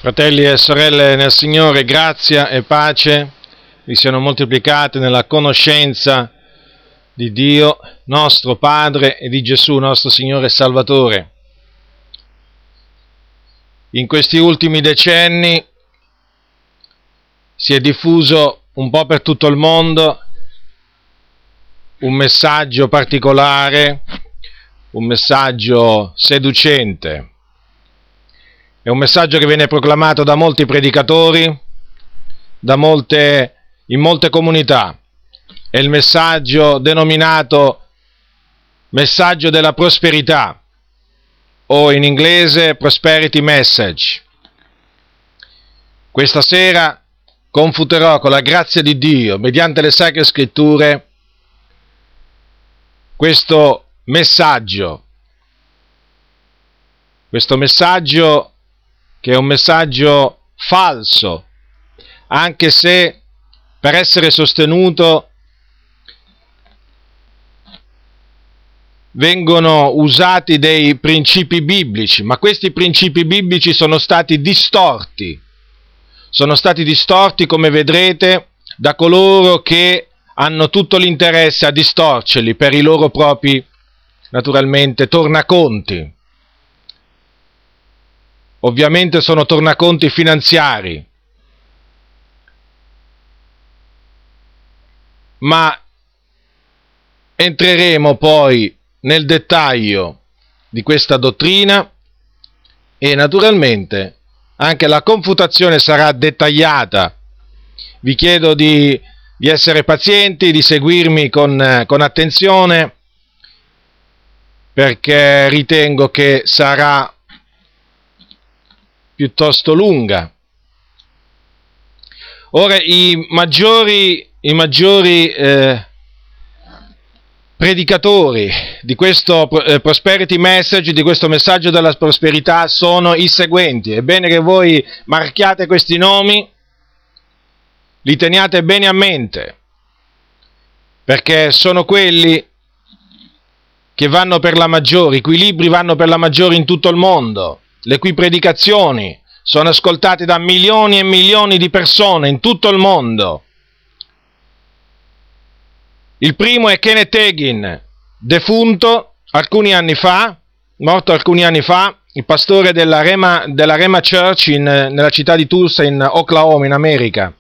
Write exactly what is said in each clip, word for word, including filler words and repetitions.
Fratelli e sorelle nel Signore, grazia e pace vi siano moltiplicate nella conoscenza di Dio, nostro Padre, e di Gesù, nostro Signore e Salvatore. In questi ultimi decenni si è diffuso un po' per tutto il mondo un messaggio particolare, un messaggio seducente. È un messaggio che viene proclamato da molti predicatori, da molte, in molte comunità. È il messaggio denominato messaggio della prosperità, o in inglese prosperity message. Questa sera confuterò con la grazia di Dio, mediante le Sacre Scritture, questo messaggio, questo messaggio che è un messaggio falso, anche se per essere sostenuto vengono usati dei principi biblici, ma questi principi biblici sono stati distorti, sono stati distorti, come vedrete, da coloro che hanno tutto l'interesse a distorcerli per i loro propri, naturalmente, tornaconti. Ovviamente sono tornaconti finanziari, ma entreremo poi nel dettaglio di questa dottrina e naturalmente anche la confutazione sarà dettagliata. Vi chiedo di, di essere pazienti, di seguirmi con, con attenzione, perché ritengo che sarà piuttosto lunga. Ora, i maggiori, i maggiori eh, predicatori di questo eh, prosperity message, di questo messaggio della prosperità, sono i seguenti. È bene che voi marchiate questi nomi, li teniate bene a mente, perché sono quelli che vanno per la maggiore, i cui libri vanno per la maggiore in tutto il mondo, le cui predicazioni sono ascoltate da milioni e milioni di persone in tutto il mondo. Il primo è Kenneth Hagin, defunto alcuni anni fa, morto alcuni anni fa, il pastore della Rema, della Rema Church in, nella città di Tulsa in Oklahoma, in America.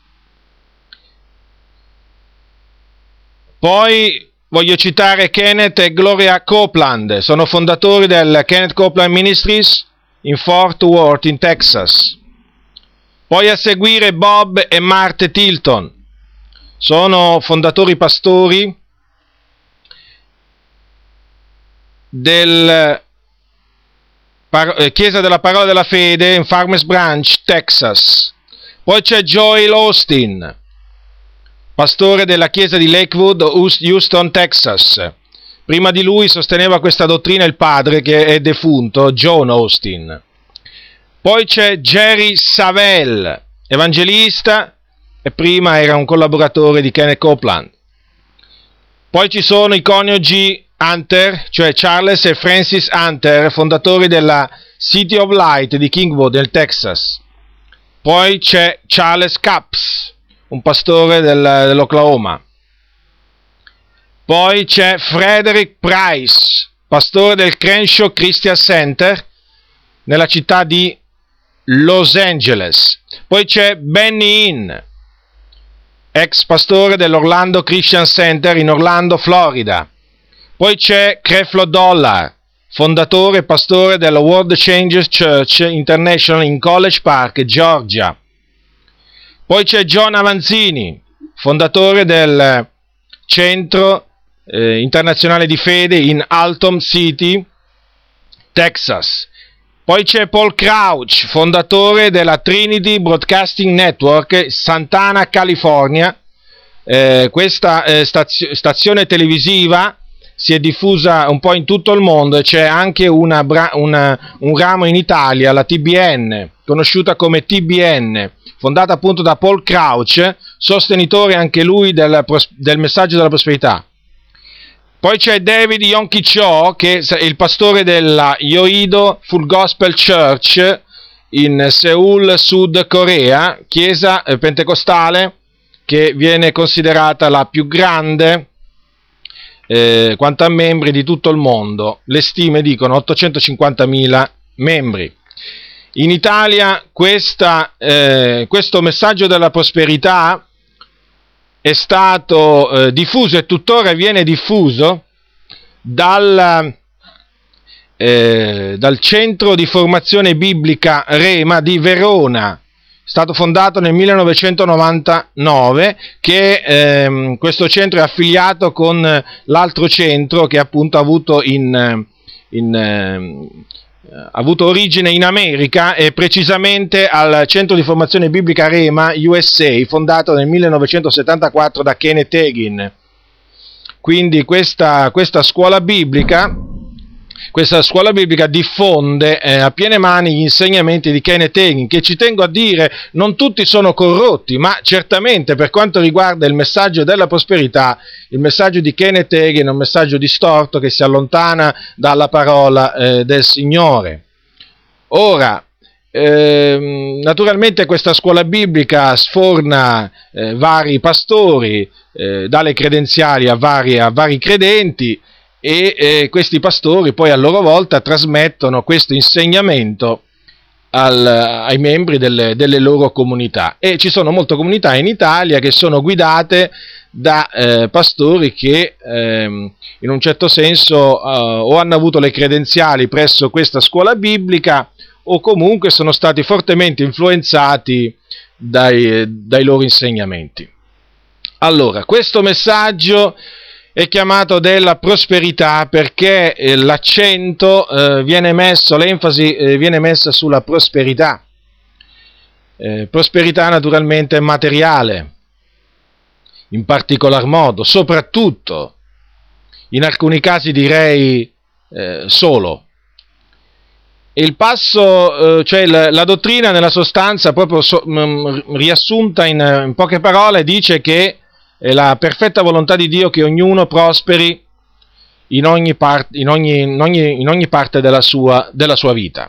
Poi voglio citare Kenneth e Gloria Copeland, sono fondatori del Kenneth Copeland Ministries in Fort Worth, in Texas. Poi a seguire Bob e Martha Tilton, sono fondatori pastori del Par- Chiesa della Parola della Fede in Farmers Branch, Texas. Poi c'è Joel Austin, pastore della Chiesa di Lakewood, Houston, Texas. Prima di lui sosteneva questa dottrina il padre, che è defunto, John Austin. Poi c'è Jerry Savelle, evangelista, e prima era un collaboratore di Kenneth Copeland. Poi ci sono i coniugi Hunter, cioè Charles e Francis Hunter, fondatori della City of Light di Kingwood, nel Texas. Poi c'è Charles Capps, un pastore del, dell'Oklahoma. Poi c'è Frederick Price, pastore del Crenshaw Christian Center nella città di Los Angeles. Poi c'è Benny Hinn, ex pastore dell'Orlando Christian Center in Orlando, Florida. Poi c'è Creflo Dollar, fondatore e pastore della World Changers Church International in College Park, Georgia. Poi c'è John Avanzini, fondatore del Centro eh, Internazionale di Fede in Alton City, Texas. Poi c'è Paul Crouch, fondatore della Trinity Broadcasting Network, Santana, California. Eh, questa eh, stazio- stazione televisiva si è diffusa un po' in tutto il mondo e c'è anche una bra- una, un ramo in Italia, la T B N, conosciuta come T B N, fondata appunto da Paul Crouch, sostenitore anche lui del, pros- del messaggio della prosperità. Poi c'è David Yonki Cho, che è il pastore della Yoido Full Gospel Church in Seul, Sud Corea, chiesa eh, pentecostale che viene considerata la più grande eh, quanto a membri di tutto il mondo. Le stime dicono ottocentocinquantamila membri. In Italia questa, eh, questo messaggio della prosperità è stato eh, diffuso e tuttora viene diffuso dal, eh, dal Centro di Formazione Biblica Rema di Verona, stato fondato nel millenovecentonovantanove, che ehm, questo centro è affiliato con l'altro centro che appunto ha avuto, in, in, eh, ha avuto origine in America, e precisamente al Centro di Formazione Biblica Rema U S A, fondato nel millenovecentosettantaquattro da Kenneth Hagin. Quindi questa, questa scuola biblica Questa scuola biblica diffonde eh, a piene mani gli insegnamenti di Kenneth Hagin, che, ci tengo a dire, non tutti sono corrotti, ma certamente per quanto riguarda il messaggio della prosperità, il messaggio di Kenneth Hagin è un messaggio distorto che si allontana dalla parola eh, del Signore. Ora, eh, naturalmente questa scuola biblica sforna eh, vari pastori, eh, dà le credenziali a vari, a vari credenti, e eh, questi pastori poi a loro volta trasmettono questo insegnamento al, ai membri delle, delle loro comunità. E ci sono molte comunità in Italia che sono guidate da eh, pastori che ehm, in un certo senso eh, o hanno avuto le credenziali presso questa scuola biblica o comunque sono stati fortemente influenzati dai, dai loro insegnamenti. Allora, questo messaggio è chiamato della prosperità perché eh, l'accento eh, viene messo, l'enfasi eh, viene messa sulla prosperità. Eh, prosperità naturalmente materiale, in particolar modo, soprattutto, in alcuni casi direi eh, solo. Il passo, eh, cioè la, la dottrina nella sostanza, proprio so, mh, riassunta in, in poche parole, dice che è la perfetta volontà di Dio che ognuno prosperi in ogni, part, in ogni, in ogni, in ogni parte della sua, della sua vita.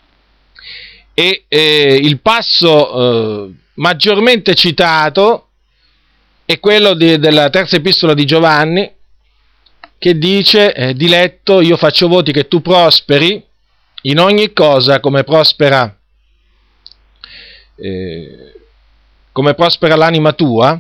E eh, il passo eh, maggiormente citato è quello di, della terza epistola di Giovanni, che dice: eh, diletto, io faccio voti che tu prosperi in ogni cosa come prospera, eh, come prospera l'anima tua.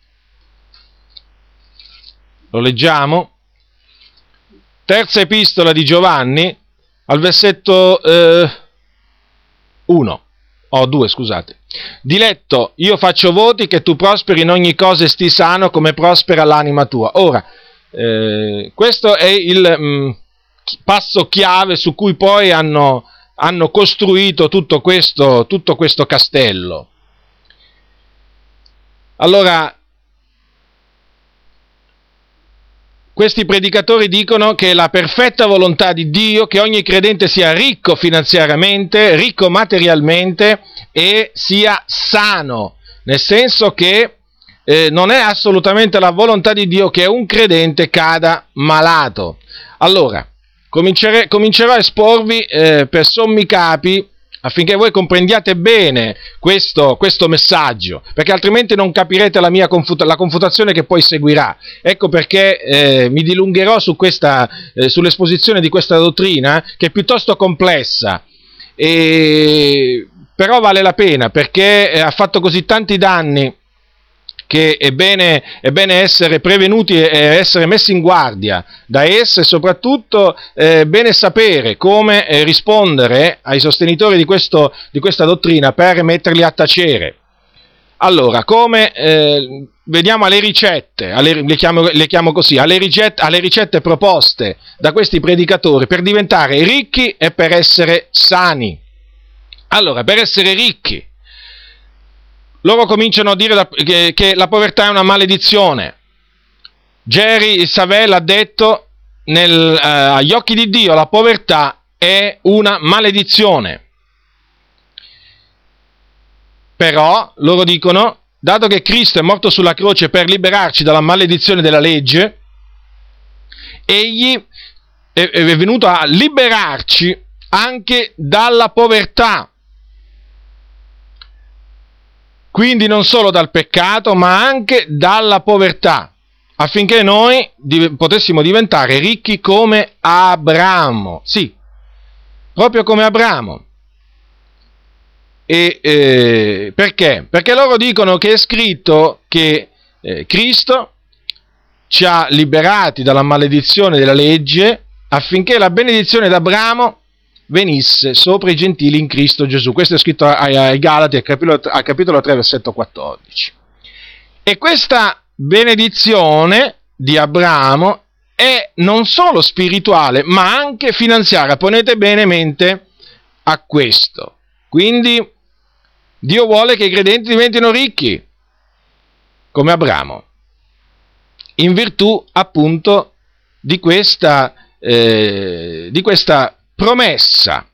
Lo leggiamo, terza epistola di Giovanni, al versetto eh, uno, o due, scusate. Diletto, io faccio voti che tu prosperi in ogni cosa e stii sano come prospera l'anima tua. Ora, eh, questo è il mh, passo chiave su cui poi hanno, hanno costruito tutto questo, tutto questo castello. Allora, questi predicatori dicono che è la perfetta volontà di Dio che ogni credente sia ricco finanziariamente, ricco materialmente e sia sano, nel senso che eh, non è assolutamente la volontà di Dio che un credente cada malato. Allora, comincerò, comincerò a esporvi eh, per sommi capi affinché voi comprendiate bene questo, questo messaggio, perché altrimenti non capirete la mia confuta- la confutazione che poi seguirà. Ecco perché eh, mi dilungherò su questa, eh, sull'esposizione di questa dottrina, che è piuttosto complessa, e, però vale la pena, perché ha fatto così tanti danni che è bene, è bene essere prevenuti e essere messi in guardia da esse, e soprattutto è bene sapere come rispondere ai sostenitori di, questo, di questa dottrina per metterli a tacere. Allora, come eh, vediamo alle ricette, alle, le, chiamo, le chiamo così, alle ricette, alle ricette proposte da questi predicatori per diventare ricchi e per essere sani. Allora, per essere ricchi, loro cominciano a dire che, che la povertà è una maledizione. Jerry Savelle ha detto, nel, eh, agli occhi di Dio la povertà è una maledizione. Però, loro dicono, dato che Cristo è morto sulla croce per liberarci dalla maledizione della legge, egli è, è venuto a liberarci anche dalla povertà. quindi non solo dal peccato, ma anche dalla povertà, affinché noi div- potessimo diventare ricchi come Abramo. Sì, proprio come Abramo. E eh, perché? Perché loro dicono che è scritto che eh, Cristo ci ha liberati dalla maledizione della legge affinché la benedizione d'Abramo venisse sopra i gentili in Cristo Gesù. Questo è scritto ai, ai Galati al capitolo, al capitolo tre, versetto quattordici. E questa benedizione di Abramo è non solo spirituale, ma anche finanziaria. Ponete bene mente a questo. Quindi Dio vuole che i credenti diventino ricchi, come Abramo, in virtù appunto di questa, eh, di questa promessa.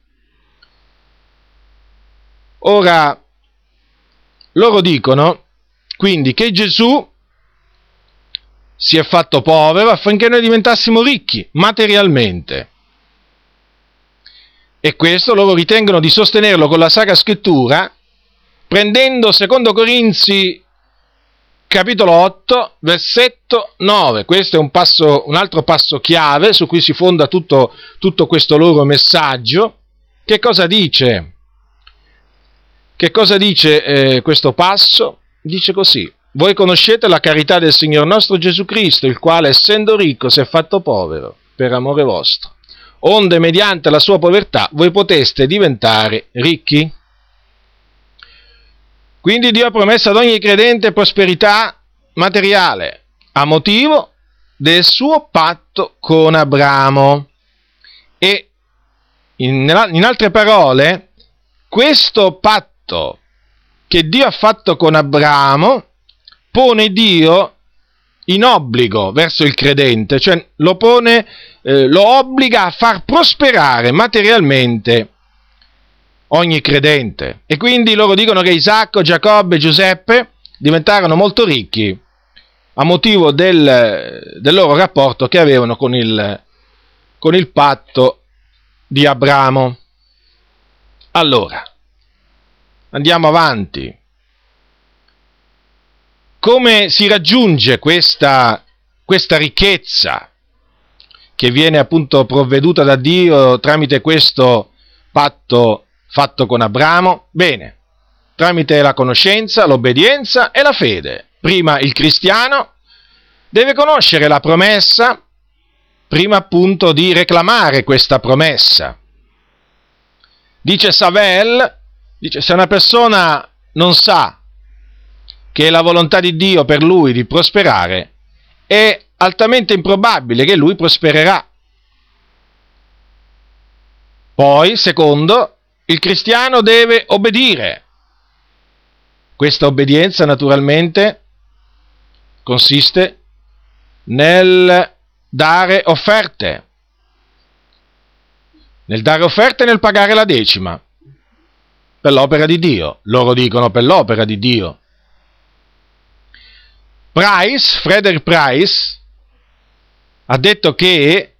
Ora, loro dicono quindi che Gesù si è fatto povero affinché noi diventassimo ricchi materialmente. E questo loro ritengono di sostenerlo con la Sacra Scrittura, prendendo secondo Corinzi capitolo otto, versetto nove. Questo è un, passo, un altro passo chiave su cui si fonda tutto, tutto questo loro messaggio. Che cosa dice? Che cosa dice eh, questo passo? Dice così: voi conoscete la carità del Signor nostro Gesù Cristo, il quale, essendo ricco, si è fatto povero per amore vostro, onde mediante la sua povertà voi poteste diventare ricchi. Quindi Dio ha promesso ad ogni credente prosperità materiale a motivo del suo patto con Abramo. E in, in altre parole, questo patto che Dio ha fatto con Abramo pone Dio in obbligo verso il credente, cioè lo pone, eh, lo obbliga a far prosperare materialmente ogni credente. E quindi loro dicono che Isacco, Giacobbe e Giuseppe diventarono molto ricchi a motivo del, del loro rapporto che avevano con il, con il patto di Abramo. Allora, andiamo avanti. Come si raggiunge questa, questa ricchezza che viene appunto provveduta da Dio tramite questo patto fatto con Abramo? Bene, tramite la conoscenza, l'obbedienza e la fede. Prima il cristiano deve conoscere la promessa, prima appunto di reclamare questa promessa. Dice Savel, dice, se una persona non sa che è la volontà di Dio per lui di prosperare, è altamente improbabile che lui prospererà. Poi, secondo, il cristiano deve obbedire. Questa obbedienza naturalmente consiste nel dare offerte, nel dare offerte e nel pagare la decima per l'opera di Dio. Loro dicono per l'opera di Dio. Price, Frederick Price, ha detto che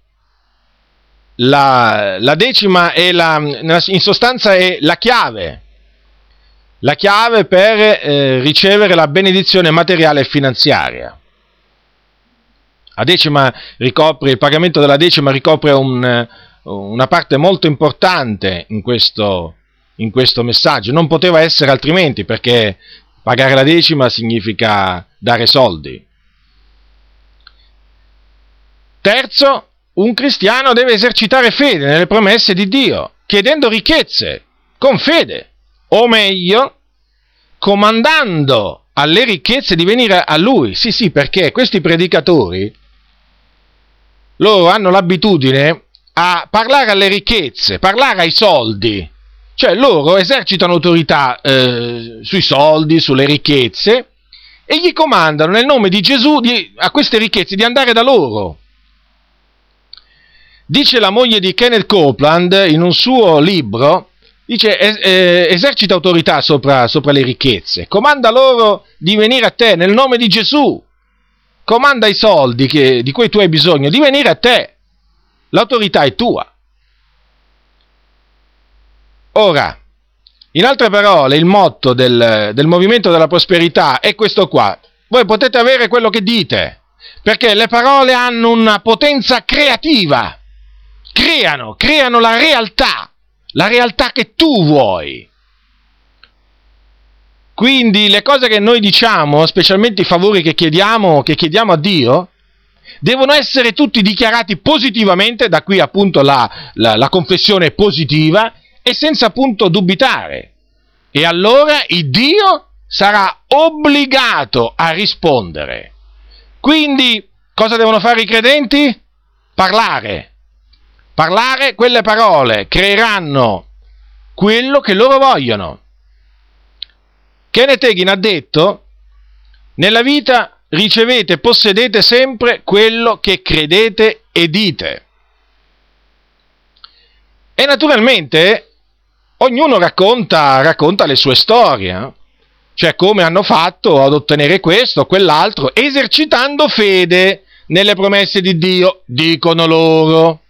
La, la decima è la, in sostanza è la chiave, la chiave per eh, ricevere la benedizione materiale e finanziaria. La decima ricopre, il pagamento della decima ricopre un, una parte molto importante in questo, in questo messaggio. Non poteva essere altrimenti, perché pagare la decima significa dare soldi. Terzo, un cristiano deve esercitare fede nelle promesse di Dio, chiedendo ricchezze con fede, o meglio, comandando alle ricchezze di venire a Lui. Sì, sì, perché questi predicatori, loro hanno l'abitudine a parlare alle ricchezze, parlare ai soldi, cioè loro esercitano autorità eh, sui soldi, sulle ricchezze, e gli comandano nel nome di Gesù di, a queste ricchezze di andare da loro. Dice la moglie di Kenneth Copeland in un suo libro, dice, eh, esercita autorità sopra, sopra le ricchezze, comanda loro di venire a te nel nome di Gesù, comanda i soldi che, di cui tu hai bisogno di venire a te, l'autorità è tua. Ora, In altre parole, il motto del, del movimento della prosperità è questo qua. Voi potete avere quello che dite, perché le parole hanno una potenza creativa. Creano, creano la realtà, la realtà che tu vuoi. Quindi le cose che noi diciamo, specialmente i favori che chiediamo, che chiediamo a Dio, devono essere tutti dichiarati positivamente, da qui appunto la, la, la confessione positiva, e senza appunto dubitare. E allora il Dio sarà obbligato a rispondere. Quindi cosa devono fare i credenti? Parlare. Parlare quelle parole, creeranno quello che loro vogliono. Kenneth Hagin ha detto: nella vita ricevete e possedete sempre quello che credete e dite. E naturalmente ognuno racconta, racconta le sue storie, cioè come hanno fatto ad ottenere questo o quell'altro, esercitando fede nelle promesse di Dio, dicono loro.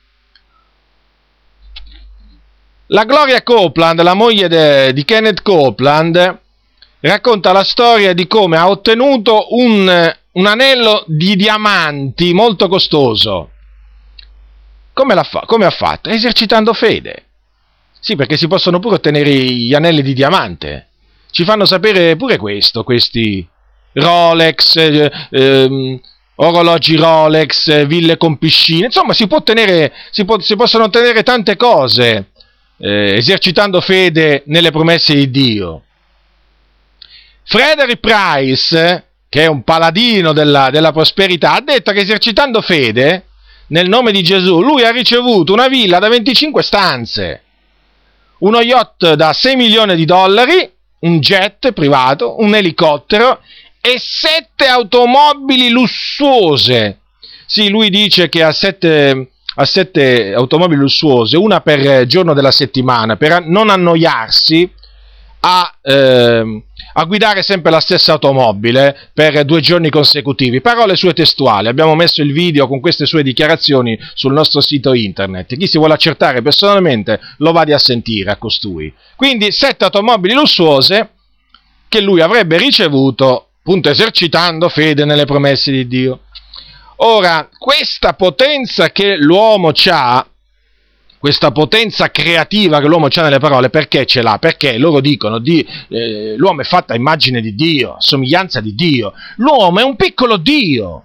La Gloria Copeland, la moglie de, di Kenneth Copeland, racconta la storia di come ha ottenuto un, un anello di diamanti molto costoso. Come, l'ha fa- come ha fatto? Esercitando fede. Sì, perché si possono pure ottenere gli anelli di diamante. Ci fanno sapere pure questo, questi Rolex, eh, ehm, orologi Rolex, ville con piscine. Insomma, si può ottenere, si, può, si possono ottenere tante cose eh, esercitando fede nelle promesse di Dio. Frederick Price, che è un paladino della, della prosperità, ha detto che esercitando fede nel nome di Gesù, lui ha ricevuto una villa da venticinque stanze, uno yacht da sei milioni di dollari, un jet privato, un elicottero e sette automobili lussuose. Sì, lui dice che ha sette, ha sette automobili lussuose, una per giorno della settimana, per non annoiarsi a, eh, a guidare sempre la stessa automobile per due giorni consecutivi. Parole sue testuali. Abbiamo messo il video con queste sue dichiarazioni sul nostro sito internet. Chi si vuole accertare personalmente lo vada a sentire a costui. Quindi sette automobili lussuose che lui avrebbe ricevuto appunto esercitando fede nelle promesse di Dio. Ora, questa potenza che l'uomo ha, questa potenza creativa che l'uomo ha nelle parole, perché ce l'ha? Perché loro dicono di, eh, l'uomo è fatto a immagine di Dio, a somiglianza di Dio. L'uomo è un piccolo Dio.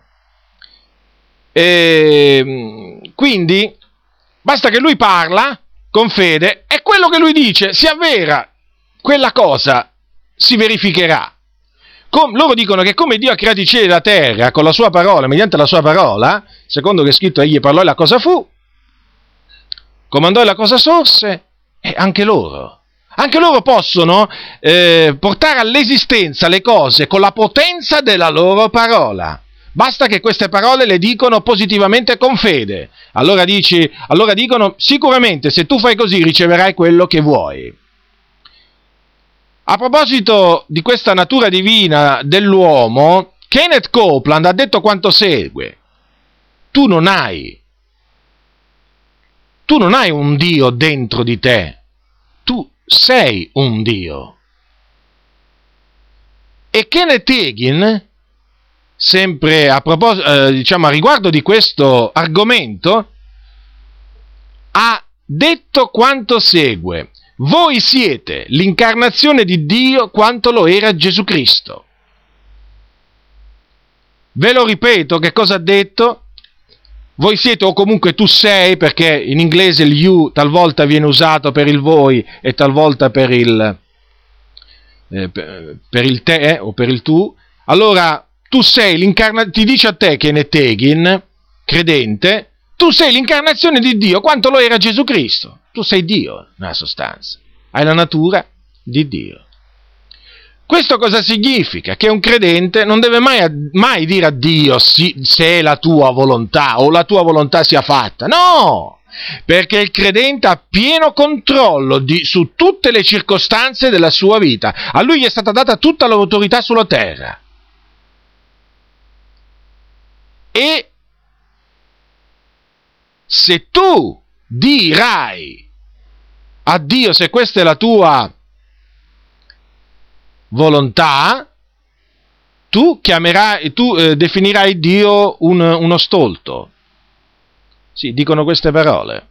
E, quindi basta che lui parla con fede e quello che lui dice si avvera, quella cosa si verificherà. Com- loro dicono che come Dio ha creato i cieli e la terra con la sua parola, mediante la sua parola, secondo che è scritto egli parlò e la cosa fu, comandò e la cosa sorse, e anche loro, anche loro possono eh, portare all'esistenza le cose con la potenza della loro parola. Basta che queste parole le dicono positivamente con fede. Allora dici, allora dicono sicuramente se tu fai così riceverai quello che vuoi. A proposito di questa natura divina dell'uomo, Kenneth Copeland ha detto quanto segue: tu non hai Tu non hai un Dio dentro di te, tu sei un Dio. E Kenneth Hagin, sempre a proposito, eh, diciamo a riguardo di questo argomento, ha detto quanto segue: voi siete l'incarnazione di Dio quanto lo era Gesù Cristo. Ve lo ripeto, che cosa ha detto? Voi siete, o comunque tu sei, perché in inglese il you talvolta viene usato per il voi e talvolta per il, eh, per, per il te eh, o per il tu. Allora, tu sei l'incarnazione, ti dice a te Kenneth Hagin, credente, tu sei l'incarnazione di Dio quanto lo era Gesù Cristo. Tu sei Dio, nella sostanza. Hai la natura di Dio. Questo cosa significa? Che un credente non deve mai, mai dire a Dio sì, se è la tua volontà o la tua volontà sia fatta. No! Perché il credente ha pieno controllo di, su tutte le circostanze della sua vita. A lui gli è stata data tutta l'autorità sulla terra. E se tu dirai a Dio, se questa è la tua volontà, tu chiamerai, tu eh, definirai Dio un, uno stolto. Sì, dicono queste parole.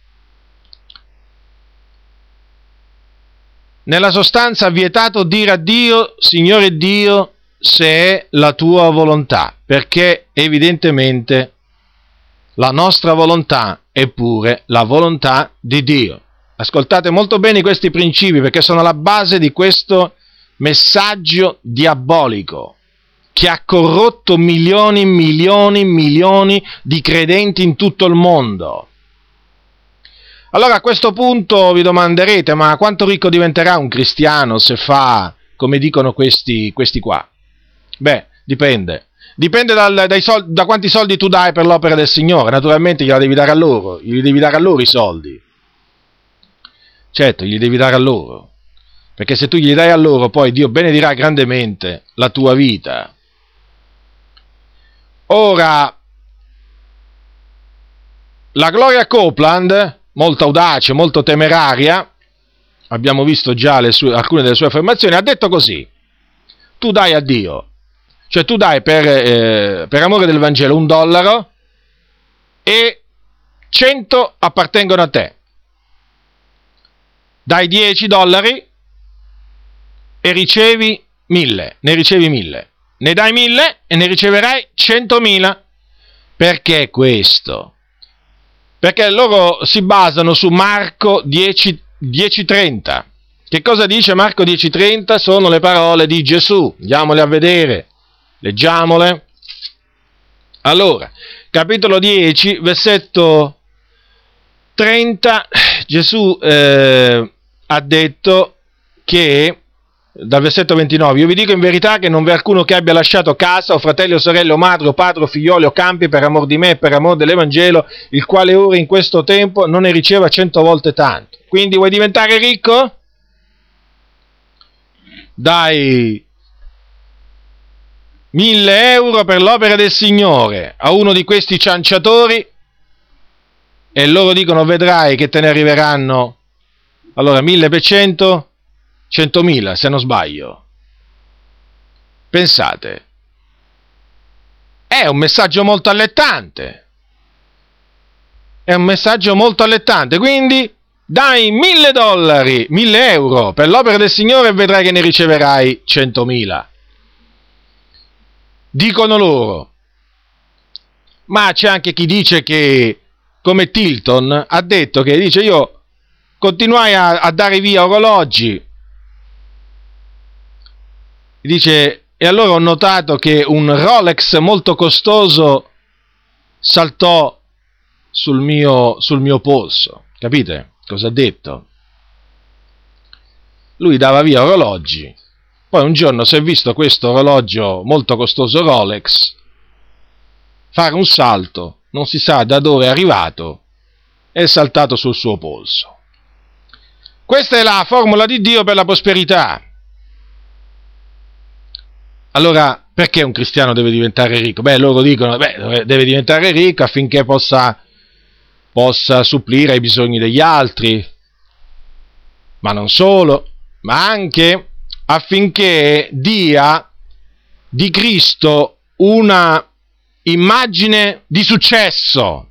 Nella sostanza, ha vietato dire a Dio, Signore Dio, se è la tua volontà, perché evidentemente la nostra volontà è pure la volontà di Dio. Ascoltate molto bene questi principi, perché sono la base di questo messaggio diabolico che ha corrotto milioni, milioni, milioni di credenti in tutto il mondo. Allora a questo punto vi domanderete, ma quanto ricco diventerà un cristiano se fa come dicono questi, questi qua? Beh, dipende. Dipende dal, dai soldi, da quanti soldi tu dai per l'opera del Signore. Naturalmente gliela devi dare a loro, gli devi dare a loro i soldi. Certo, gli devi dare a loro. Perché se tu gli dai a loro, poi Dio benedirà grandemente la tua vita. Ora, la Gloria Copeland, molto audace, molto temeraria, abbiamo visto già le sue, alcune delle sue affermazioni, ha detto così: tu dai a Dio, cioè tu dai per, eh, per amore del Vangelo un dollaro e cento appartengono a te. Dai dieci dollari e ricevi mille, ne ricevi mille. Ne dai mille e ne riceverai centomila. Perché questo? Perché loro si basano su Marco dieci trenta. Che cosa dice Marco dieci trenta? Sono le parole di Gesù. Andiamole a vedere. Leggiamole. Allora, capitolo dieci, versetto trenta, Gesù eh, ha detto che, dal versetto ventinove, io vi dico in verità che non v'è alcuno che abbia lasciato casa o fratelli o sorelle o madre o padre o figlioli o campi per amor di me e per amor dell'Evangelo, il quale ora in questo tempo non ne riceva cento volte tanto. Quindi vuoi diventare ricco? Dai mille euro per l'opera del Signore a uno di questi cianciatori e loro dicono vedrai che te ne arriveranno, allora mille per cento, centomila se non sbaglio. Pensate, è un messaggio molto allettante, è un messaggio molto allettante, quindi dai mille dollari, mille euro per l'opera del Signore e vedrai che ne riceverai centomila. Dicono loro, ma c'è anche chi dice che, come Tilton, ha detto che, dice, io continuai a, a dare via orologi, dice, e allora ho notato che un Rolex molto costoso saltò sul mio, sul mio polso. Capite cosa ha detto? Lui dava via orologi, poi un giorno si è visto questo orologio molto costoso Rolex fare un salto, non si sa da dove è arrivato, è saltato sul suo polso. Questa è la formula di Dio per la prosperità. Allora, perché un cristiano deve diventare ricco? Beh, loro dicono, beh, deve diventare ricco affinché possa, possa supplire ai bisogni degli altri, ma non solo, ma anche affinché dia di Cristo una immagine di successo.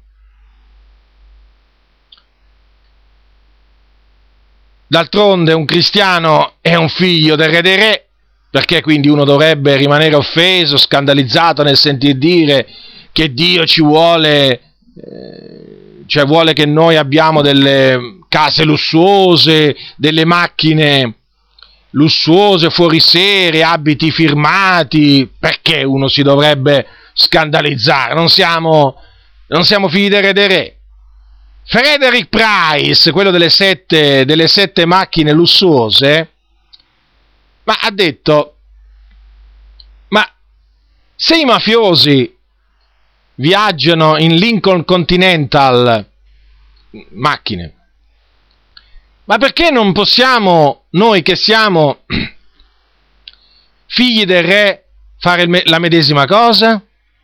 D'altronde un cristiano è un figlio del re dei re, perché quindi uno dovrebbe rimanere offeso, scandalizzato nel sentir dire che Dio ci vuole, eh, cioè vuole che noi abbiamo delle case lussuose, delle macchine lussuose, fuori serie, abiti firmati. Perché uno si dovrebbe scandalizzare? Non siamo, non siamo figli del re dei re. Frederick Price, quello delle sette, delle sette macchine lussuose, ma ha detto, ma se i mafiosi viaggiano in Lincoln Continental macchine, ma perché non possiamo noi che siamo figli del re fare il me- la medesima cosa?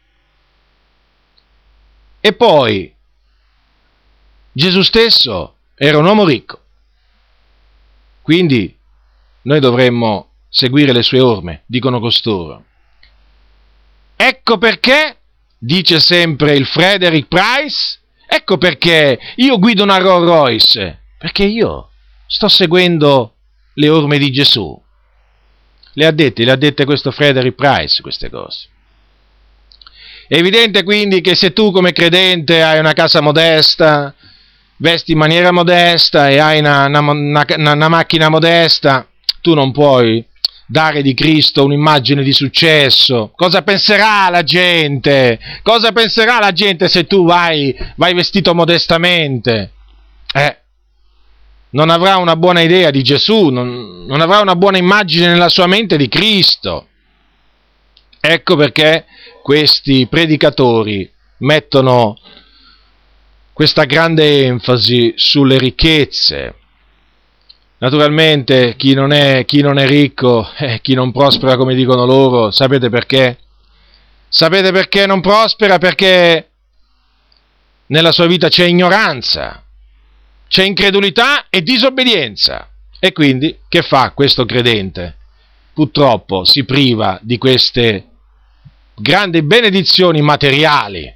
E poi Gesù stesso era un uomo ricco, quindi noi dovremmo seguire le sue orme, dicono costoro. Ecco perché, dice sempre il Frederick Price, ecco perché io guido una Rolls Royce, perché io sto seguendo le orme di Gesù. Le ha dette, le ha dette questo Frederick Price queste cose. È evidente quindi che se tu come credente hai una casa modesta, vesti in maniera modesta e hai una, una, una, una macchina modesta, tu non puoi dare di Cristo un'immagine di successo. Cosa penserà la gente? Cosa penserà la gente se tu vai, vai vestito modestamente? Eh, non avrà una buona idea di Gesù, non, non avrà una buona immagine nella sua mente di Cristo. Ecco perché questi predicatori mettono questa grande enfasi sulle ricchezze. Naturalmente chi non è, chi non è ricco, eh, chi non prospera come dicono loro, sapete perché? Sapete perché non prospera? Perché nella sua vita c'è ignoranza, c'è incredulità e disobbedienza. E quindi che fa questo credente? Purtroppo si priva di queste grandi benedizioni materiali.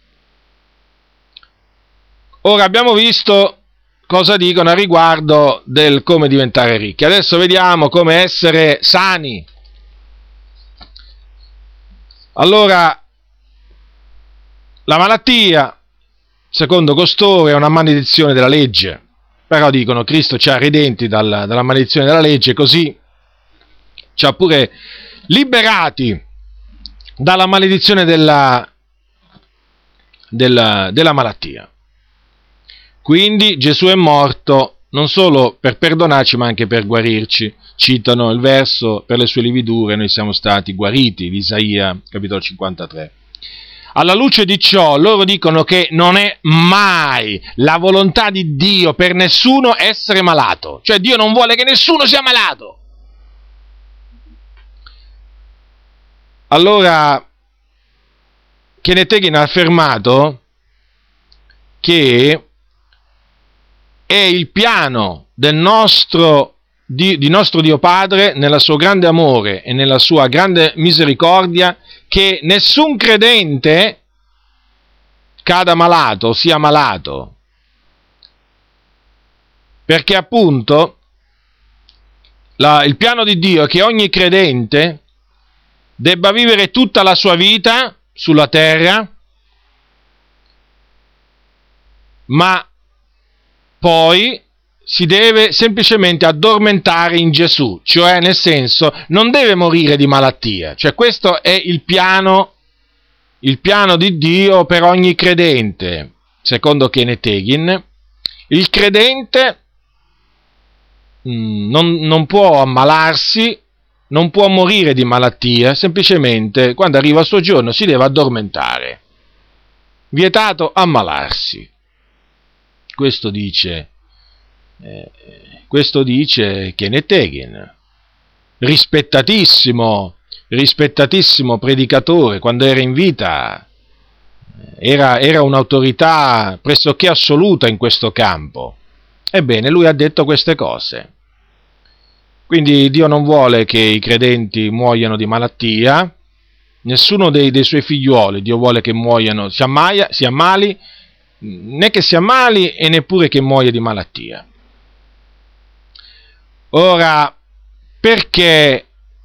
Ora abbiamo visto cosa dicono a riguardo del come diventare ricchi. Adesso vediamo come essere sani. Allora, la malattia, secondo costoro, è una maledizione della legge. Però dicono Cristo ci ha redenti dalla, dalla maledizione della legge, così ci ha pure liberati dalla maledizione della, della, della malattia. Quindi Gesù è morto non solo per perdonarci ma anche per guarirci. Citano il verso: per le sue lividure noi siamo stati guariti, di Isaia capitolo cinquantatré. Alla luce di ciò loro dicono che non è mai la volontà di Dio per nessuno essere malato, cioè Dio non vuole che nessuno sia malato. Allora Kenneth Hagin ha affermato che è il piano del nostro, di, di nostro Dio Padre, nella suo grande amore e nella sua grande misericordia, che nessun credente cada malato, sia malato, perché appunto la, il piano di Dio è che ogni credente debba vivere tutta la sua vita sulla terra, ma poi si deve semplicemente addormentare in Gesù, cioè nel senso non deve morire di malattia. Cioè questo è il piano, il piano di Dio per ogni credente. Secondo Kenneth Hagin, il credente mh, non, non può ammalarsi, non può morire di malattia, semplicemente quando arriva il suo giorno si deve addormentare. Vietato ammalarsi. Questo dice, eh, questo dice Kenneth Hagin, rispettatissimo, rispettatissimo predicatore. Quando era in vita era, era un'autorità pressoché assoluta in questo campo. Ebbene, lui ha detto queste cose. Quindi Dio non vuole che i credenti muoiano di malattia, nessuno dei, dei suoi figliuoli Dio vuole che muoiano, si, ammaia, si ammali, né che si ammali e neppure che muoia di malattia. Ora, perché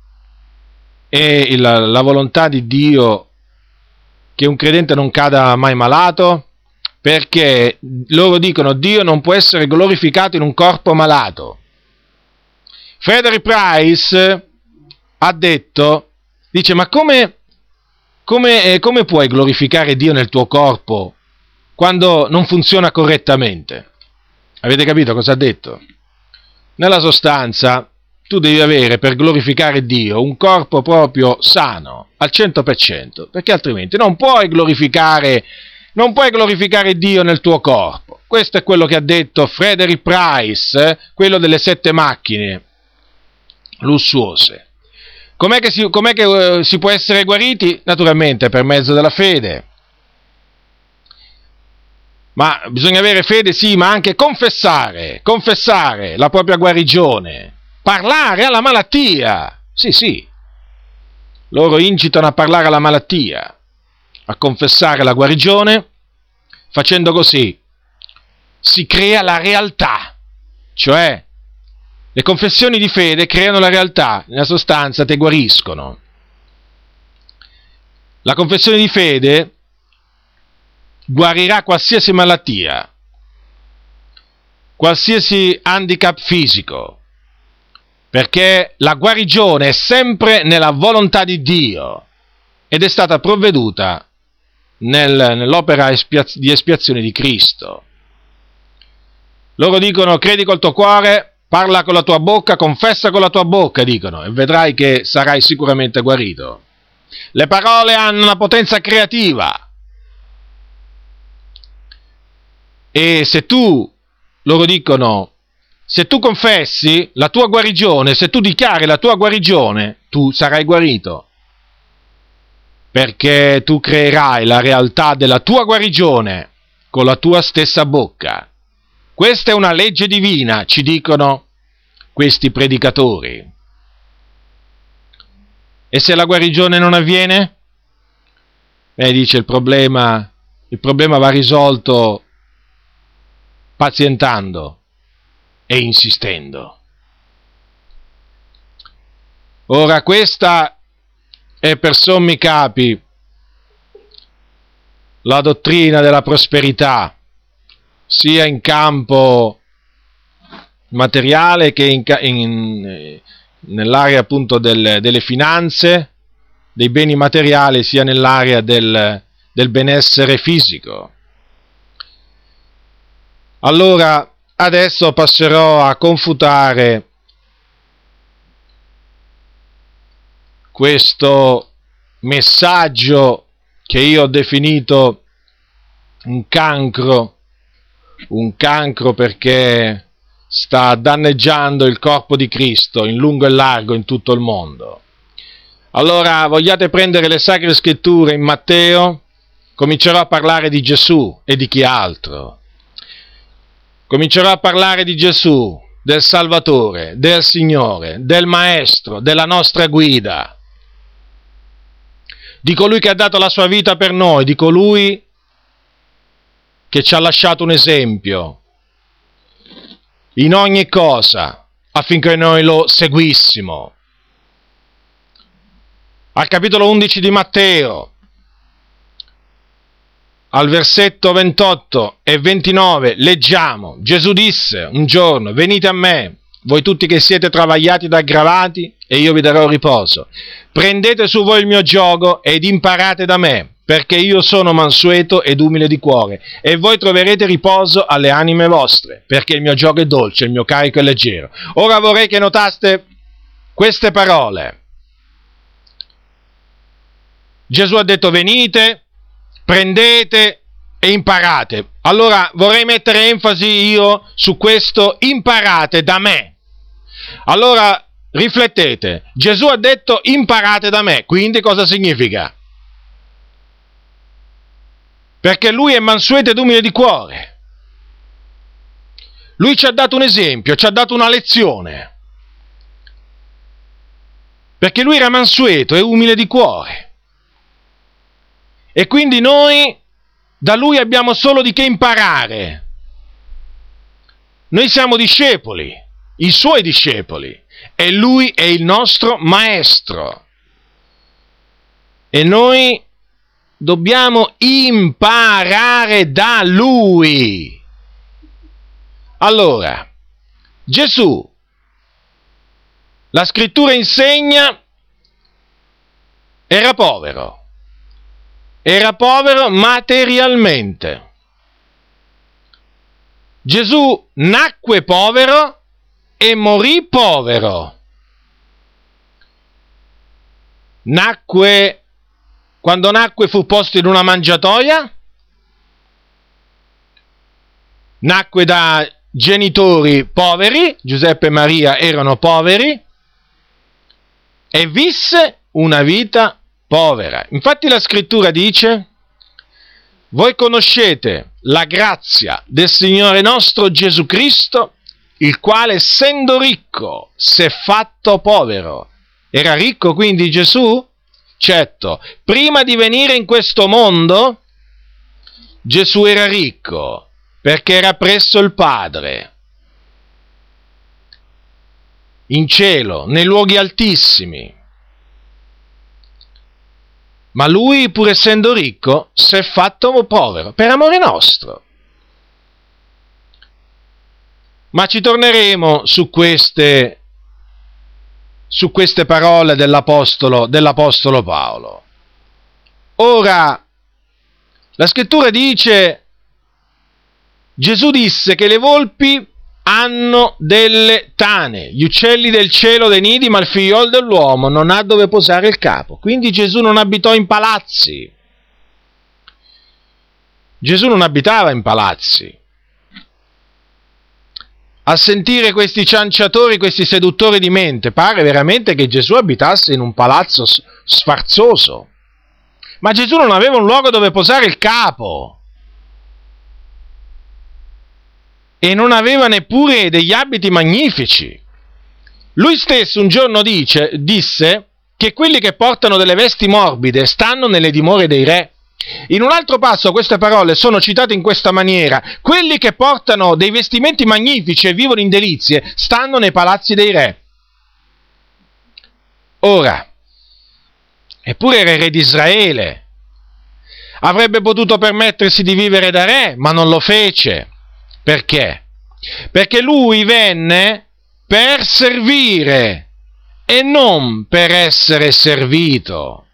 è la, la volontà di Dio che un credente non cada mai malato? Perché loro dicono Dio non può essere glorificato in un corpo malato. Frederick Price ha detto, dice, ma come, come, eh, come puoi glorificare Dio nel tuo corpo quando non funziona correttamente? Avete capito cosa ha detto? Nella sostanza, tu devi avere per glorificare Dio un corpo proprio sano, al cento per cento, perché altrimenti non puoi glorificare, non puoi glorificare Dio nel tuo corpo. Questo è quello che ha detto Frederick Price, eh, quello delle sette macchine lussuose. Com'è che, si, com'è che uh, si può essere guariti? Naturalmente per mezzo della fede. Ma bisogna avere fede, sì, ma anche confessare, confessare la propria guarigione, parlare alla malattia, Sì, sì. Loro incitano a parlare alla malattia, a confessare la guarigione, facendo così si crea la realtà, cioè le confessioni di fede creano la realtà, nella sostanza te guariscono. La confessione di fede guarirà qualsiasi malattia, qualsiasi handicap fisico, perché la guarigione è sempre nella volontà di Dio ed è stata provveduta nel, nell'opera espiaz- di espiazione di Cristo. Loro dicono: credi col tuo cuore, parla con la tua bocca, confessa con la tua bocca, dicono, e vedrai che sarai sicuramente guarito. Le parole hanno una potenza creativa. E se tu, loro dicono, se tu confessi la tua guarigione, se tu dichiari la tua guarigione, tu sarai guarito. Perché tu creerai la realtà della tua guarigione con la tua stessa bocca. Questa è una legge divina, ci dicono questi predicatori. E se la guarigione non avviene? Beh, dice il problema, il problema va risolto pazientando e insistendo. Ora, questa è per sommi capi la dottrina della prosperità, sia in campo materiale che in, in, nell'area appunto del, delle finanze, dei beni materiali, sia nell'area del, del benessere fisico. Allora, adesso passerò a confutare questo messaggio che io ho definito un cancro, un cancro perché sta danneggiando il corpo di Cristo in lungo e largo in tutto il mondo. Allora, vogliate prendere le Sacre Scritture in Matteo? Comincerò a parlare di Gesù e di chi altro. Comincerò a parlare di Gesù, del Salvatore, del Signore, del Maestro, della nostra guida, di colui che ha dato la sua vita per noi, di colui che ci ha lasciato un esempio in ogni cosa affinché noi lo seguissimo. Al capitolo undici di Matteo, al versetto ventotto e ventinove, leggiamo: Gesù disse un giorno: venite a me, voi tutti che siete travagliati ed aggravati, e io vi darò riposo. Prendete su voi il mio giogo ed imparate da me, perché io sono mansueto ed umile di cuore, e voi troverete riposo alle anime vostre, perché il mio giogo è dolce, il mio carico è leggero. Ora vorrei che notaste queste parole. Gesù ha detto: venite, prendete e imparate. Allora vorrei mettere enfasi io su questo imparate da me. Allora riflettete, Gesù ha detto imparate da me, quindi cosa significa? Perché lui è mansueto ed umile di cuore. Lui ci ha dato un esempio, ci ha dato una lezione. Perché lui era mansueto e umile di cuore. E quindi noi da lui abbiamo solo di che imparare. Noi siamo discepoli, i suoi discepoli, e lui è il nostro maestro. E noi dobbiamo imparare da lui. Allora, Gesù, la scrittura insegna, era povero. Era povero materialmente. Gesù nacque povero e morì povero. Nacque, quando nacque fu posto in una mangiatoia, nacque da genitori poveri, Giuseppe e Maria erano poveri, e visse una vita povera. Infatti la scrittura dice: voi conoscete la grazia del Signore nostro Gesù Cristo, il quale essendo ricco si è fatto povero Era ricco quindi Gesù? Certo, prima di venire in questo mondo Gesù era ricco perché era presso il Padre, in cielo, nei luoghi altissimi. Ma lui, pur essendo ricco, si è fatto povero per amore nostro. Ma ci torneremo su queste, su queste parole dell'Apostolo, dell'Apostolo Paolo. Ora, la Scrittura dice, Gesù disse che le volpi hanno delle tane, gli uccelli del cielo dei nidi, ma il figliol dell'uomo non ha dove posare il capo. Quindi Gesù non abitò in palazzi. Gesù non abitava in palazzi. A sentire questi cianciatori, questi seduttori di mente, pare veramente che Gesù abitasse in un palazzo sfarzoso. Ma Gesù non aveva un luogo dove posare il capo. E non aveva neppure degli abiti magnifici. Lui stesso un giorno dice, disse che quelli che portano delle vesti morbide stanno nelle dimore dei re. In un altro passo queste parole sono citate in questa maniera: quelli che portano dei vestimenti magnifici e vivono in delizie stanno nei palazzi dei re. Ora, eppure era il re di Israele, avrebbe potuto permettersi di vivere da re, ma non lo fece. Perché? Perché lui venne per servire e non per essere servito.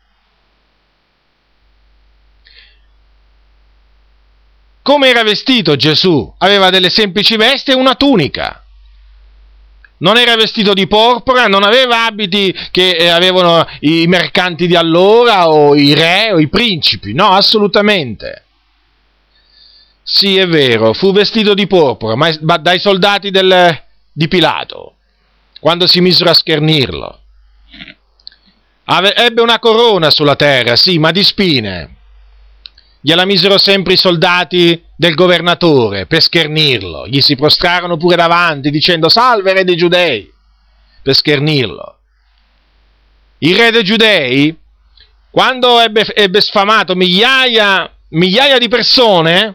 Come era vestito Gesù? Aveva delle semplici vesti e una tunica. Non era vestito di porpora, non aveva abiti che avevano i mercanti di allora o i re o i principi, no, assolutamente. Sì, è vero, fu vestito di porpora, ma dai soldati del, di Pilato, quando si misero a schernirlo. Ave, ebbe una corona sulla terra, sì, ma di spine. Gliela misero sempre i soldati del governatore per schernirlo. Gli si prostrarono pure davanti dicendo: salve re dei giudei, per schernirlo. Il re dei giudei, quando ebbe, ebbe sfamato migliaia, migliaia di persone,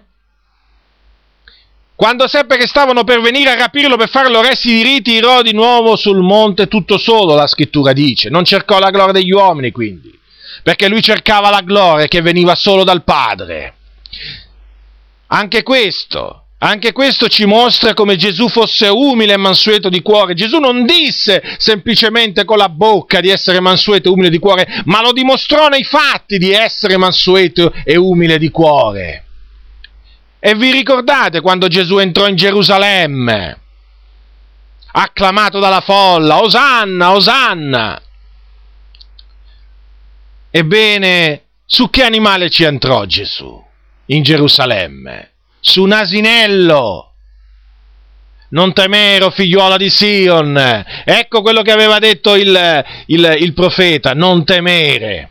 quando seppe che stavano per venire a rapirlo per farlo re, si ritirò di nuovo sul monte tutto solo, la Scrittura dice. Non cercò la gloria degli uomini, quindi, perché lui cercava la gloria che veniva solo dal Padre. Anche questo, anche questo ci mostra come Gesù fosse umile e mansueto di cuore. Gesù non disse semplicemente con la bocca di essere mansueto e umile di cuore, ma lo dimostrò nei fatti di essere mansueto e umile di cuore. E vi ricordate quando Gesù entrò in Gerusalemme, acclamato dalla folla: Osanna, Osanna! Ebbene, su che animale ci entrò Gesù in Gerusalemme? Su un asinello. Non temere, o figliuola di Sion. Ecco quello che aveva detto il, il, il profeta: non temere.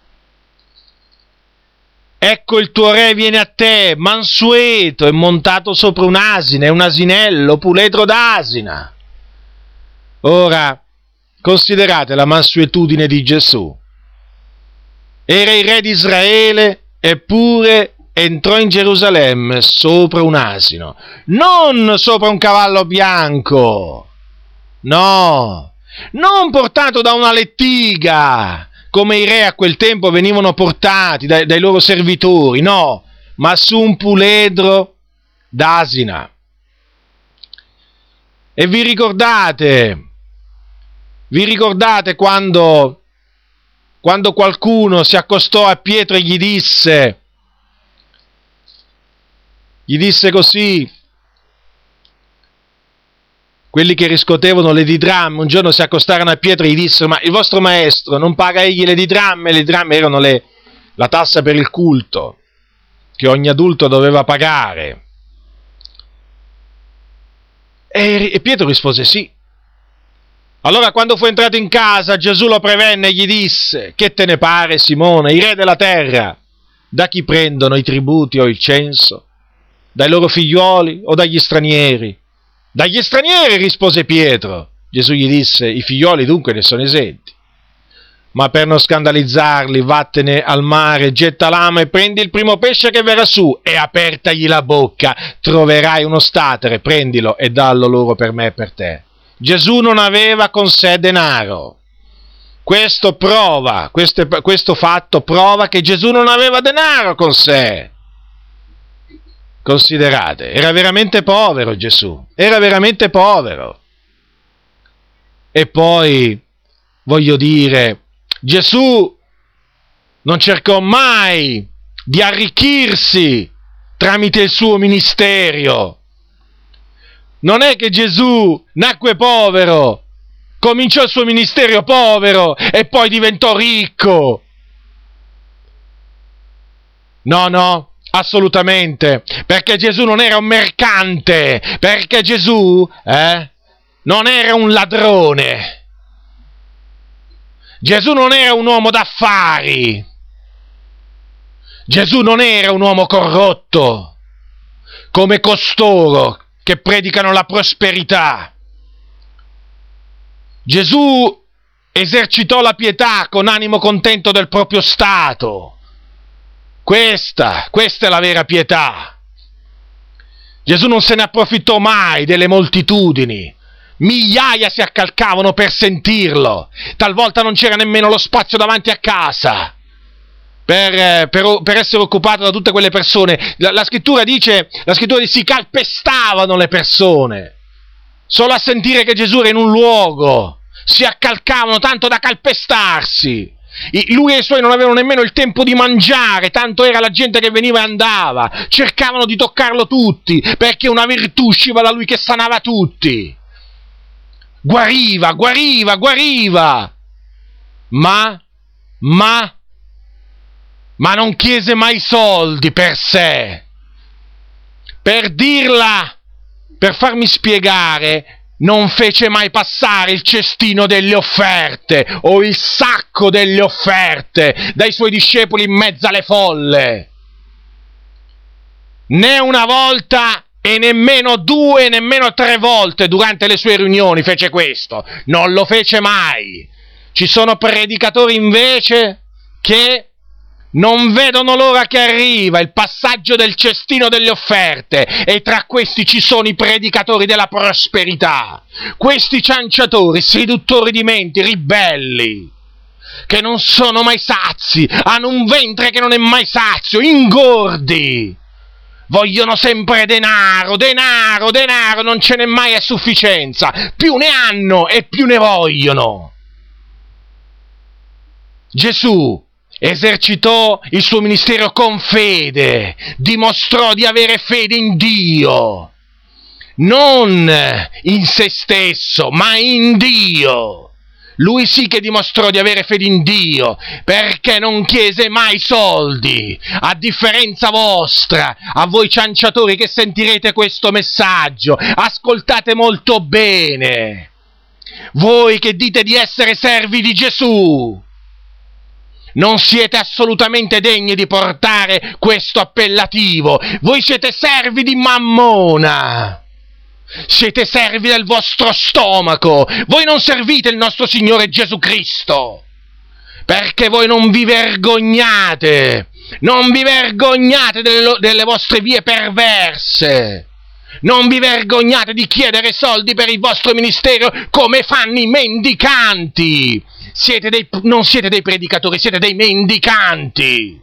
Ecco il tuo re viene a te, mansueto e montato sopra un asine, un asinello, puledro d'asina. Ora, considerate la mansuetudine di Gesù. Era il re di Israele, eppure entrò in Gerusalemme sopra un asino, non sopra un cavallo bianco, no, non portato da una lettiga, come i re a quel tempo venivano portati dai, dai loro servitori, no, ma su un puledro d'asina. E vi ricordate, vi ricordate quando, quando qualcuno si accostò a Pietro e gli disse, gli disse così, quelli che riscuotevano le didramme un giorno si accostarono a Pietro e gli dissero: ma il vostro maestro non paga egli le didramme? Le didramme erano le, la tassa per il culto che ogni adulto doveva pagare. E, e Pietro rispose sì. Allora, quando fu entrato in casa, Gesù lo prevenne e gli disse: che te ne pare, Simone, i re della terra, da chi prendono i tributi o il censo? Dai loro figliuoli o dagli stranieri? Dagli stranieri, rispose Pietro. Gesù gli disse: i figlioli dunque ne sono esenti. Ma per non scandalizzarli, vattene al mare, getta l'ama e prendi il primo pesce che verrà su e apertagli la bocca. Troverai uno statere, prendilo e dallo loro per me e per te. Gesù non aveva con sé denaro. Questo prova, questo, questo fatto prova che Gesù non aveva denaro con sé. Considerate, era veramente povero Gesù, era veramente povero. E poi, voglio dire, Gesù non cercò mai di arricchirsi tramite il suo ministero. Non è che Gesù nacque povero, cominciò il suo ministero povero e poi diventò ricco. No, no, assolutamente, perché Gesù non era un mercante, perché Gesù eh, non era un ladrone. Gesù non era un uomo d'affari, Gesù non era un uomo corrotto, come costoro che predicano la prosperità. Gesù esercitò la pietà con animo contento del proprio stato. Questa, questa è la vera pietà. Gesù non se ne approfittò mai delle moltitudini. Migliaia si accalcavano per sentirlo, talvolta non c'era nemmeno lo spazio davanti a casa per, per, per essere occupato da tutte quelle persone. La, la scrittura dice, la scrittura dice si calpestavano le persone, solo a sentire che Gesù era in un luogo, si accalcavano tanto da calpestarsi. Lui e i suoi non avevano nemmeno il tempo di mangiare, tanto era la gente che veniva e andava, cercavano di toccarlo tutti, perché una virtù usciva da lui che sanava tutti. Guariva, guariva, guariva, ma, ma, ma non chiese mai soldi per sé. Per dirla, per farmi spiegare, non fece mai passare il cestino delle offerte o il sacco delle offerte dai suoi discepoli in mezzo alle folle. Né una volta e nemmeno due, nemmeno tre volte durante le sue riunioni fece questo. Non lo fece mai. Ci sono predicatori invece che non vedono l'ora che arriva il passaggio del cestino delle offerte, e tra questi ci sono i predicatori della prosperità. Questi cianciatori, seduttori di menti, ribelli, che non sono mai sazi, hanno un ventre che non è mai sazio, ingordi. Vogliono sempre denaro, denaro, denaro, non ce n'è mai a sufficienza. Più ne hanno e più ne vogliono. Gesù esercitò il suo ministero con fede, dimostrò di avere fede in Dio, non in se stesso, ma in Dio. Lui sì che dimostrò di avere fede in Dio, perché non chiese mai soldi, a differenza vostra. A voi cianciatori che sentirete questo messaggio, ascoltate molto bene. Voi che dite di essere servi di Gesù, non siete assolutamente degni di portare questo appellativo. Voi siete servi di Mammona. Siete servi del vostro stomaco. Voi non servite il nostro Signore Gesù Cristo, perché voi non vi vergognate, non vi vergognate delle, delle vostre vie perverse, non vi vergognate di chiedere soldi per il vostro ministero come fanno i mendicanti. Siete dei, non siete dei predicatori, siete dei mendicanti.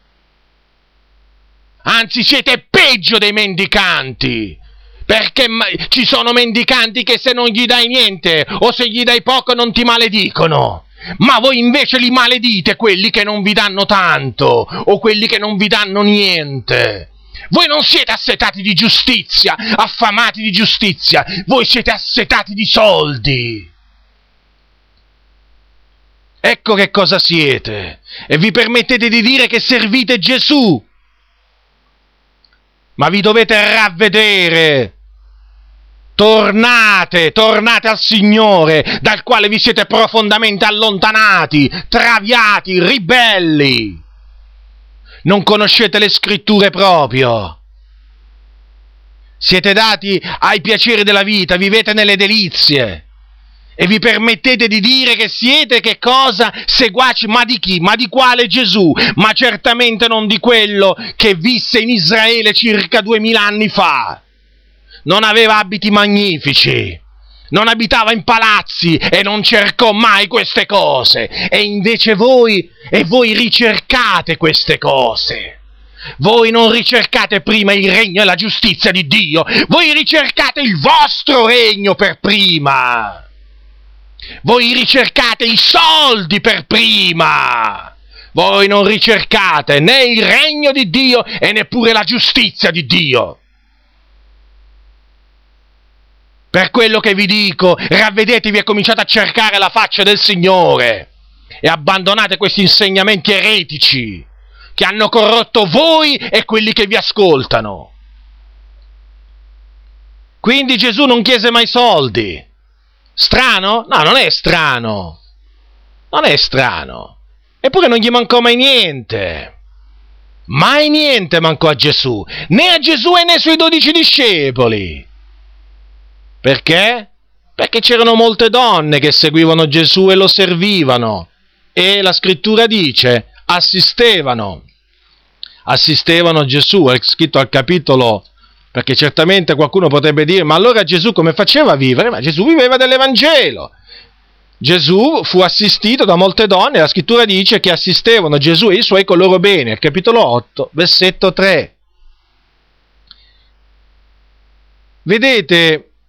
Anzi, siete peggio dei mendicanti. Perché ci sono mendicanti che se non gli dai niente o se gli dai poco non ti maledicono, ma voi invece li maledite quelli che non vi danno tanto o quelli che non vi danno niente. Voi non siete assetati di giustizia, affamati di giustizia, voi siete assetati di soldi. Ecco che cosa siete, e vi permettete di dire che servite Gesù, ma vi dovete ravvedere. Tornate, tornate al Signore, dal quale vi siete profondamente allontanati, traviati, ribelli. Non conoscete le scritture proprio. Siete dati ai piaceri della vita, vivete nelle delizie. E vi permettete di dire che siete che cosa? Seguaci, ma di chi? Ma di quale Gesù? Ma certamente non di quello che visse in Israele circa duemila anni fa. Non aveva abiti magnifici, non abitava in palazzi e non cercò mai queste cose. E invece voi, e voi ricercate queste cose. Voi non ricercate prima il regno e la giustizia di Dio, voi ricercate il vostro regno per prima. Voi ricercate i soldi per prima. Voi non ricercate né il regno di Dio e neppure la giustizia di Dio. Per quello che vi dico, ravvedetevi e cominciate a cercare la faccia del Signore e abbandonate questi insegnamenti eretici che hanno corrotto voi e quelli che vi ascoltano. Quindi Gesù non chiese mai soldi. Strano? No, non è strano. Non è strano. Eppure non gli mancò mai niente. Mai niente mancò a Gesù. Né a Gesù né ai suoi dodici discepoli. Perché? Perché c'erano molte donne che seguivano Gesù e lo servivano. E la scrittura dice, assistevano. Assistevano a Gesù. È scritto al capitolo... Perché certamente qualcuno potrebbe dire, ma allora Gesù come faceva a vivere? Ma Gesù viveva dell'Evangelo. Gesù fu assistito da molte donne, la scrittura dice che assistevano Gesù e i suoi con loro bene, al capitolo otto, versetto tre. Vedete,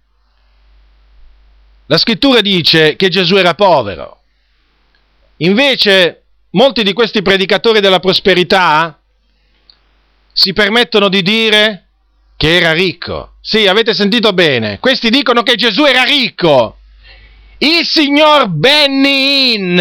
la scrittura dice che Gesù era povero. Invece, molti di questi predicatori della prosperità si permettono di dire che era ricco. Sì, avete sentito bene. Questi dicono che Gesù era ricco. Il signor Benny Hinn,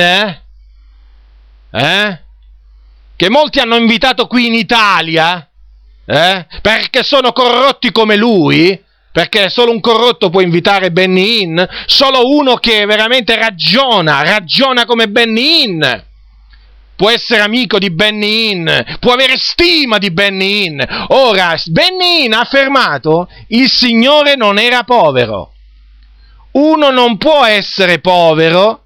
eh? che molti hanno invitato qui in Italia, eh? perché sono corrotti come lui, perché solo un corrotto può invitare Benny Hinn, solo uno che veramente ragiona, ragiona come Benny Hinn. Può essere amico di Benny Hinn, può avere stima di Benny Hinn. Ora, Benny Hinn ha affermato, il Signore non era povero. Uno non può essere povero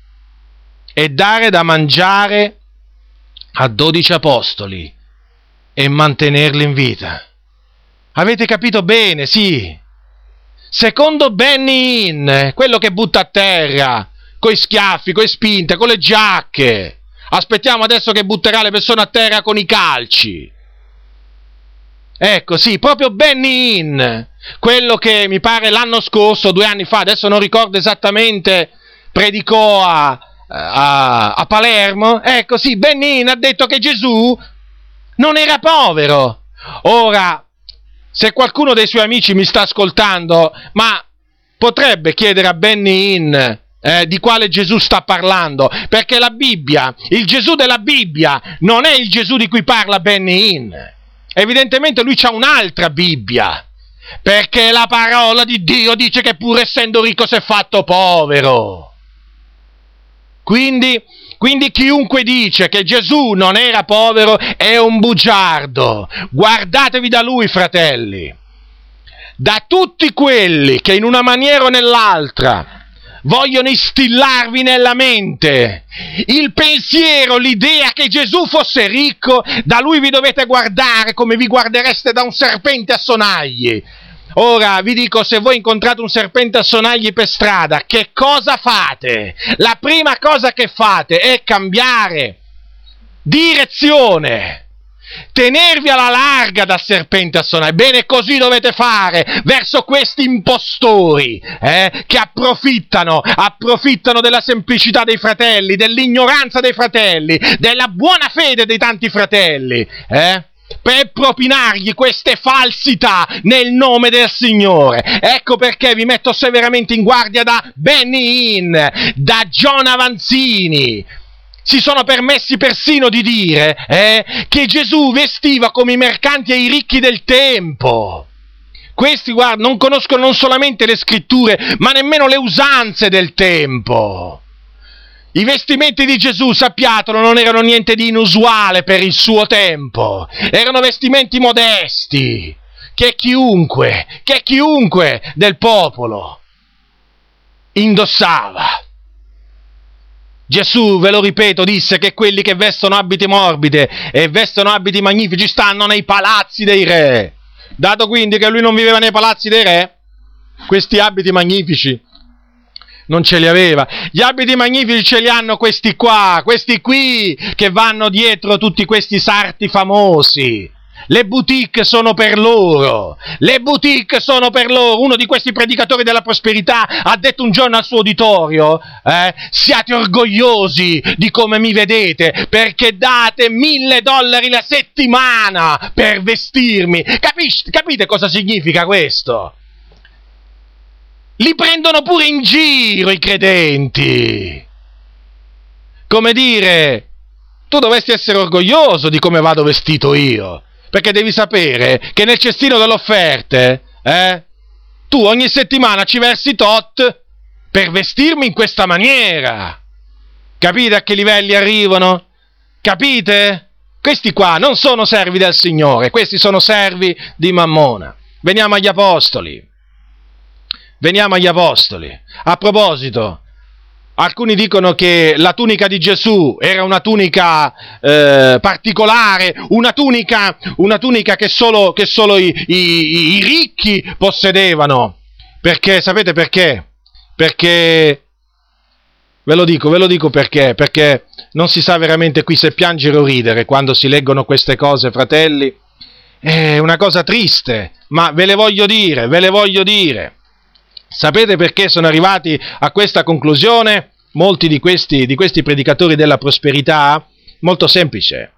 e dare da mangiare a dodici apostoli e mantenerli in vita. Avete capito bene, sì. Secondo Benny Hinn, quello che butta a terra, coi schiaffi, coi spinte, con le giacche. Aspettiamo adesso che butterà le persone a terra con i calci. Ecco, sì, proprio Benny Hinn, quello che mi pare l'anno scorso, due anni fa, adesso non ricordo esattamente, predicò a, a, a Palermo. Ecco, sì, Benny Hinn ha detto che Gesù non era povero. Ora, se qualcuno dei suoi amici mi sta ascoltando, ma potrebbe chiedere a Benny Hinn Eh, di quale Gesù sta parlando, perché la Bibbia, il Gesù della Bibbia non è il Gesù di cui parla Benny Hinn. Evidentemente lui c'ha un'altra Bibbia, perché la parola di Dio dice che pur essendo ricco si è fatto povero. Quindi, quindi chiunque dice che Gesù non era povero è un bugiardo. Guardatevi da lui, fratelli, da tutti quelli che in una maniera o nell'altra vogliono instillarvi nella mente il pensiero, l'idea che Gesù fosse ricco. Da lui vi dovete guardare come vi guardereste da un serpente a sonagli. Ora vi dico, se voi incontrate un serpente a sonagli per strada, che cosa fate? La prima cosa che fate è cambiare direzione, tenervi alla larga dal serpente a sonagli. Bene, così dovete fare verso questi impostori eh, che approfittano, approfittano della semplicità dei fratelli, dell'ignoranza dei fratelli, della buona fede dei tanti fratelli, eh, per propinargli queste falsità nel nome del Signore. Ecco perché vi metto severamente in guardia da Benny Hinn, da John Avanzini. Si sono permessi persino di dire eh, che Gesù vestiva come i mercanti e i ricchi del tempo. Questi, guarda, non conoscono non solamente le scritture, ma nemmeno le usanze del tempo. I vestimenti di Gesù, sappiatelo, non erano niente di inusuale per il suo tempo. Erano vestimenti modesti, che chiunque, che chiunque del popolo indossava. Gesù, ve lo ripeto, disse che quelli che vestono abiti morbidi e vestono abiti magnifici stanno nei palazzi dei re. Dato quindi che lui non viveva nei palazzi dei re, questi abiti magnifici non ce li aveva. Gli abiti magnifici ce li hanno questi qua, questi qui che vanno dietro tutti questi sarti famosi. Le boutique sono per loro, le boutique sono per loro. Uno di questi predicatori della prosperità ha detto un giorno al suo uditorio, eh, siate orgogliosi di come mi vedete, perché date mille dollari la settimana per vestirmi. Capisci, capite cosa significa questo? Li prendono pure in giro i credenti. Come dire, tu dovresti essere orgoglioso di come vado vestito io. Perché devi sapere che nel cestino delle offerte, eh, tu ogni settimana ci versi tot per vestirmi in questa maniera. Capite a che livelli arrivano? Capite? Questi qua non sono servi del Signore, questi sono servi di Mammona. Veniamo agli apostoli. Veniamo agli apostoli. A proposito, alcuni dicono che la tunica di Gesù era una tunica eh, particolare, una tunica, una tunica che solo, che solo i, i, i ricchi possedevano. Perché, sapete perché? Perché, ve lo dico, ve lo dico perché, perché non si sa veramente qui se piangere o ridere quando si leggono queste cose, fratelli. È una cosa triste, ma ve le voglio dire, ve le voglio dire. Sapete perché sono arrivati a questa conclusione molti di questi, di questi predicatori della prosperità? Molto semplice.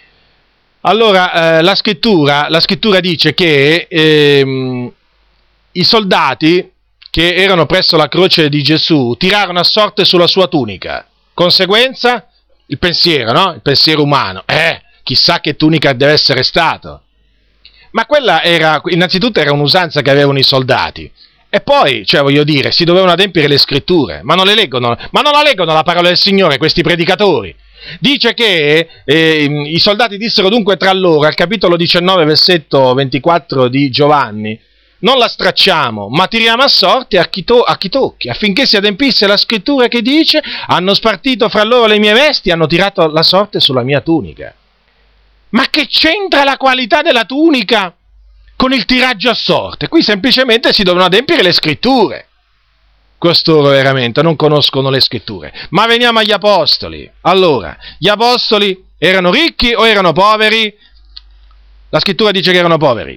Allora, eh, la scrittura, la scrittura dice che ehm, i soldati che erano presso la croce di Gesù tirarono a sorte sulla sua tunica. Conseguenza? Il pensiero, no? Il pensiero umano. Eh, chissà che tunica deve essere stato. Ma quella era, innanzitutto era un'usanza che avevano i soldati. E poi, cioè voglio dire, si dovevano adempiere le scritture, ma non le leggono, ma non la leggono la parola del Signore questi predicatori. Dice che eh, i soldati dissero dunque tra loro, al capitolo diciannove, versetto ventiquattro di Giovanni, non la stracciamo, ma tiriamo a sorte a chi, to- a chi tocchi, affinché si adempisse la scrittura che dice, hanno spartito fra loro le mie vesti, hanno tirato la sorte sulla mia tunica. Ma che c'entra la qualità della tunica con il tiraggio a sorte? Qui semplicemente si devono adempiere le scritture. Costoro veramente non conoscono le scritture. Ma veniamo agli apostoli. Allora, gli apostoli erano ricchi o erano poveri? La scrittura dice che erano poveri.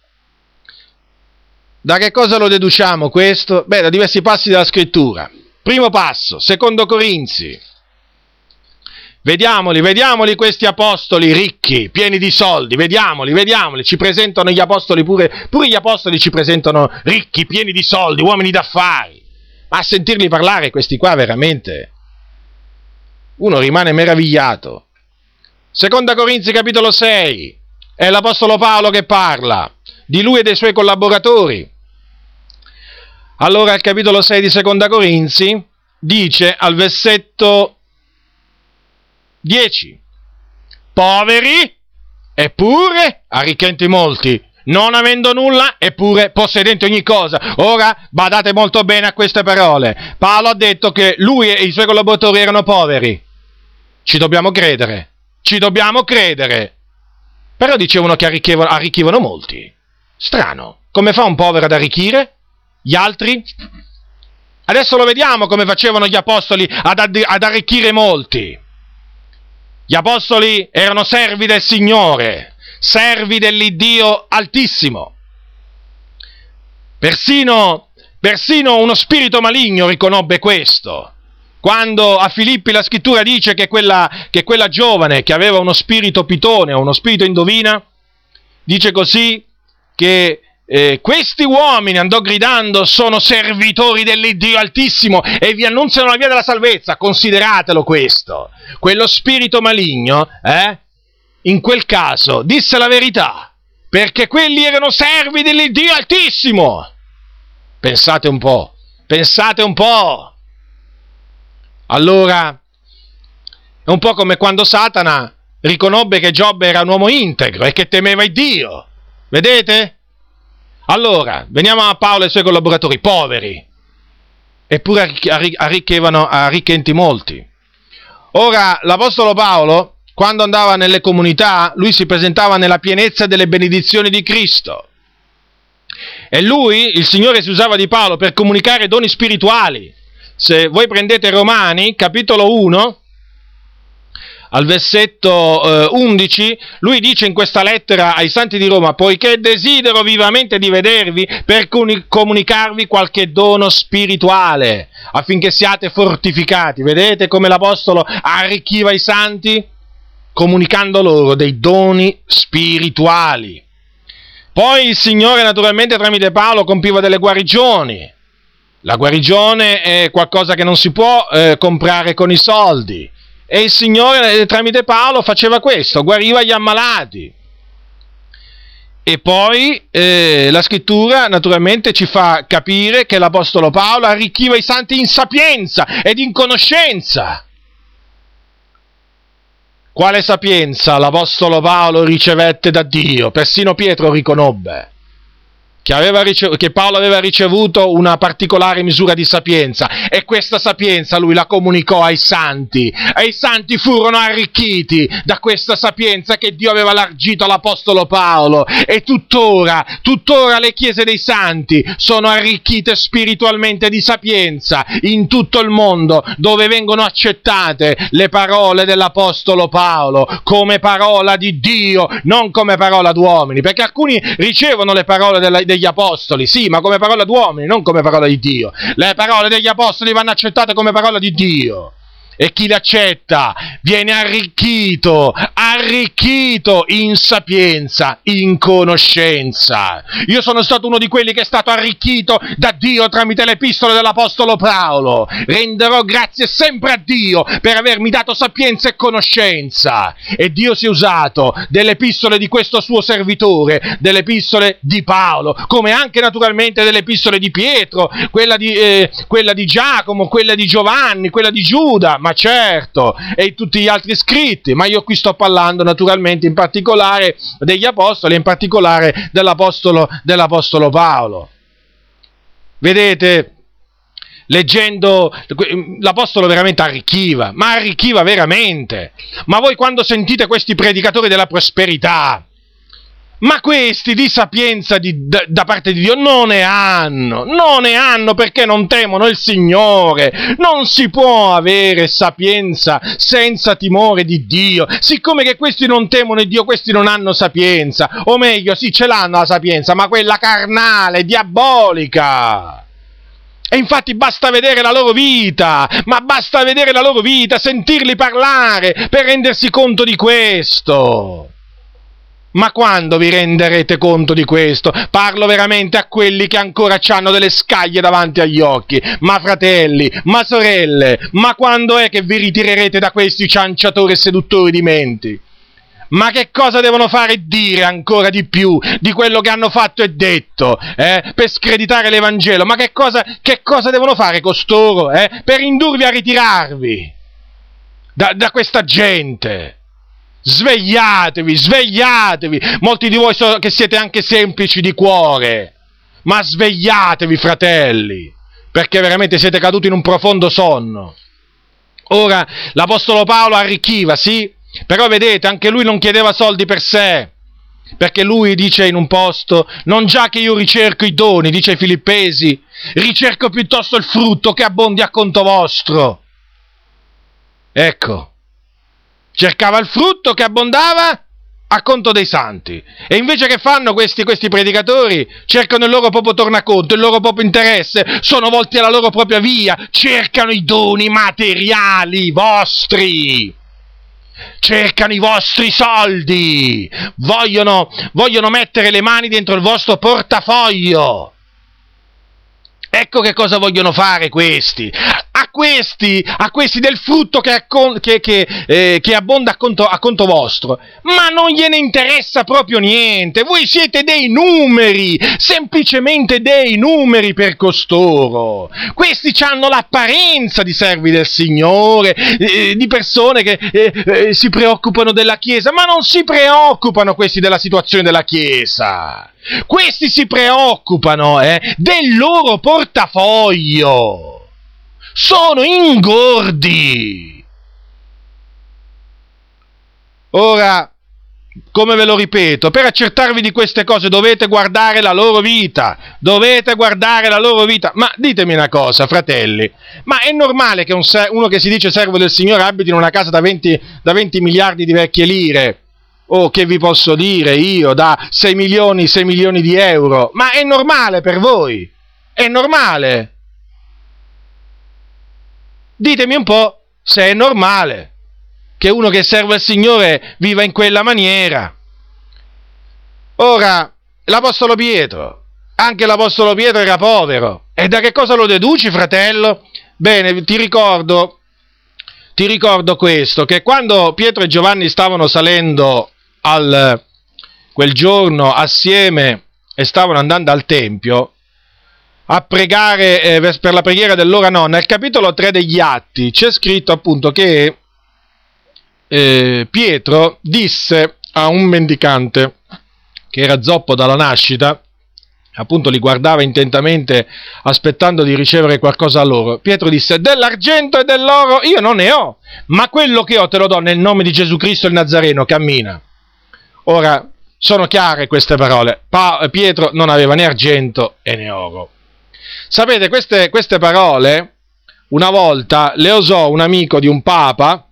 Da che cosa lo deduciamo questo? Beh, da diversi passi della scrittura. Primo passo, secondo Corinzi. Vediamoli, vediamoli questi apostoli ricchi, pieni di soldi, vediamoli, vediamoli, ci presentano gli apostoli pure, pure gli apostoli ci presentano ricchi, pieni di soldi, uomini d'affari. Ma a sentirli parlare questi qua veramente, uno rimane meravigliato. Seconda Corinzi capitolo sei, è l'apostolo Paolo che parla, di lui e dei suoi collaboratori. Allora al capitolo sei di Seconda Corinzi dice al versetto dieci, poveri eppure arricchenti molti, non avendo nulla eppure possedenti ogni cosa. Ora badate molto bene a queste parole. Paolo ha detto che lui e i suoi collaboratori erano poveri. Ci dobbiamo credere, ci dobbiamo credere. Però dicevano che arricchivano, arricchivano molti. Strano, come fa un povero ad arricchire? Gli altri? Adesso lo vediamo come facevano gli apostoli ad, ad arricchire molti. Gli apostoli erano servi del Signore, servi dell'Iddio Altissimo. Persino, persino uno spirito maligno riconobbe questo. Quando a Filippi la scrittura dice che quella, che quella giovane che aveva uno spirito pitone o uno spirito indovina, dice così che eh, questi uomini, andò gridando, sono servitori dell'Iddio Altissimo e vi annunziano la via della salvezza. Consideratelo questo. Quello spirito maligno, eh, in quel caso, disse la verità, perché quelli erano servi dell'Iddio Altissimo. Pensate un po', pensate un po'. Allora, è un po' come quando Satana riconobbe che Giobbe era un uomo integro e che temeva il Dio. Vedete? Allora, veniamo a Paolo e ai suoi collaboratori, poveri. eppure arricchivano arricchenti molti. Ora, l'Apostolo Paolo, quando andava nelle comunità, lui si presentava nella pienezza delle benedizioni di Cristo. E lui, il Signore si usava di Paolo per comunicare doni spirituali. Se voi prendete Romani, capitolo uno, al versetto eh, undici, lui dice in questa lettera ai santi di Roma: poiché desidero vivamente di vedervi per comunicarvi qualche dono spirituale, affinché siate fortificati. Vedete come l'Apostolo arricchiva i santi? Comunicando loro dei doni spirituali. Poi il Signore naturalmente tramite Paolo compiva delle guarigioni. La guarigione è qualcosa che non si può eh, comprare con i soldi. E il Signore tramite Paolo faceva questo, guariva gli ammalati. E poi eh, la Scrittura naturalmente ci fa capire che l'Apostolo Paolo arricchiva i santi in sapienza ed in conoscenza. Quale sapienza l'Apostolo Paolo ricevette da Dio? Persino Pietro riconobbe che, aveva ricevuto, che Paolo aveva ricevuto una particolare misura di sapienza, e questa sapienza lui la comunicò ai santi, e i santi furono arricchiti da questa sapienza che Dio aveva largito all'Apostolo Paolo, e tuttora, tuttora le chiese dei santi sono arricchite spiritualmente di sapienza in tutto il mondo, dove vengono accettate le parole dell'Apostolo Paolo come parola di Dio, non come parola d'uomini, perché alcuni ricevono le parole della, degli apostoli, sì, ma come parola d'uomini, non come parola di Dio. Le parole degli apostoli vanno accettate come parola di Dio. E chi l'accetta viene arricchito, arricchito in sapienza, in conoscenza. Io sono stato uno di quelli che è stato arricchito da Dio tramite l'epistole dell'Apostolo Paolo. Renderò grazie sempre a Dio per avermi dato sapienza e conoscenza. E Dio si è usato delle epistole di questo suo servitore, delle epistole di Paolo, come anche naturalmente delle epistole di Pietro, quella di, eh, quella di Giacomo, quella di Giovanni, quella di Giuda, ma certo, e tutti gli altri scritti, ma io qui sto parlando naturalmente in particolare degli apostoli, in particolare dell'apostolo, dell'apostolo Paolo. Vedete, leggendo, l'apostolo veramente arricchiva, ma arricchiva veramente. Ma voi quando sentite questi predicatori della prosperità, ma questi di sapienza di, da, da parte di Dio non ne hanno, non ne hanno perché non temono il Signore. Non si può avere sapienza senza timore di Dio. Siccome che questi non temono il Dio, questi non hanno sapienza, o meglio, sì, ce l'hanno la sapienza, ma quella carnale, diabolica. E infatti basta vedere la loro vita, ma basta vedere la loro vita, sentirli parlare per rendersi conto di questo. Ma quando vi renderete conto di questo? Parlo veramente a quelli che ancora hanno delle scaglie davanti agli occhi. Ma fratelli, ma sorelle, ma quando è che vi ritirerete da questi cianciatori e seduttori di menti? Ma che cosa devono fare e dire ancora di più di quello che hanno fatto e detto, eh, per screditare l'Evangelo? Ma che cosa, che cosa devono fare costoro, eh, per indurvi a ritirarvi da, da questa gente? Svegliatevi, svegliatevi, molti di voi so che siete anche semplici di cuore, ma svegliatevi, fratelli, perché veramente siete caduti in un profondo sonno. Ora, l'Apostolo Paolo arricchiva, sì, però vedete, anche lui non chiedeva soldi per sé, perché lui dice in un posto: non già che io ricerco i doni, dice ai Filippesi, ricerco piuttosto il frutto che abbondi a conto vostro. Ecco. Cercava il frutto che abbondava a conto dei santi. E invece che fanno questi, questi predicatori? Cercano il loro proprio tornaconto, il loro proprio interesse, sono volti alla loro propria via, cercano i doni materiali vostri, cercano i vostri soldi, vogliono, vogliono mettere le mani dentro il vostro portafoglio. Ecco che cosa vogliono fare questi. A questi, a questi del frutto che, che, che, eh, che abbonda a conto, a conto vostro, ma non gliene interessa proprio niente. Voi siete dei numeri, semplicemente dei numeri per costoro. Questi hanno l'apparenza di servi del Signore, eh, di persone che eh, eh, si preoccupano della Chiesa, ma non si preoccupano questi della situazione della Chiesa. Questi si preoccupano eh, del loro portafoglio. sono ingordi. Ora, come ve lo ripeto, per accertarvi di queste cose dovete guardare la loro vita, dovete guardare la loro vita. Ma ditemi una cosa, fratelli, ma è normale che un, uno che si dice servo del Signore abiti in una casa da venti, da venti miliardi di vecchie lire? O che vi posso dire io, da sei milioni, sei milioni di euro? Ma è normale per voi? È normale? Ditemi un po' se è normale che uno che serve il Signore viva in quella maniera. Ora, l'Apostolo Pietro, anche l'Apostolo Pietro era povero. E da che cosa lo deduci, fratello? Bene, ti ricordo, ti ricordo questo, che quando Pietro e Giovanni stavano salendo al, quel giorno assieme e stavano andando al Tempio a pregare eh, per la preghiera dell'ora nonna, nel capitolo tre degli Atti c'è scritto appunto che Eh, Pietro disse a un mendicante che era zoppo dalla nascita, appunto li guardava intentamente aspettando di ricevere qualcosa a loro. Pietro disse: dell'argento e dell'oro io non ne ho, ma quello che ho te lo do nel nome di Gesù Cristo il Nazareno, cammina. Ora, sono chiare queste parole. Pa- Pietro non aveva né argento e né oro. Sapete, queste, queste parole una volta le usò un amico di un papa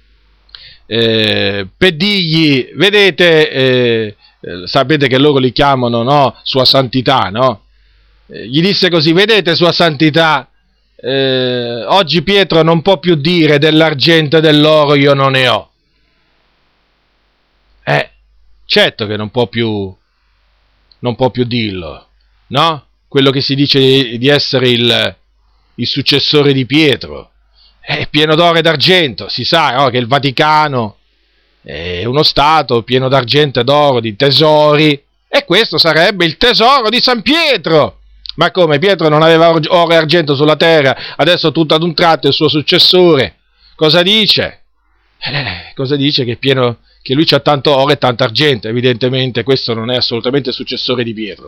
Eh, per dirgli, vedete, eh, eh, sapete che loro li chiamano, no? Sua Santità, no? Eh, gli disse così: vedete, Sua Santità, eh, oggi Pietro non può più dire dell'argento e dell'oro io non ne ho. Eh, certo che non può più, non può più dirlo, no? Quello che si dice di, di essere il, il successore di Pietro. È pieno d'oro e d'argento, si sa, no? Che il Vaticano è uno stato pieno d'argento e d'oro, di tesori, e questo sarebbe il tesoro di San Pietro. Ma come, Pietro non aveva oro e argento sulla terra, adesso tutto ad un tratto è il suo successore? Cosa dice? Eh, cosa dice? Che, è pieno, che lui c'ha tanto oro e tanto argento. Evidentemente questo non è assolutamente il successore di Pietro.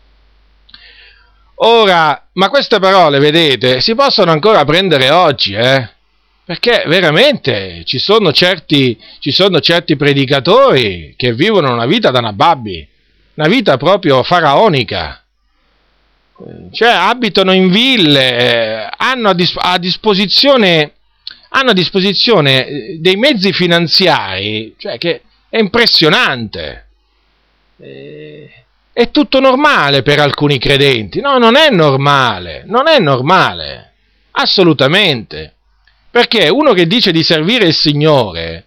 Ora, ma queste parole, vedete, si possono ancora prendere oggi, eh? Perché veramente ci sono certi, ci sono certi predicatori che vivono una vita da nababbi, una vita proprio faraonica. Cioè, abitano in ville, hanno a, dis- a disposizione, hanno a disposizione dei mezzi finanziari, cioè che è impressionante. Eh... È tutto normale per alcuni credenti. No, non è normale, non è normale, assolutamente. Perché uno che dice di servire il Signore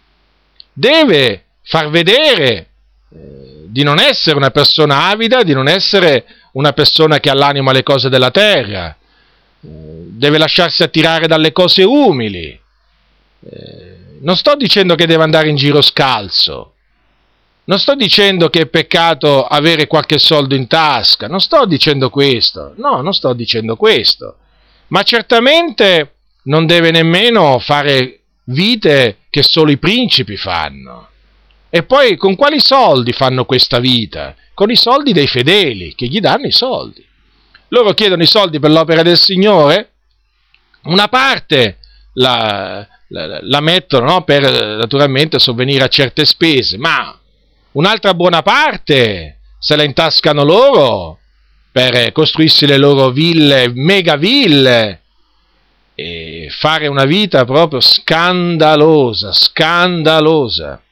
deve far vedere eh, di non essere una persona avida, di non essere una persona che ha l'animo alle cose della terra, eh, deve lasciarsi attirare dalle cose umili. Eh, non sto dicendo che deve andare in giro scalzo. Non sto dicendo che è peccato avere qualche soldo in tasca, non sto dicendo questo, no, non sto dicendo questo, ma certamente non deve nemmeno fare vite che solo i principi fanno. E poi con quali soldi fanno questa vita? Con i soldi dei fedeli, che gli danno i soldi. Loro chiedono i soldi per l'opera del Signore, una parte la, la, la mettono, no, per naturalmente sovvenire a certe spese, ma un'altra buona parte se la intascano loro per costruirsi le loro ville, mega ville, e fare una vita proprio scandalosa, scandalosa.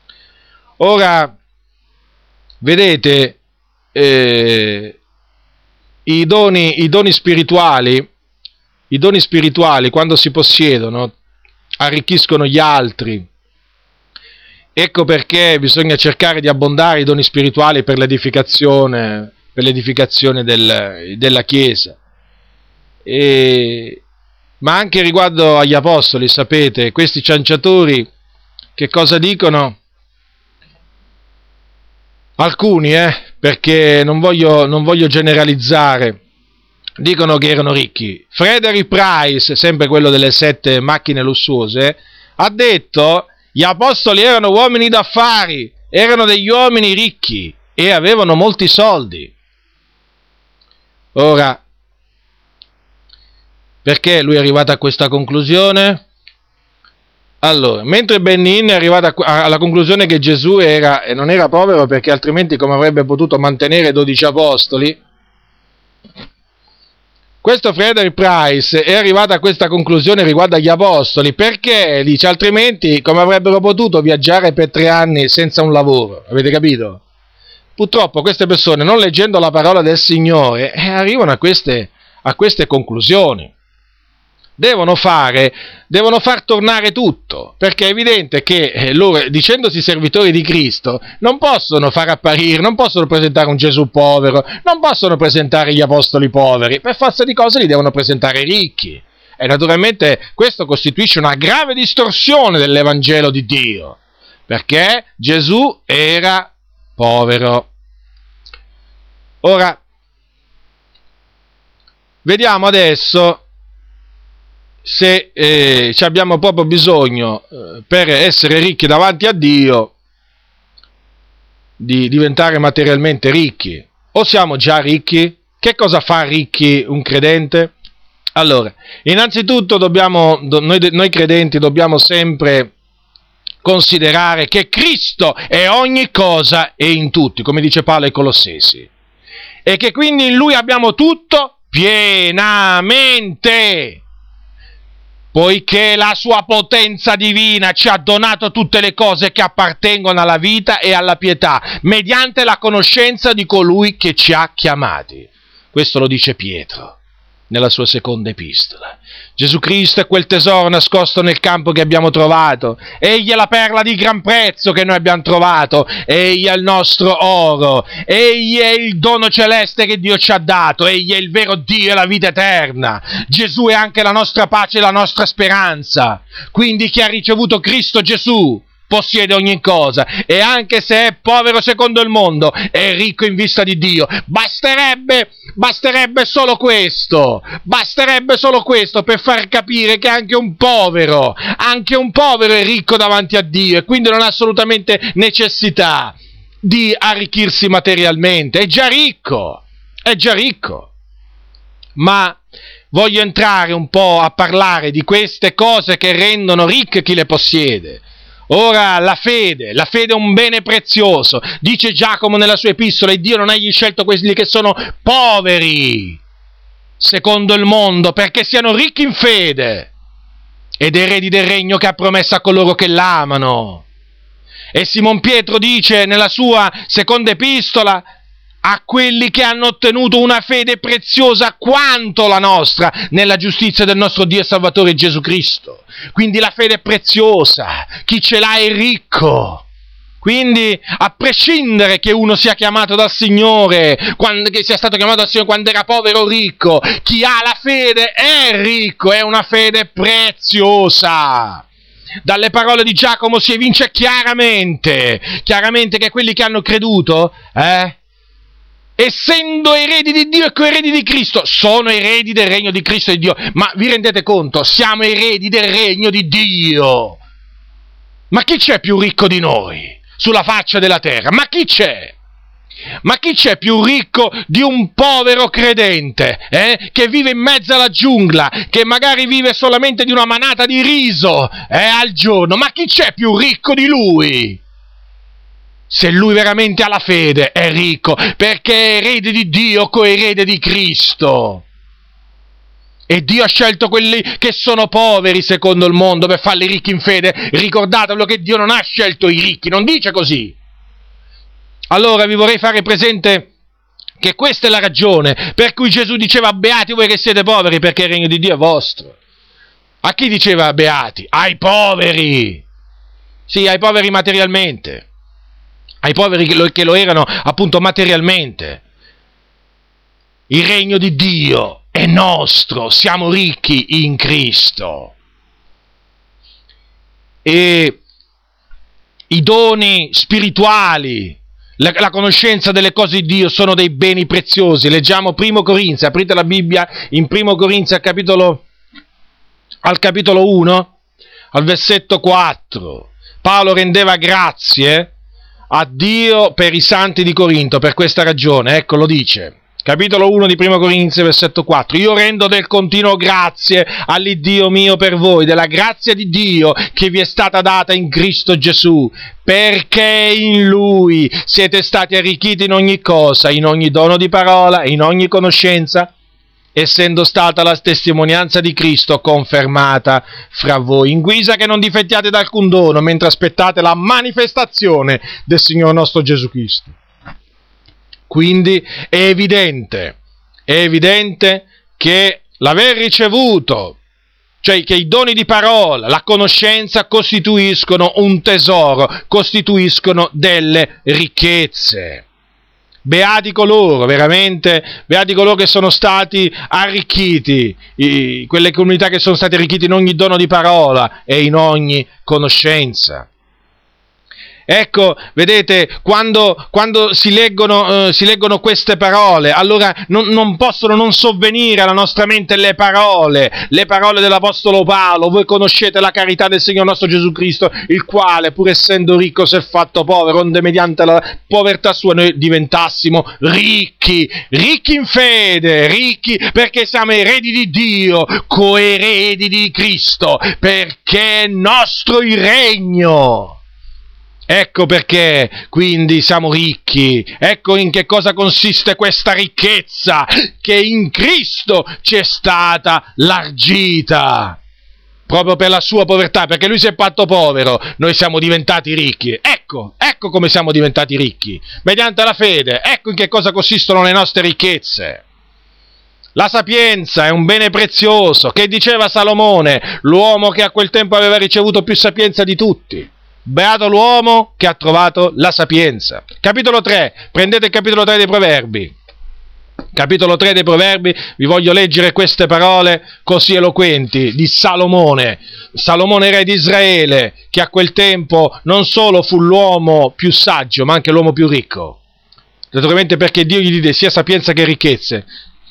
Ora, vedete, eh, i doni, i doni spirituali, i doni spirituali quando si possiedono arricchiscono gli altri. Ecco perché bisogna cercare di abbondare i doni spirituali per l'edificazione, per l'edificazione del, della Chiesa. E, ma anche riguardo agli apostoli, sapete, questi cianciatori che cosa dicono? Alcuni, eh, perché non voglio, non voglio generalizzare, dicono che erano ricchi. Frederick Price, sempre quello delle sette macchine lussuose, ha detto: gli apostoli erano uomini d'affari, erano degli uomini ricchi e avevano molti soldi. Ora, Perché lui è arrivato a questa conclusione? Allora, mentre Benny Hinn è arrivato a, alla conclusione che Gesù era e non era povero, perché altrimenti come avrebbe potuto mantenere dodici apostoli, questo Frederick Price è arrivato a questa conclusione riguardo agli apostoli, perché dice altrimenti come avrebbero potuto viaggiare per tre anni senza un lavoro, avete capito? Purtroppo queste persone, non leggendo la parola del Signore, eh, arrivano a queste, a queste conclusioni. Devono fare, devono far tornare tutto, perché è evidente che eh, loro, dicendosi servitori di Cristo, non possono far apparire, non possono presentare un Gesù povero, non possono presentare gli apostoli poveri, per forza di cose li devono presentare ricchi. E naturalmente questo costituisce una grave distorsione dell'Evangelo di Dio, perché Gesù era povero. Ora, vediamo adesso se eh, ci abbiamo proprio bisogno, eh, per essere ricchi davanti a Dio, di diventare materialmente ricchi, o siamo già ricchi? Che cosa fa ricchi un credente? Allora, innanzitutto dobbiamo, noi, noi credenti dobbiamo sempre considerare che Cristo è ogni cosa e in tutti, come dice Paolo ai Colossesi, e che quindi in Lui abbiamo tutto pienamente, poiché la sua potenza divina ci ha donato tutte le cose che appartengono alla vita e alla pietà, mediante la conoscenza di colui che ci ha chiamati. Questo lo dice Pietro nella sua seconda epistola. Gesù Cristo è quel tesoro nascosto nel campo che abbiamo trovato, egli è la perla di gran prezzo che noi abbiamo trovato, egli è il nostro oro, egli è il dono celeste che Dio ci ha dato, egli è il vero Dio e la vita eterna. Gesù è anche la nostra pace e la nostra speranza. Quindi chi ha ricevuto Cristo Gesù possiede ogni cosa, e anche se è povero secondo il mondo, è ricco in vista di Dio. Basterebbe, basterebbe solo questo, basterebbe solo questo per far capire che anche un povero, anche un povero è ricco davanti a Dio, e quindi non ha assolutamente necessità di arricchirsi materialmente, è già ricco, è già ricco. Ma voglio entrare un po' a parlare di queste cose che rendono ricche chi le possiede. Ora, la fede, la fede è un bene prezioso, dice Giacomo nella sua epistola, e Dio non ha gli scelto quelli che sono poveri, secondo il mondo, perché siano ricchi in fede, ed eredi del regno che ha promesso a coloro che l'amano. E Simon Pietro dice nella sua seconda epistola, a quelli che hanno ottenuto una fede preziosa quanto la nostra, nella giustizia del nostro Dio e Salvatore Gesù Cristo. Quindi la fede è preziosa, chi ce l'ha è ricco. Quindi, a prescindere che uno sia chiamato dal Signore, quando, che sia stato chiamato dal Signore quando era povero o ricco, chi ha la fede è ricco, è una fede preziosa. Dalle parole di Giacomo si evince chiaramente, chiaramente che quelli che hanno creduto, eh, essendo eredi di Dio e coeredi di Cristo, sono eredi del regno di Cristo e di Dio. Ma vi rendete conto? Siamo eredi del regno di Dio. Ma chi c'è più ricco di noi sulla faccia della terra? Ma chi c'è? Ma chi c'è più ricco di un povero credente, eh? Che vive in mezzo alla giungla, che magari vive solamente di una manata di riso, eh, al giorno? Ma chi c'è più ricco di lui? Se lui veramente ha la fede, è ricco, perché è erede di Dio, coerede di Cristo. E Dio ha scelto quelli che sono poveri secondo il mondo per farli ricchi in fede. Ricordatevelo che Dio non ha scelto i ricchi, non dice così. Allora vi vorrei fare presente che questa è la ragione per cui Gesù diceva beati voi che siete poveri, perché il regno di Dio è vostro. A chi diceva beati? Ai poveri. Sì, ai poveri materialmente. Ai poveri che lo, che lo erano appunto materialmente. Il regno di Dio è nostro, siamo ricchi in Cristo. E i doni spirituali, la, la conoscenza delle cose di Dio sono dei beni preziosi. Leggiamo primo Corinzi, aprite la Bibbia in primo Corinzi al capitolo, al capitolo uno, al versetto quattro. Paolo rendeva grazie a Dio per i santi di Corinto, per questa ragione, ecco lo dice, Capitolo uno di Primo Corinzi, versetto quattro. Io rendo del continuo grazie all'Iddio mio per voi, della grazia di Dio che vi è stata data in Cristo Gesù, perché in Lui siete stati arricchiti in ogni cosa, in ogni dono di parola, in ogni conoscenza, essendo stata la testimonianza di Cristo confermata fra voi, in guisa che non difettiate da alcun dono, mentre aspettate la manifestazione del Signore nostro Gesù Cristo. Quindi è evidente, è evidente che l'aver ricevuto, cioè che i doni di parola, la conoscenza costituiscono un tesoro, costituiscono delle ricchezze. Beati coloro, veramente, beati coloro che sono stati arricchiti, i, quelle comunità che sono state arricchite in ogni dono di parola e in ogni conoscenza. Ecco, vedete, quando, quando si, leggono, eh, si leggono queste parole, allora non, non possono non sovvenire alla nostra mente le parole, le parole dell'Apostolo Paolo. Voi conoscete la carità del Signore nostro Gesù Cristo, il quale, pur essendo ricco, si è fatto povero, onde mediante la povertà sua noi diventassimo ricchi, ricchi in fede, ricchi perché siamo eredi di Dio, coeredi di Cristo, perché è nostro il regno. Ecco perché quindi siamo ricchi, ecco in che cosa consiste questa ricchezza, che in Cristo ci è stata largita, proprio per la sua povertà, perché lui si è fatto povero, noi siamo diventati ricchi. Ecco, ecco come siamo diventati ricchi, mediante la fede, ecco in che cosa consistono le nostre ricchezze. La sapienza è un bene prezioso, che diceva Salomone, l'uomo che a quel tempo aveva ricevuto più sapienza di tutti. Beato l'uomo che ha trovato la sapienza. Capitolo tre, prendete il capitolo tre dei Proverbi. Capitolo tre dei Proverbi, vi voglio leggere queste parole così eloquenti di Salomone. Salomone re di Israele, che a quel tempo non solo fu l'uomo più saggio, ma anche l'uomo più ricco. Naturalmente perché Dio gli diede sia sapienza che ricchezze.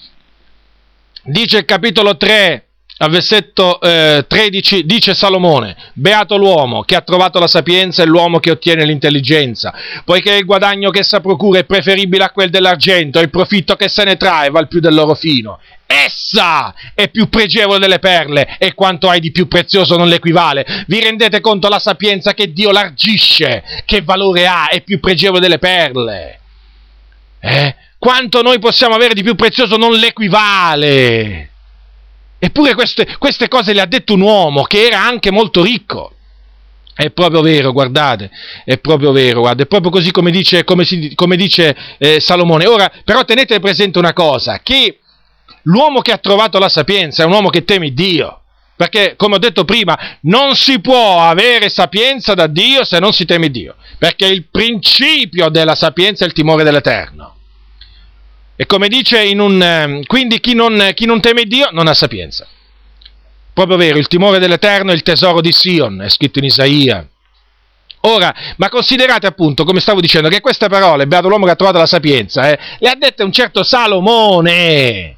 Dice il capitolo tre, al versetto eh, tredici, dice Salomone, beato l'uomo che ha trovato la sapienza e l'uomo che ottiene l'intelligenza, poiché il guadagno che essa procura è preferibile a quel dell'argento e il profitto che se ne trae val più dell'oro fino. Essa è più pregevole delle perle e quanto hai di più prezioso non l'equivale. Vi rendete conto la sapienza che Dio largisce, che valore ha, è più pregevole delle perle. Eh? Quanto noi possiamo avere di più prezioso non l'equivale. Eppure queste, queste cose le ha detto un uomo che era anche molto ricco. È proprio vero, guardate, è proprio vero, guarda, è proprio così come dice, come si, come dice eh, Salomone. Ora, però tenete presente una cosa, che l'uomo che ha trovato la sapienza è un uomo che teme Dio. Perché, come ho detto prima, non si può avere sapienza da Dio se non si teme Dio. Perché il principio della sapienza è il timore dell'Eterno. E come dice in un... quindi chi non, chi non teme Dio non ha sapienza. Proprio vero, il timore dell'Eterno è il tesoro di Sion, è scritto in Isaia. Ora, ma considerate appunto, come stavo dicendo, che queste parole, beato l'uomo che ha trovato la sapienza, eh, le ha dette un certo Salomone.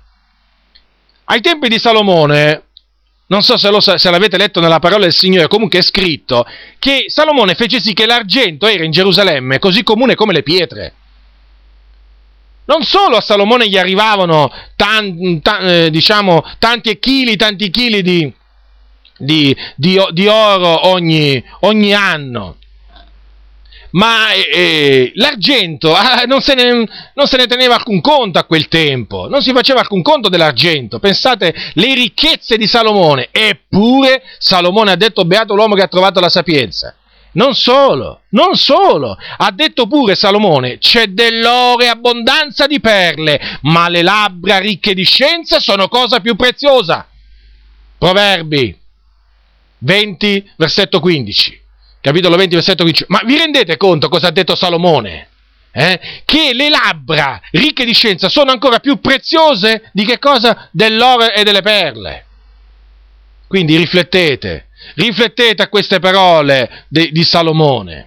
Ai tempi di Salomone, non so se, lo, se l'avete letto nella parola del Signore, comunque è scritto, che Salomone fece sì che l'argento era in Gerusalemme così comune come le pietre. Non solo a Salomone gli arrivavano tan, tan, eh, diciamo, tanti chili, tanti chili di, di, di, di oro ogni, ogni anno, ma eh, l'argento ah, non, se ne, non se ne teneva alcun conto a quel tempo, non si faceva alcun conto dell'argento. Pensate le ricchezze di Salomone, eppure Salomone ha detto beato l'uomo che ha trovato la sapienza. Non solo, non solo, ha detto pure Salomone, c'è dell'oro e abbondanza di perle, ma le labbra ricche di scienza sono cosa più preziosa. Proverbi venti, versetto quindici, capitolo venti, versetto quindici. Ma vi rendete conto cosa ha detto Salomone? Eh? Che le labbra ricche di scienza sono ancora più preziose di che cosa? Dell'oro e delle perle. Quindi riflettete. Riflettete a queste parole di, di Salomone.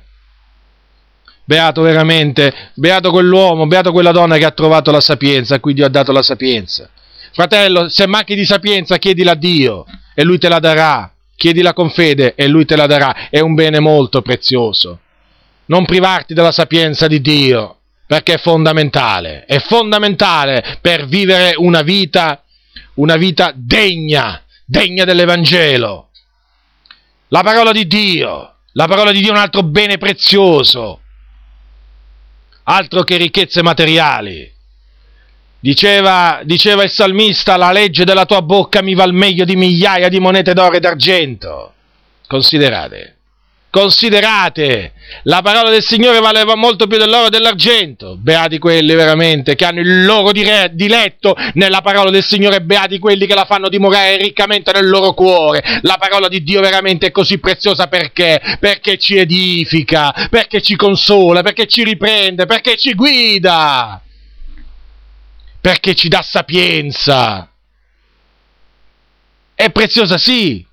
Beato veramente, beato quell'uomo, beato quella donna che ha trovato la sapienza, a cui Dio ha dato la sapienza. Fratello, se manchi di sapienza, chiedila a Dio e Lui te la darà. Chiedila con fede e Lui te la darà. È un bene molto prezioso. Non privarti della sapienza di Dio. perché è fondamentale, è fondamentale per vivere una vita, una vita degna, degna dell'Evangelo. La parola di Dio, la parola di Dio è un altro bene prezioso, altro che ricchezze materiali. Diceva, diceva il salmista, la legge della tua bocca mi val meglio di migliaia di monete d'oro e d'argento. Considerate, considerate, la parola del Signore valeva molto più dell'oro e dell'argento. Beati quelli veramente che hanno il loro dire- diletto nella parola del Signore, beati quelli che la fanno dimorare riccamente nel loro cuore. La parola di Dio veramente è così preziosa perché? Perché ci edifica, perché ci consola, perché ci riprende, perché ci guida, perché ci dà sapienza. È preziosa, sì.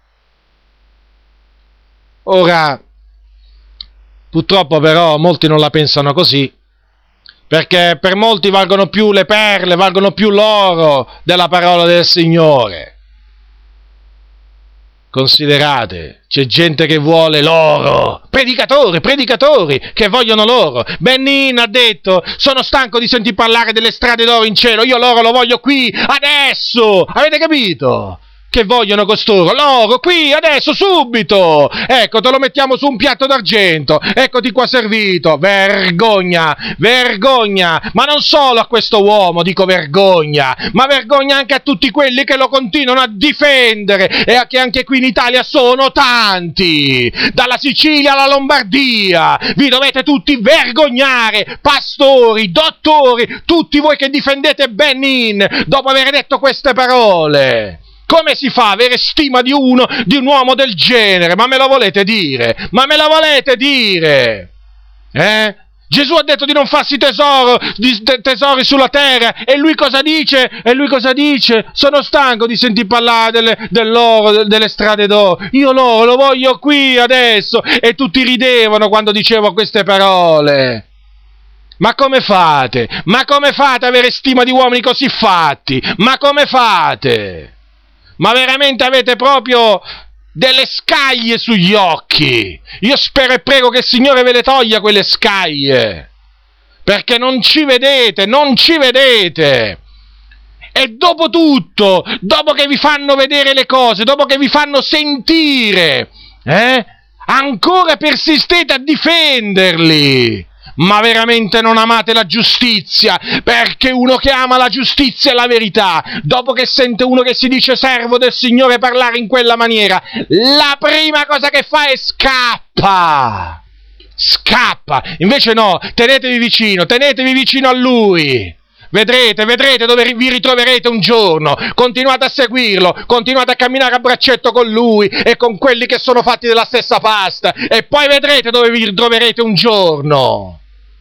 Ora, purtroppo però molti non la pensano così, perché per molti valgono più le perle, valgono più l'oro della parola del Signore. Considerate, c'è gente che vuole l'oro, predicatori, predicatori che vogliono l'oro. Benny Hinn ha detto, sono stanco di sentir parlare delle strade d'oro in cielo, io l'oro lo voglio qui, adesso, avete capito? Che vogliono costoro? L'oro, qui, adesso, subito! Ecco, te lo mettiamo su un piatto d'argento, eccoti qua servito. Vergogna, vergogna! Ma non solo a questo uomo dico vergogna, ma vergogna anche a tutti quelli che lo continuano a difendere, e a che anche qui in Italia sono tanti! Dalla Sicilia alla Lombardia! Vi dovete tutti vergognare, pastori, dottori, tutti voi che difendete Benny Hinn, dopo aver detto queste parole! Come si fa a avere stima di uno, di un uomo del genere? Ma me lo volete dire? Ma me lo volete dire? Eh? Gesù ha detto di non farsi tesoro, di tesori sulla terra, e lui cosa dice? E lui cosa dice? Sono stanco di sentir parlare delle, dell'oro, delle strade d'oro. Io l'oro lo voglio qui, adesso. E tutti ridevano quando dicevo queste parole. Ma come fate? Ma come fate ad avere stima di uomini così fatti? Ma come fate? Ma veramente avete proprio delle scaglie sugli occhi. Io spero e prego che il Signore ve le toglia quelle scaglie, perché non ci vedete, non ci vedete. E dopo tutto, dopo che vi fanno vedere le cose, dopo che vi fanno sentire, eh, ancora persistete a difenderli. Ma veramente non amate la giustizia, perché uno che ama la giustizia e la verità, dopo che sente uno che si dice servo del Signore parlare in quella maniera, la prima cosa che fa è scappa, scappa. Invece no, tenetevi vicino, tenetevi vicino a Lui. Vedrete, vedrete dove vi ritroverete un giorno. Continuate a seguirlo, continuate a camminare a braccetto con Lui e con quelli che sono fatti della stessa pasta, e poi vedrete dove vi ritroverete un giorno.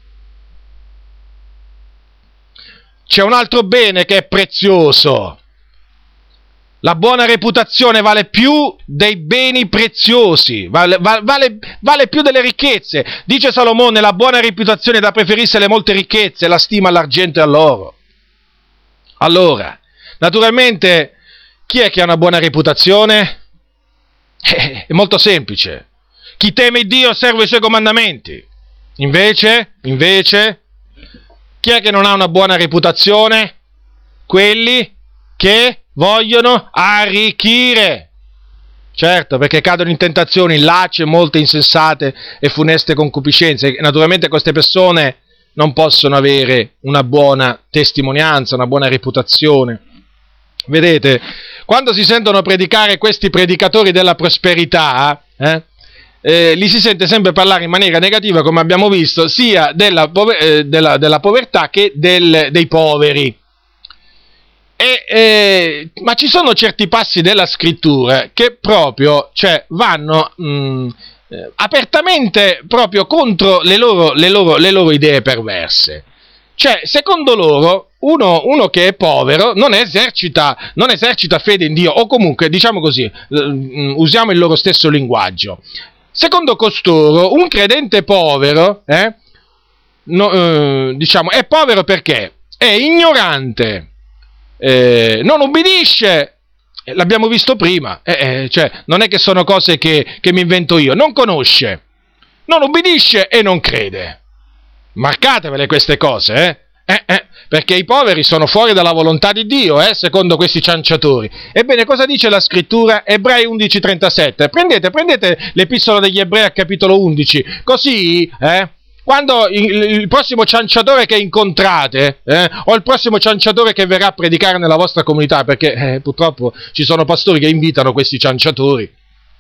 C'è un altro bene che è prezioso. La buona reputazione vale più dei beni preziosi, vale, vale, vale più delle ricchezze. Dice Salomone, la buona reputazione è da preferirsi alle molte ricchezze, la stima all'argento e all'oro. Allora, naturalmente, chi è che ha una buona reputazione? Eh, è molto semplice. Chi teme Dio serve i Suoi comandamenti. Invece, invece... chi è che non ha una buona reputazione? Quelli che vogliono arricchire. Certo, perché cadono in tentazioni, in lacci e molte insensate e funeste concupiscenze. Naturalmente queste persone non possono avere una buona testimonianza, una buona reputazione. Vedete, quando si sentono predicare questi predicatori della prosperità, eh, Eh, li si sente sempre parlare in maniera negativa, come abbiamo visto, sia della, pover- eh, della, della povertà che del, dei poveri. E, eh, ma ci sono certi passi della scrittura che proprio, cioè, vanno mh, eh, apertamente proprio contro le loro, le loro, le loro idee perverse. Cioè, secondo loro, uno, uno che è povero non esercita, non esercita fede in Dio, o comunque, diciamo così, eh, usiamo il loro stesso linguaggio. Secondo costoro, un credente povero, eh, no, eh, diciamo, è povero perché è ignorante, eh, non ubbidisce, eh, l'abbiamo visto prima, eh, eh, cioè, non è che sono cose che, che mi invento io, non conosce, non ubbidisce e non crede. Marcatevele queste cose, eh? Eh, eh, perché i poveri sono fuori dalla volontà di Dio, eh, secondo questi cianciatori. Ebbene, cosa dice la scrittura? Ebrei undici trentasette. Prendete, prendete l'epistola degli Ebrei al capitolo undici, così, eh, quando il, il prossimo cianciatore che incontrate, eh, o il prossimo cianciatore che verrà a predicare nella vostra comunità, perché eh, purtroppo ci sono pastori che invitano questi cianciatori,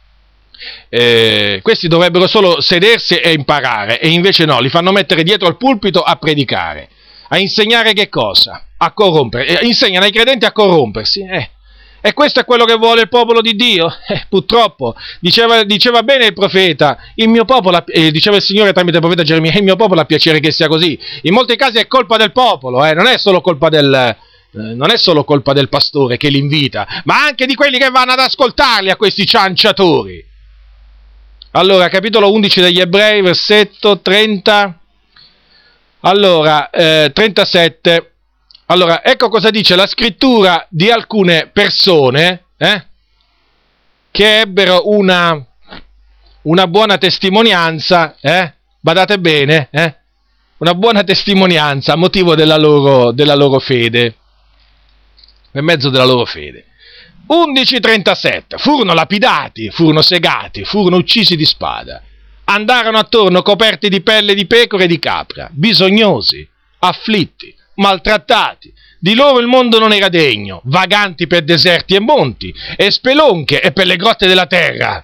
Eh, questi dovrebbero solo sedersi e imparare, e invece no, li fanno mettere dietro al pulpito a predicare, a insegnare che cosa? A corrompere, eh, insegnano ai credenti a corrompersi, eh. E questo è quello che vuole il popolo di Dio? Eh, purtroppo, diceva, diceva bene il profeta, il mio popolo, eh, diceva il Signore tramite il profeta Geremia, il mio popolo ha piacere che sia così. In molti casi è colpa del popolo, eh, non è solo colpa del... Eh, non è solo colpa del pastore che li invita, ma anche di quelli che vanno ad ascoltarli, a questi cianciatori. Allora, capitolo undici degli Ebrei, versetto trenta, allora, eh, trentasette, allora, ecco cosa dice la scrittura di alcune persone, eh, che ebbero una, una buona testimonianza, eh, badate bene, eh, una buona testimonianza a motivo della loro, della loro fede, per mezzo della loro fede. undici trentasette, furono lapidati, furono segati, furono uccisi di spada, andarono attorno coperti di pelle di pecore e di capra, bisognosi, afflitti, maltrattati, di loro il mondo non era degno, vaganti per deserti e monti, e spelonche e per le grotte della terra.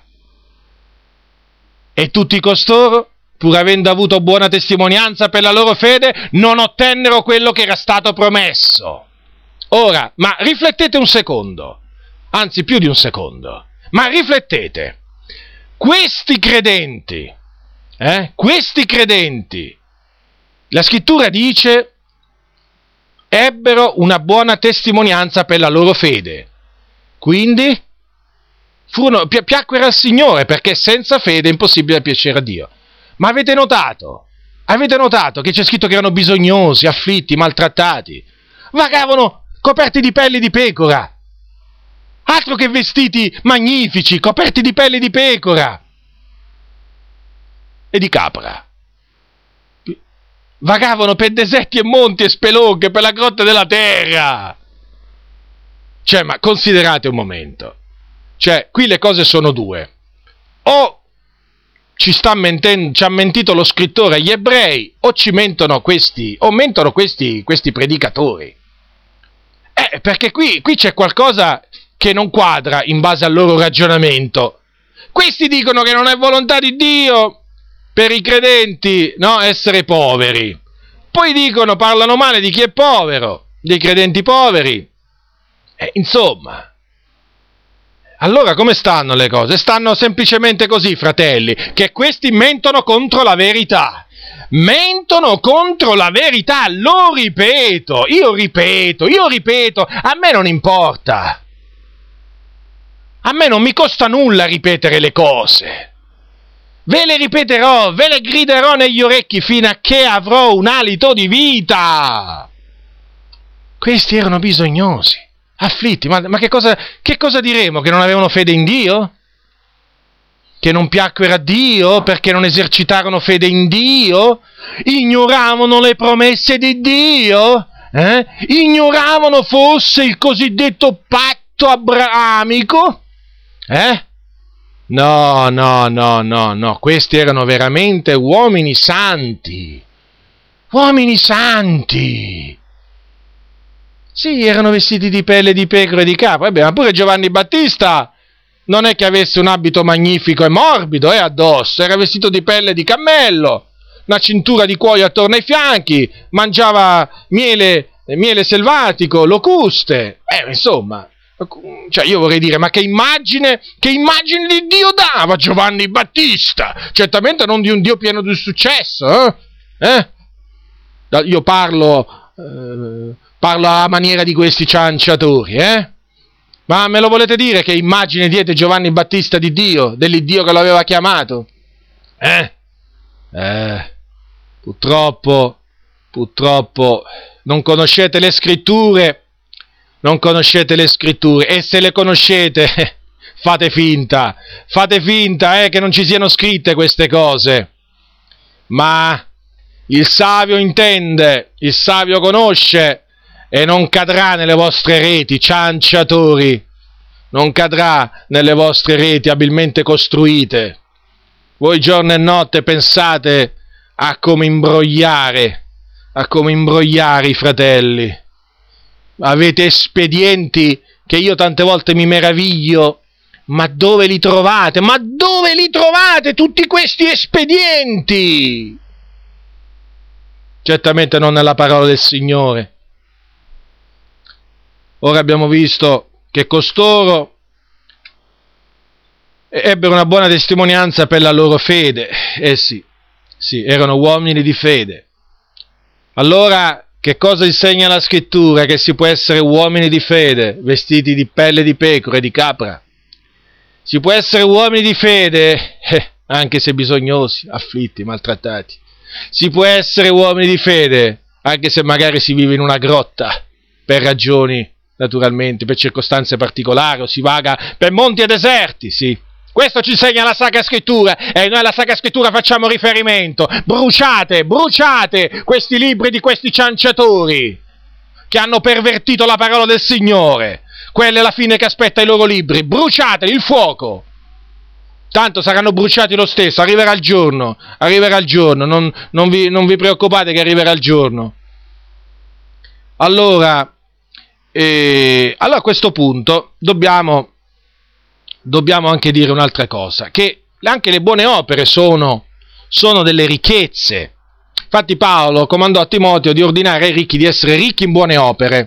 E tutti costoro, pur avendo avuto buona testimonianza per la loro fede, non ottennero quello che era stato promesso. Ora, ma riflettete un secondo, anzi più di un secondo, ma riflettete, questi credenti, eh, questi credenti, la scrittura dice, ebbero una buona testimonianza per la loro fede, quindi furono, pi- piacquero al Signore, perché senza fede è impossibile piacere a Dio. Ma avete notato, avete notato che c'è scritto che erano bisognosi, afflitti, maltrattati, vagavano coperti di pelli di pecora, altro che vestiti magnifici, coperti di pelli di pecora e di capra. Vagavano per deserti e monti e spelonche, per la grotta della terra. Cioè, ma considerate un momento. Cioè, qui le cose sono due. O ci sta mentendo, ci ha mentito lo scrittore agli ebrei, o ci mentono questi, o mentono questi, questi predicatori. Eh, perché qui, qui c'è qualcosa che non quadra in base al loro ragionamento. Questi dicono che non è volontà di Dio per i credenti, no, essere poveri. Poi dicono, parlano male di chi è povero, dei credenti poveri. Eh, insomma, allora come stanno le cose? Stanno semplicemente così, fratelli, che questi mentono contro la verità. Mentono contro la verità, lo ripeto, io ripeto, io ripeto, a me non importa. A me non mi costa nulla ripetere le cose. Ve le ripeterò, ve le griderò negli orecchi fino a che avrò un alito di vita. Questi erano bisognosi, afflitti, ma, ma che cosa, che cosa diremo? Che non avevano fede in Dio? Che non piacquero a Dio perché non esercitarono fede in Dio? Ignoravano le promesse di Dio? Eh? Ignoravano forse il cosiddetto patto abrahamico? Eh? No, no, no, no, no, questi erano veramente uomini santi, uomini santi. Sì, erano vestiti di pelle di pecora e di capra, ma pure Giovanni Battista non è che avesse un abito magnifico e morbido, eh, addosso, era vestito di pelle di cammello, una cintura di cuoio attorno ai fianchi, mangiava miele, miele selvatico, locuste, eh, insomma, cioè io vorrei dire, ma che immagine, che immagine di Dio dava Giovanni Battista? Certamente non di un Dio pieno di successo, eh? eh? Io parlo, eh, parlo a maniera di questi cianciatori, eh? Ma me lo volete dire che immagine diede Giovanni Battista di Dio, dell'Iddio che lo aveva chiamato? Eh? Eh, purtroppo, purtroppo non conoscete le scritture, non conoscete le scritture, e se le conoscete fate finta, fate finta eh, che non ci siano scritte queste cose. Ma Il savio intende, il savio conosce e non cadrà nelle vostre reti, cianciatori, non cadrà nelle vostre reti abilmente costruite. Voi giorno e notte pensate a come imbrogliare, a come imbrogliare i fratelli. Avete espedienti che io tante volte mi meraviglio, ma dove li trovate? Ma dove li trovate tutti questi espedienti? Certamente non nella parola del Signore. Ora abbiamo visto che costoro ebbero una buona testimonianza per la loro fede. Eh sì, sì, erano uomini di fede. Allora, che cosa insegna la Scrittura? Che si può essere uomini di fede, vestiti di pelle di pecora e di capra. Si può essere uomini di fede, eh, anche se bisognosi, afflitti, maltrattati. Si può essere uomini di fede, anche se magari si vive in una grotta, per ragioni, naturalmente, per circostanze particolari, o si vaga per monti e deserti, sì. Questo ci insegna la Sacra Scrittura, e noi alla Sacra Scrittura facciamo riferimento. Bruciate, bruciate questi libri di questi cianciatori, che hanno pervertito la parola del Signore. Quella è la fine che aspetta i loro libri. Bruciateli, il fuoco. Tanto saranno bruciati lo stesso, arriverà il giorno, arriverà il giorno, non, non, vi, non vi preoccupate che arriverà il giorno. Allora, eh, allora a questo punto dobbiamo, dobbiamo anche dire un'altra cosa, che anche le buone opere sono, sono delle ricchezze. Infatti Paolo comandò a Timoteo di ordinare ai ricchi di essere ricchi in buone opere.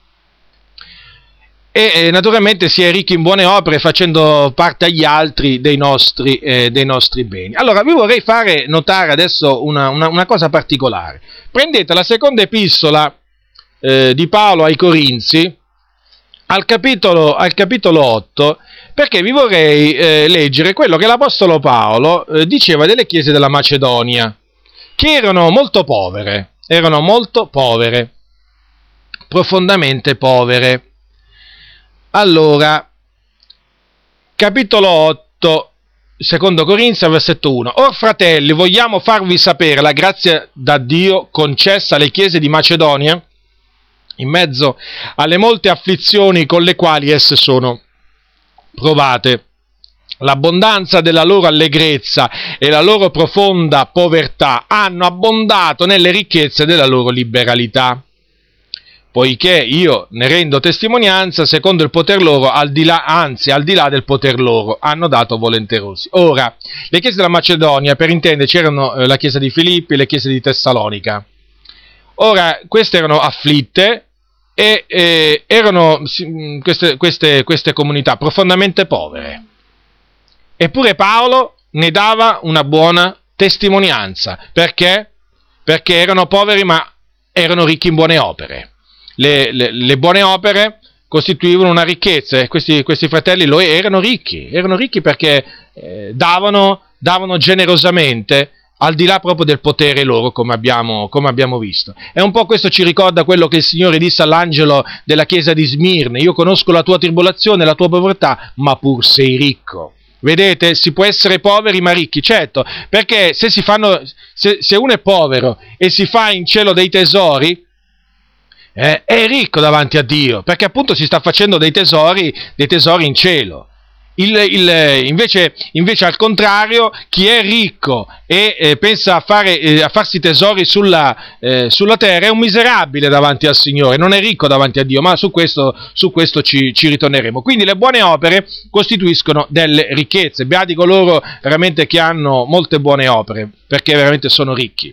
E eh, naturalmente si è ricchi in buone opere facendo parte agli altri dei nostri, eh, dei nostri beni. Allora vi vorrei fare notare adesso una, una, una cosa particolare. Prendete la seconda epistola eh, di Paolo ai Corinzi, al capitolo, al capitolo otto, perché vi vorrei eh, leggere quello che l'Apostolo Paolo eh, diceva delle chiese della Macedonia, che erano molto povere, erano molto povere, profondamente povere. Allora, capitolo otto, secondo Corinzi, versetto uno. Or fratelli, vogliamo farvi sapere la grazia da Dio concessa alle chiese di Macedonia, in mezzo alle molte afflizioni con le quali esse sono provate. L'abbondanza della loro allegrezza e la loro profonda povertà hanno abbondato nelle ricchezze della loro liberalità. Poiché io ne rendo testimonianza, secondo il poter loro, al di là, anzi al di là del poter loro, hanno dato volenterosi. Ora, le chiese della Macedonia, per intenderci, erano eh, la chiesa di Filippi e le chiese di Tessalonica. Ora, queste erano afflitte e eh, erano sì, queste, queste, queste comunità profondamente povere. Eppure Paolo ne dava una buona testimonianza. Perché? Perché erano poveri ma erano ricchi in buone opere. Le, le, le buone opere costituivano una ricchezza e questi, questi fratelli lo erano ricchi, erano ricchi perché eh, davano, davano generosamente al di là proprio del potere loro, come abbiamo, come abbiamo visto. E un po' questo ci ricorda quello che il Signore disse all'angelo della chiesa di Smirne: io conosco la tua tribolazione e la tua povertà, ma pur sei ricco. Vedete, si può essere poveri ma ricchi, certo, perché se, si fanno, se, se uno è povero e si fa in cielo dei tesori, Eh, è ricco davanti a Dio, perché appunto si sta facendo dei tesori, dei tesori in cielo. Il, il, invece, invece al contrario, chi è ricco e eh, pensa a, fare, eh, a farsi tesori sulla, eh, sulla terra è un miserabile davanti al Signore, non è ricco davanti a Dio, ma su questo, su questo ci, ci ritorneremo. Quindi le buone opere costituiscono delle ricchezze, beati coloro veramente che hanno molte buone opere, perché veramente sono ricchi.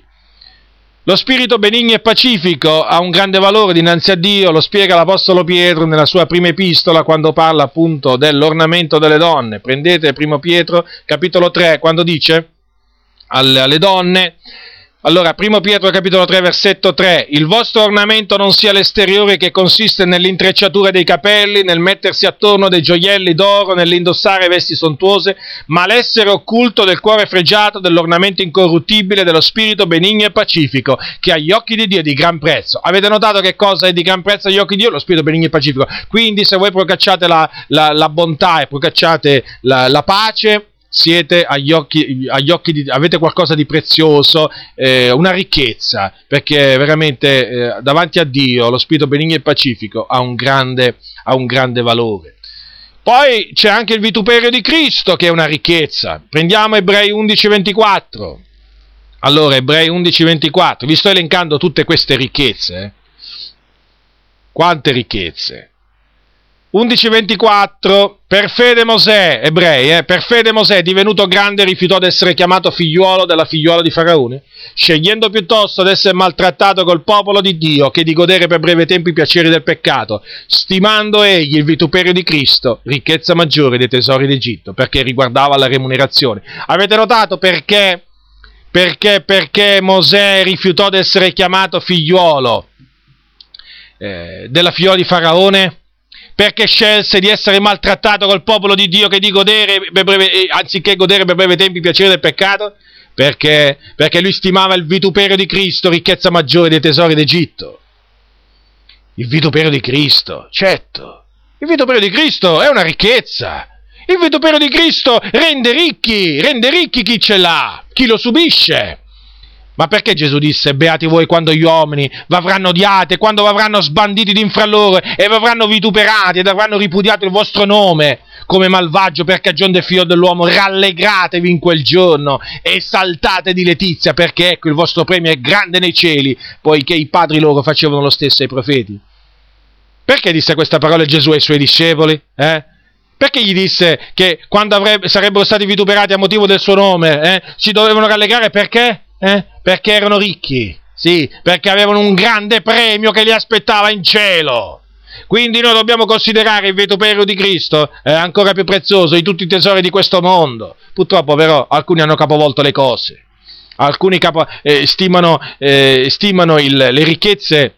Lo spirito benigno e pacifico ha un grande valore dinanzi a Dio, lo spiega l'Apostolo Pietro nella sua prima epistola quando parla appunto dell'ornamento delle donne. Prendete primo Pietro capitolo tre quando dice alle donne, allora primo Pietro capitolo tre versetto tre: il vostro ornamento non sia l'esteriore che consiste nell'intrecciatura dei capelli, nel mettersi attorno dei gioielli d'oro, nell'indossare vesti sontuose, ma l'essere occulto del cuore fregiato, dell'ornamento incorruttibile, dello spirito benigno e pacifico, che agli occhi di Dio è di gran prezzo. Avete notato che cosa è di gran prezzo agli occhi di Dio? Lo spirito benigno e pacifico. Quindi se voi procacciate la, la, la bontà e procacciate la, la pace, siete agli occhi, agli occhi di, avete qualcosa di prezioso, eh, una ricchezza, perché veramente eh, davanti a Dio lo spirito benigno e pacifico ha un grande, ha un grande valore. Poi c'è anche il vituperio di Cristo, che è una ricchezza. Prendiamo Ebrei undici ventiquattro. Allora, Ebrei undici ventiquattro, vi sto elencando tutte queste ricchezze. Eh? Quante ricchezze? undici ventiquattro, per fede Mosè, Ebrei, eh, per fede Mosè, divenuto grande, rifiutò di essere chiamato figliuolo della figliuola di Faraone, scegliendo piuttosto di essere maltrattato col popolo di Dio che di godere per breve tempo i piaceri del peccato, stimando egli il vituperio di Cristo, ricchezza maggiore dei tesori d'Egitto, perché riguardava la remunerazione. Avete notato perché? Perché, perché Mosè rifiutò di essere chiamato figliuolo eh, della figliola di Faraone? Perché scelse di essere maltrattato col popolo di Dio che di godere, per breve, anziché godere per breve tempo i piaceri del peccato? Perché? Perché lui stimava il vituperio di Cristo, ricchezza maggiore dei tesori d'Egitto. Il vituperio di Cristo, certo. Il vituperio di Cristo è una ricchezza. Il vituperio di Cristo rende ricchi, rende ricchi chi ce l'ha, chi lo subisce. Ma perché Gesù disse, beati voi quando gli uomini vi avranno odiati, quando vi avranno sbanditi d'infra loro e vi avranno vituperati ed avranno ripudiato il vostro nome come malvagio per cagione del figlio dell'uomo? Rallegratevi in quel giorno e saltate di letizia, perché ecco il vostro premio è grande nei cieli, poiché i padri loro facevano lo stesso ai profeti. Perché disse questa parola Gesù ai suoi discepoli? Eh? Perché gli disse che quando avrebbe, sarebbero stati vituperati a motivo del suo nome, eh, si dovevano rallegrare? Perché? Eh? Perché erano ricchi, sì, perché avevano un grande premio che li aspettava in cielo. Quindi noi dobbiamo considerare il vituperio di Cristo eh, ancora più prezioso di tutti i tesori di questo mondo. Purtroppo però alcuni hanno capovolto le cose, alcuni capo, eh, stimano, eh, stimano il, le ricchezze,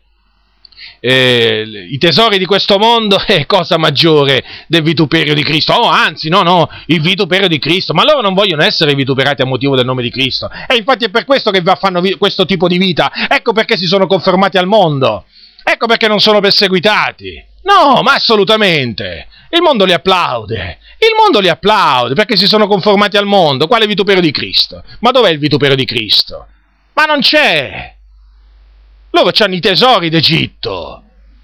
Eh, i tesori di questo mondo è cosa maggiore del vituperio di Cristo. Oh, anzi, no, no, il vituperio di Cristo. Ma loro non vogliono essere vituperati a motivo del nome di Cristo. E infatti è per questo che fanno vi- questo tipo di vita. Ecco perché si sono confermati al mondo. Ecco perché non sono perseguitati. No, ma assolutamente. Il mondo li applaude. Il mondo li applaude perché si sono conformati al mondo. Quale vituperio di Cristo? Ma dov'è il vituperio di Cristo? Ma non c'è. Loro c'hanno i tesori d'Egitto.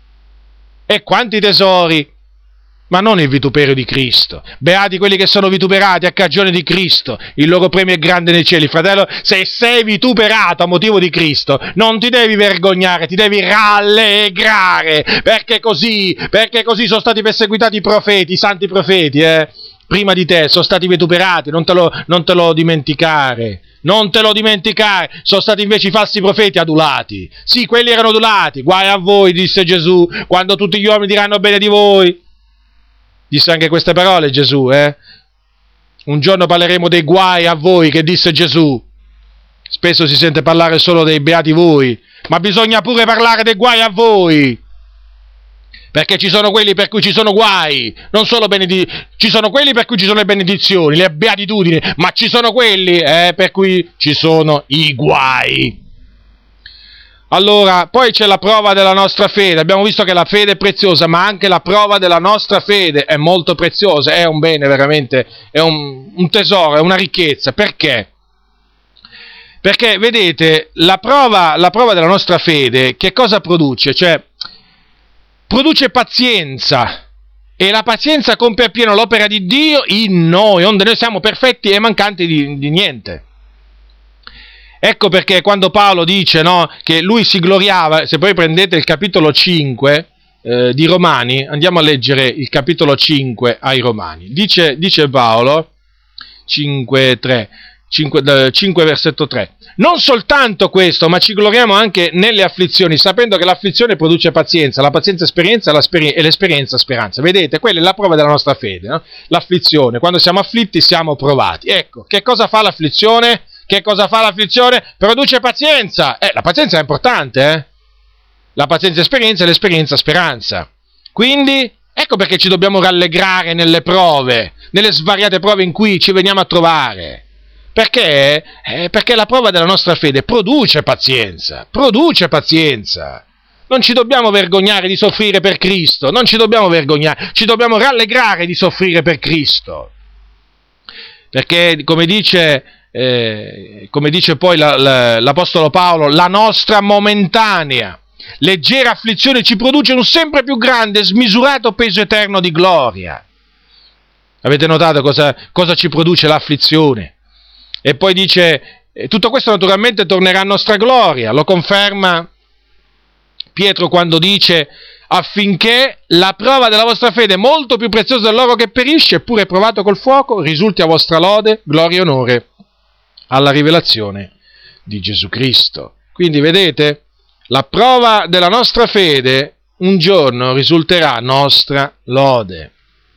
E quanti tesori? Ma non il vituperio di Cristo. Beati quelli che sono vituperati a cagione di Cristo. Il loro premio è grande nei cieli. Fratello, se sei vituperato a motivo di Cristo, non ti devi vergognare, ti devi rallegrare. Perché così, perché così sono stati perseguitati i profeti, i santi profeti, eh? Prima di te sono stati vituperati, non te lo, non te lo dimenticare. Non te lo dimenticare, sono stati invece i falsi profeti adulati. Sì, quelli erano adulati. Guai a voi, disse Gesù, quando tutti gli uomini diranno bene di voi. Disse anche queste parole Gesù, eh? Un giorno parleremo dei guai a voi, che disse Gesù. Spesso si sente parlare solo dei beati voi, ma bisogna pure parlare dei guai a voi. Perché ci sono quelli per cui ci sono guai, non solo benedizioni, ci sono quelli per cui ci sono le benedizioni, le beatitudini, ma ci sono quelli eh, per cui ci sono i guai. Allora, poi c'è la prova della nostra fede. Abbiamo visto che la fede è preziosa, ma anche la prova della nostra fede è molto preziosa, è un bene veramente, è un, un tesoro, è una ricchezza. Perché? Perché, vedete, la prova, la prova della nostra fede, che cosa produce? Cioè, produce pazienza, e la pazienza compie appieno l'opera di Dio in noi, onde noi siamo perfetti e mancanti di, di niente. Ecco perché quando Paolo dice no, che lui si gloriava, se poi prendete il capitolo cinque eh, di Romani, andiamo a leggere il capitolo cinque ai Romani, dice, dice Paolo, cinque, tre, cinque, cinque versetto tre, non soltanto questo, ma ci gloriamo anche nelle afflizioni, sapendo che l'afflizione produce pazienza, la pazienza esperienza e l'esperienza speranza. Vedete, quella è la prova della nostra fede, no? L'afflizione, quando siamo afflitti siamo provati. Ecco, che cosa fa l'afflizione? Che cosa fa l'afflizione? Produce pazienza. Eh, la pazienza è importante, eh? La pazienza è esperienza e l'esperienza speranza. Quindi, ecco perché ci dobbiamo rallegrare nelle prove, nelle svariate prove in cui ci veniamo a trovare. Perché? Eh, perché la prova della nostra fede produce pazienza, produce pazienza. Non ci dobbiamo vergognare di soffrire per Cristo, non ci dobbiamo vergognare, ci dobbiamo rallegrare di soffrire per Cristo. Perché, come dice, eh, come dice poi la, la, l'Apostolo Paolo, la nostra momentanea, leggera afflizione ci produce un sempre più grande, smisurato peso eterno di gloria. Avete notato cosa, cosa ci produce l'afflizione? E poi dice, eh, tutto questo naturalmente tornerà a nostra gloria, lo conferma Pietro quando dice, affinché la prova della vostra fede, molto più preziosa dell'oro che perisce, eppure provato col fuoco, risulti a vostra lode, gloria e onore alla rivelazione di Gesù Cristo. Quindi vedete, la prova della nostra fede un giorno risulterà nostra lode.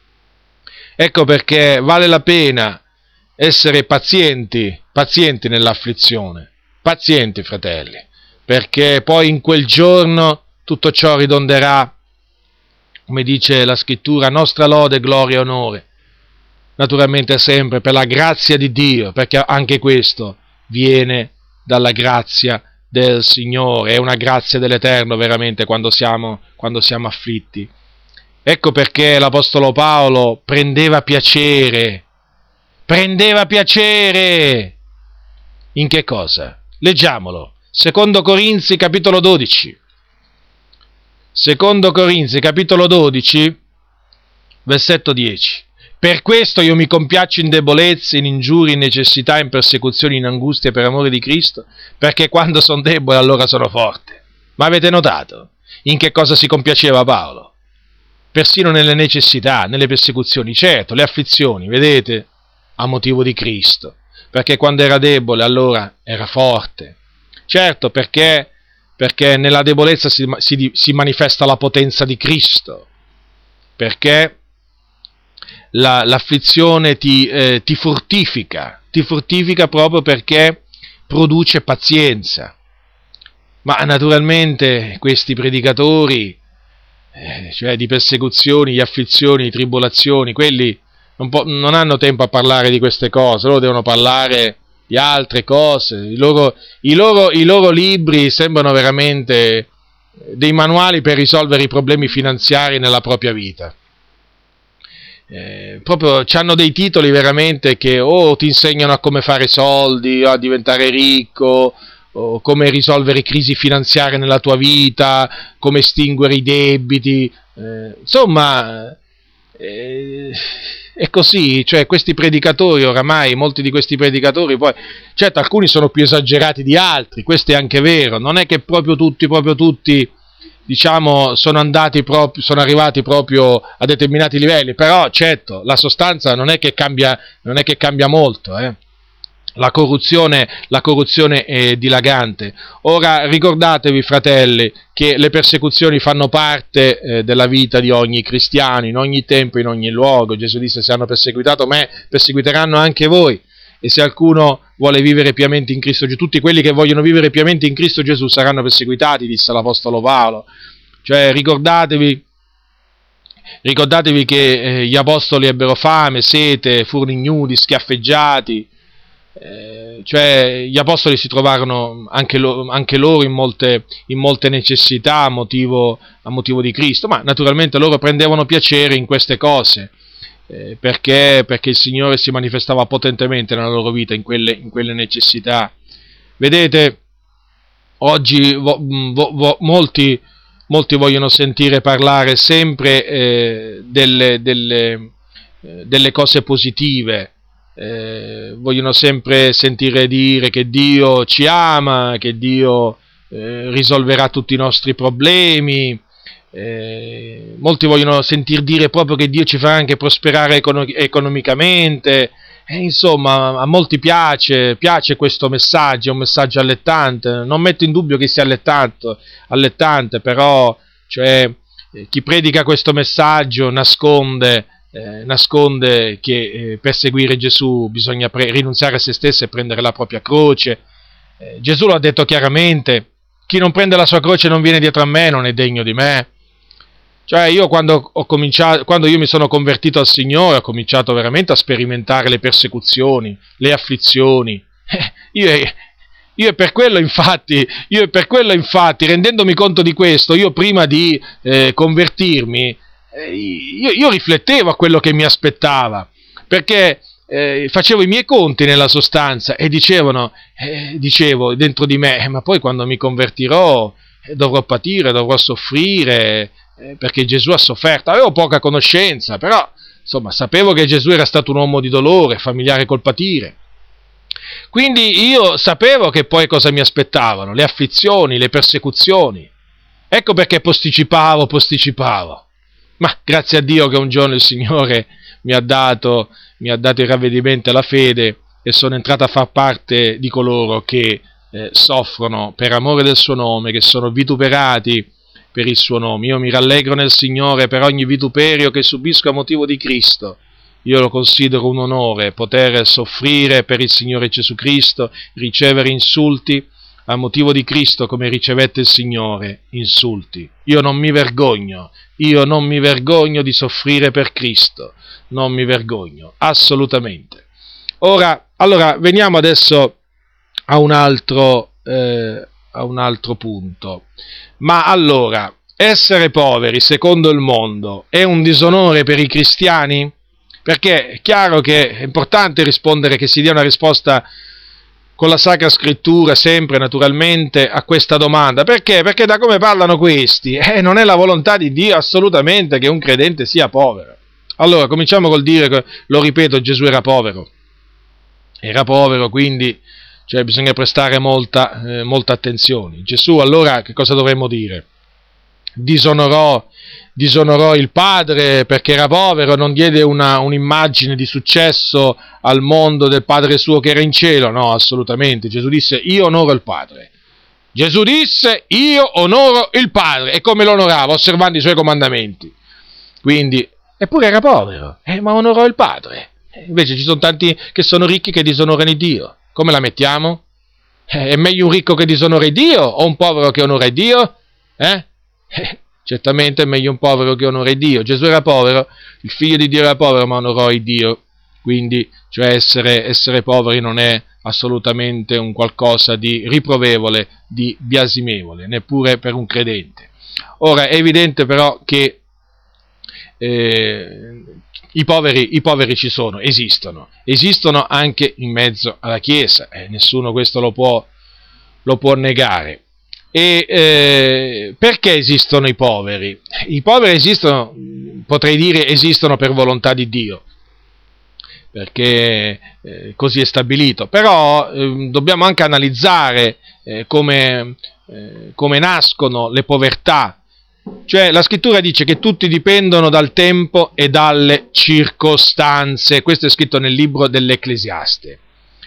Ecco perché vale la pena essere pazienti, pazienti nell'afflizione, pazienti fratelli, perché poi in quel giorno tutto ciò ridonderà, come dice la scrittura, nostra lode, gloria e onore. Naturalmente sempre per la grazia di Dio, perché anche questo viene dalla grazia del Signore, è una grazia dell'Eterno veramente quando siamo, quando siamo afflitti. Ecco perché l'Apostolo Paolo prendeva piacere, prendeva piacere in che cosa? Leggiamolo, Secondo Corinzi capitolo dodici. Secondo Corinzi capitolo dodici, versetto dieci. Per questo io mi compiaccio in debolezze, in ingiurie, in necessità, in persecuzioni, in angustie per amore di Cristo, perché quando sono debole allora sono forte. Ma avete notato in che cosa si compiaceva Paolo? Persino nelle necessità, nelle persecuzioni, certo, le afflizioni, vedete, a motivo di Cristo, perché quando era debole allora era forte. Certo, perché, perché nella debolezza si, si, si manifesta la potenza di Cristo, perché la, l'afflizione ti, eh, ti fortifica, ti fortifica proprio perché produce pazienza. Ma naturalmente questi predicatori, eh, cioè di persecuzioni, di afflizioni, di tribolazioni, quelli non, po- non hanno tempo a parlare di queste cose, loro devono parlare di altre cose. I loro, i loro, i loro libri sembrano veramente dei manuali per risolvere i problemi finanziari nella propria vita. Eh, proprio hanno dei titoli veramente che o oh, ti insegnano a come fare soldi, o a diventare ricco, o come risolvere crisi finanziarie nella tua vita, come estinguere i debiti, eh, insomma eh, è così, cioè questi predicatori oramai, molti di questi predicatori poi, certo alcuni sono più esagerati di altri, questo è anche vero, non è che proprio tutti, proprio tutti diciamo sono andati proprio, sono arrivati proprio a determinati livelli, però certo la sostanza non è che cambia, non è che cambia molto, eh. La corruzione, la corruzione è dilagante. Ora ricordatevi, fratelli, che le persecuzioni fanno parte eh, della vita di ogni cristiano, in ogni tempo, in ogni luogo. Gesù disse: se hanno perseguitato me, perseguiteranno anche voi. E se qualcuno vuole vivere piamente in Cristo Gesù, tutti quelli che vogliono vivere piamente in Cristo Gesù saranno perseguitati, disse l'Apostolo Paolo. Cioè ricordatevi, ricordatevi che eh, gli Apostoli ebbero fame, sete, furono ignudi, schiaffeggiati. Eh, cioè gli apostoli si trovarono anche, lo, anche loro in molte, in molte necessità a motivo, a motivo di Cristo, ma naturalmente loro prendevano piacere in queste cose eh, perché, perché il Signore si manifestava potentemente nella loro vita in quelle, in quelle necessità. Vedete, oggi vo, vo, vo, molti, molti vogliono sentire parlare sempre eh, delle, delle, eh, delle cose positive. Eh, vogliono sempre sentire dire che Dio ci ama, che Dio eh, risolverà tutti i nostri problemi, eh, molti vogliono sentir dire proprio che Dio ci farà anche prosperare econo- economicamente, e insomma a molti piace, piace questo messaggio, è un messaggio allettante, non metto in dubbio che sia allettante, allettante però cioè, eh, chi predica questo messaggio nasconde Eh, nasconde che eh, per seguire Gesù bisogna pre- rinunziare a se stesso e prendere la propria croce. Eh, Gesù lo ha detto chiaramente: chi non prende la sua croce e non viene dietro a me non è degno di me. Cioè io quando ho cominciato, quando io mi sono convertito al Signore, ho cominciato veramente a sperimentare le persecuzioni, le afflizioni. Eh, io, io per quello infatti, io per quello infatti, rendendomi conto di questo, io prima di eh, convertirmi Io, io riflettevo a quello che mi aspettava, perché eh, facevo i miei conti nella sostanza e dicevano, eh, dicevo dentro di me, eh, ma poi quando mi convertirò eh, dovrò patire, dovrò soffrire, eh, perché Gesù ha sofferto. Avevo poca conoscenza, però insomma sapevo che Gesù era stato un uomo di dolore, familiare col patire. Quindi io sapevo che poi cosa mi aspettavano, le afflizioni, le persecuzioni. Ecco perché posticipavo, posticipavo. Ma grazie a Dio che un giorno il Signore mi ha dato, mi ha dato il ravvedimento alla fede e sono entrato a far parte di coloro che eh, soffrono per amore del suo nome, che sono vituperati per il suo nome. Io mi rallegro nel Signore per ogni vituperio che subisco a motivo di Cristo. Io lo considero un onore poter soffrire per il Signore Gesù Cristo, ricevere insulti a motivo di Cristo come ricevette il Signore insulti. Io non mi vergogno, io non mi vergogno di soffrire per Cristo, non mi vergogno, assolutamente. Ora, allora, veniamo adesso a un altro, eh, a un altro punto. Ma allora, essere poveri secondo il mondo è un disonore per i cristiani? Perché è chiaro che è importante rispondere, che si dia una risposta con la Sacra Scrittura, sempre naturalmente, a questa domanda. Perché? Perché da come parlano questi, eh, non è la volontà di Dio assolutamente che un credente sia povero. Allora, cominciamo col dire che, lo ripeto, Gesù era povero. Era povero, quindi cioè, bisogna prestare molta, eh, molta attenzione. Gesù, allora, che cosa dovremmo dire? Disonorò, disonorò il Padre perché era povero, non diede una, un'immagine di successo al mondo del Padre suo che era in cielo? No, assolutamente. Gesù disse: io onoro il Padre. Gesù disse: io onoro il Padre. E come lo onorava? Osservando i suoi comandamenti. Quindi, eppure era povero, eh, ma onorò il Padre. Invece ci sono tanti che sono ricchi che disonorano il Dio. Come la mettiamo? Eh, è meglio un ricco che disonora il Dio o un povero che onora il Dio? Eh? Eh, certamente è meglio un povero che onora il Dio. Gesù era povero, il figlio di Dio era povero, ma onorò il Dio. Quindi, cioè essere, essere poveri non è assolutamente un qualcosa di riprovevole, di biasimevole, neppure per un credente. Ora, è evidente però che eh, i poveri, i poveri ci sono, esistono, esistono anche in mezzo alla Chiesa, eh, nessuno questo lo può, lo può negare. E eh, perché esistono i poveri? I poveri esistono, potrei dire, esistono per volontà di Dio, perché eh, così è stabilito, però eh, dobbiamo anche analizzare eh, come, eh, come nascono le povertà. Cioè la scrittura dice che tutti dipendono dal tempo e dalle circostanze, questo è scritto nel libro dell'Ecclesiaste.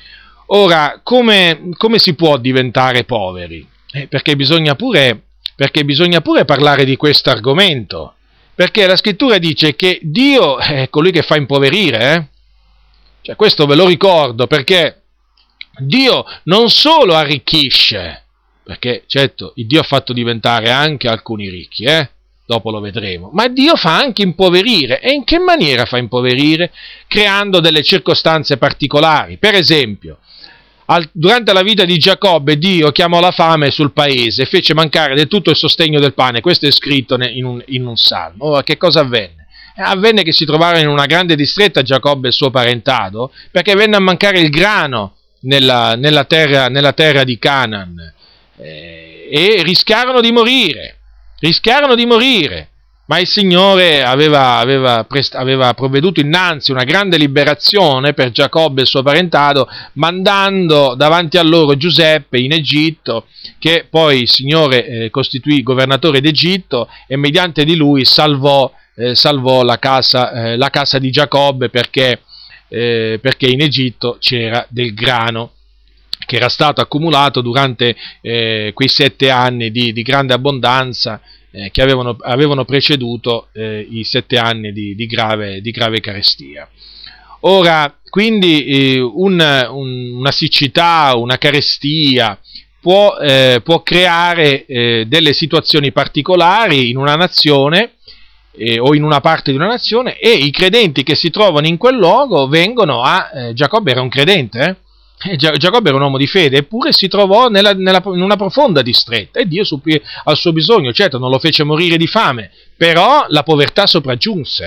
Ora, come, come si può diventare poveri? Eh, perché bisogna pure, perché bisogna pure parlare di questo argomento, perché la scrittura dice che Dio è colui che fa impoverire, eh? Cioè, questo ve lo ricordo, perché Dio non solo arricchisce, perché certo il Dio ha fatto diventare anche alcuni ricchi, eh? Dopo lo vedremo, ma Dio fa anche impoverire. E in che maniera fa impoverire? Creando delle circostanze particolari. Per esempio, al, durante la vita di Giacobbe Dio chiamò la fame sul paese e fece mancare del tutto il sostegno del pane. Questo è scritto in un, in un salmo. Ora, che cosa avvenne? Eh, avvenne che si trovarono in una grande distretta Giacobbe e il suo parentado, perché venne a mancare il grano nella, nella, terra, nella terra di Canaan. Eh, e rischiarono di morire, rischiarono di morire, ma il Signore aveva, aveva, prest- aveva provveduto innanzi una grande liberazione per Giacobbe e il suo parentado, mandando davanti a loro Giuseppe in Egitto, che poi il Signore eh, costituì governatore d'Egitto e mediante di lui salvò, eh, salvò la, casa, eh, la casa di Giacobbe, perché, eh, perché in Egitto c'era del grano che era stato accumulato durante eh, quei sette anni di, di grande abbondanza eh, che avevano, avevano preceduto eh, i sette anni di, di, grave, di grave carestia. Ora, quindi eh, un, un, una siccità, una carestia può, eh, può creare eh, delle situazioni particolari in una nazione eh, o in una parte di una nazione, e i credenti che si trovano in quel luogo vengono a... Eh, Giacobbe era un credente, eh? Giacobbe era un uomo di fede, eppure si trovò nella, nella, in una profonda distretta e Dio supplì al suo bisogno. Certo non lo fece morire di fame, però la povertà sopraggiunse,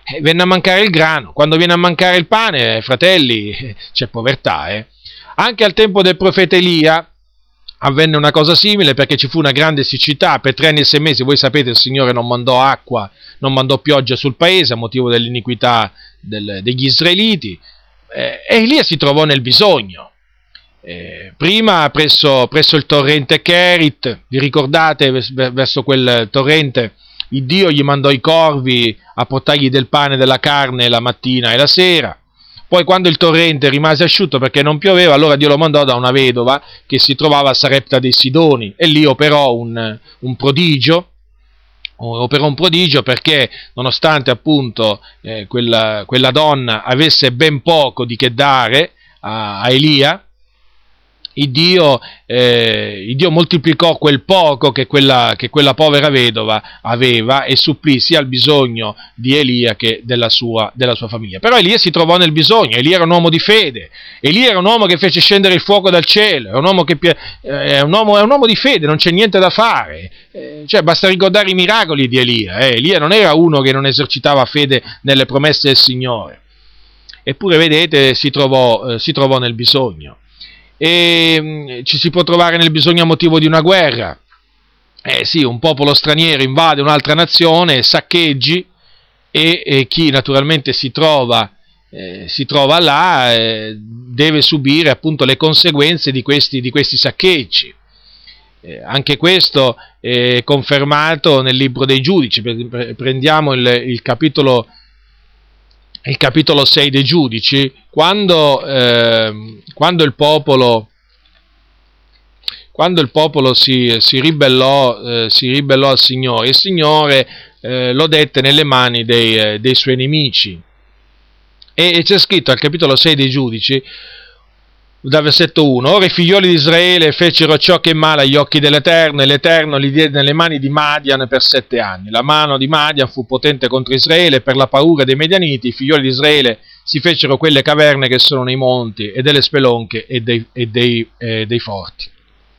eh, venne a mancare il grano. Quando viene a mancare il pane, eh, fratelli, eh, c'è povertà. Eh. Anche al tempo del profeta Elia avvenne una cosa simile, perché ci fu una grande siccità per tre anni e sei mesi. Voi sapete, il Signore non mandò acqua, non mandò pioggia sul paese a motivo dell'iniquità del, degli israeliti, eh, e Elia si trovò nel bisogno. Eh, prima presso, presso il torrente Cherit, vi ricordate, verso quel torrente il Dio gli mandò i corvi a portargli del pane e della carne la mattina e la sera. Poi quando il torrente rimase asciutto perché non pioveva, allora Dio lo mandò da una vedova che si trovava a Sarepta dei Sidoni, e lì operò un, un prodigio, operò un prodigio perché nonostante appunto eh, quella, quella donna avesse ben poco di che dare a, a Elia, il Dio, eh, il Dio moltiplicò quel poco che quella, che quella povera vedova aveva e supplì sia al bisogno di Elia che della sua, della sua famiglia. Però Elia si trovò nel bisogno, Elia era un uomo di fede, Elia era un uomo che fece scendere il fuoco dal cielo, è un uomo, che, eh, è un uomo, è un uomo di fede, non c'è niente da fare, eh, cioè basta ricordare i miracoli di Elia, eh. Elia non era uno che non esercitava fede nelle promesse del Signore, eppure vedete si trovò, eh, si trovò nel bisogno. E ci si può trovare nel bisogno a motivo di una guerra. Eh sì, un popolo straniero invade un'altra nazione, saccheggi, e, e chi naturalmente si trova, eh, si trova là eh, deve subire appunto le conseguenze di questi, di questi saccheggi. Eh, anche questo è confermato nel libro dei Giudici. Prendiamo il, il capitolo il capitolo sei dei Giudici, quando, eh, quando il popolo, quando il popolo si, si, ribellò, eh, si ribellò al Signore, il Signore eh, lo dette nelle mani dei, eh, dei suoi nemici. E, e c'è scritto al capitolo sei dei Giudici, dal versetto uno: ora i figlioli di Israele fecero ciò che è male agli occhi dell'Eterno, e l'Eterno li diede nelle mani di Madian per sette anni. La mano di Madian fu potente contro Israele, e per la paura dei Medianiti i figlioli di Israele si fecero quelle caverne che sono nei monti, e delle spelonche e dei, e dei, eh, dei forti.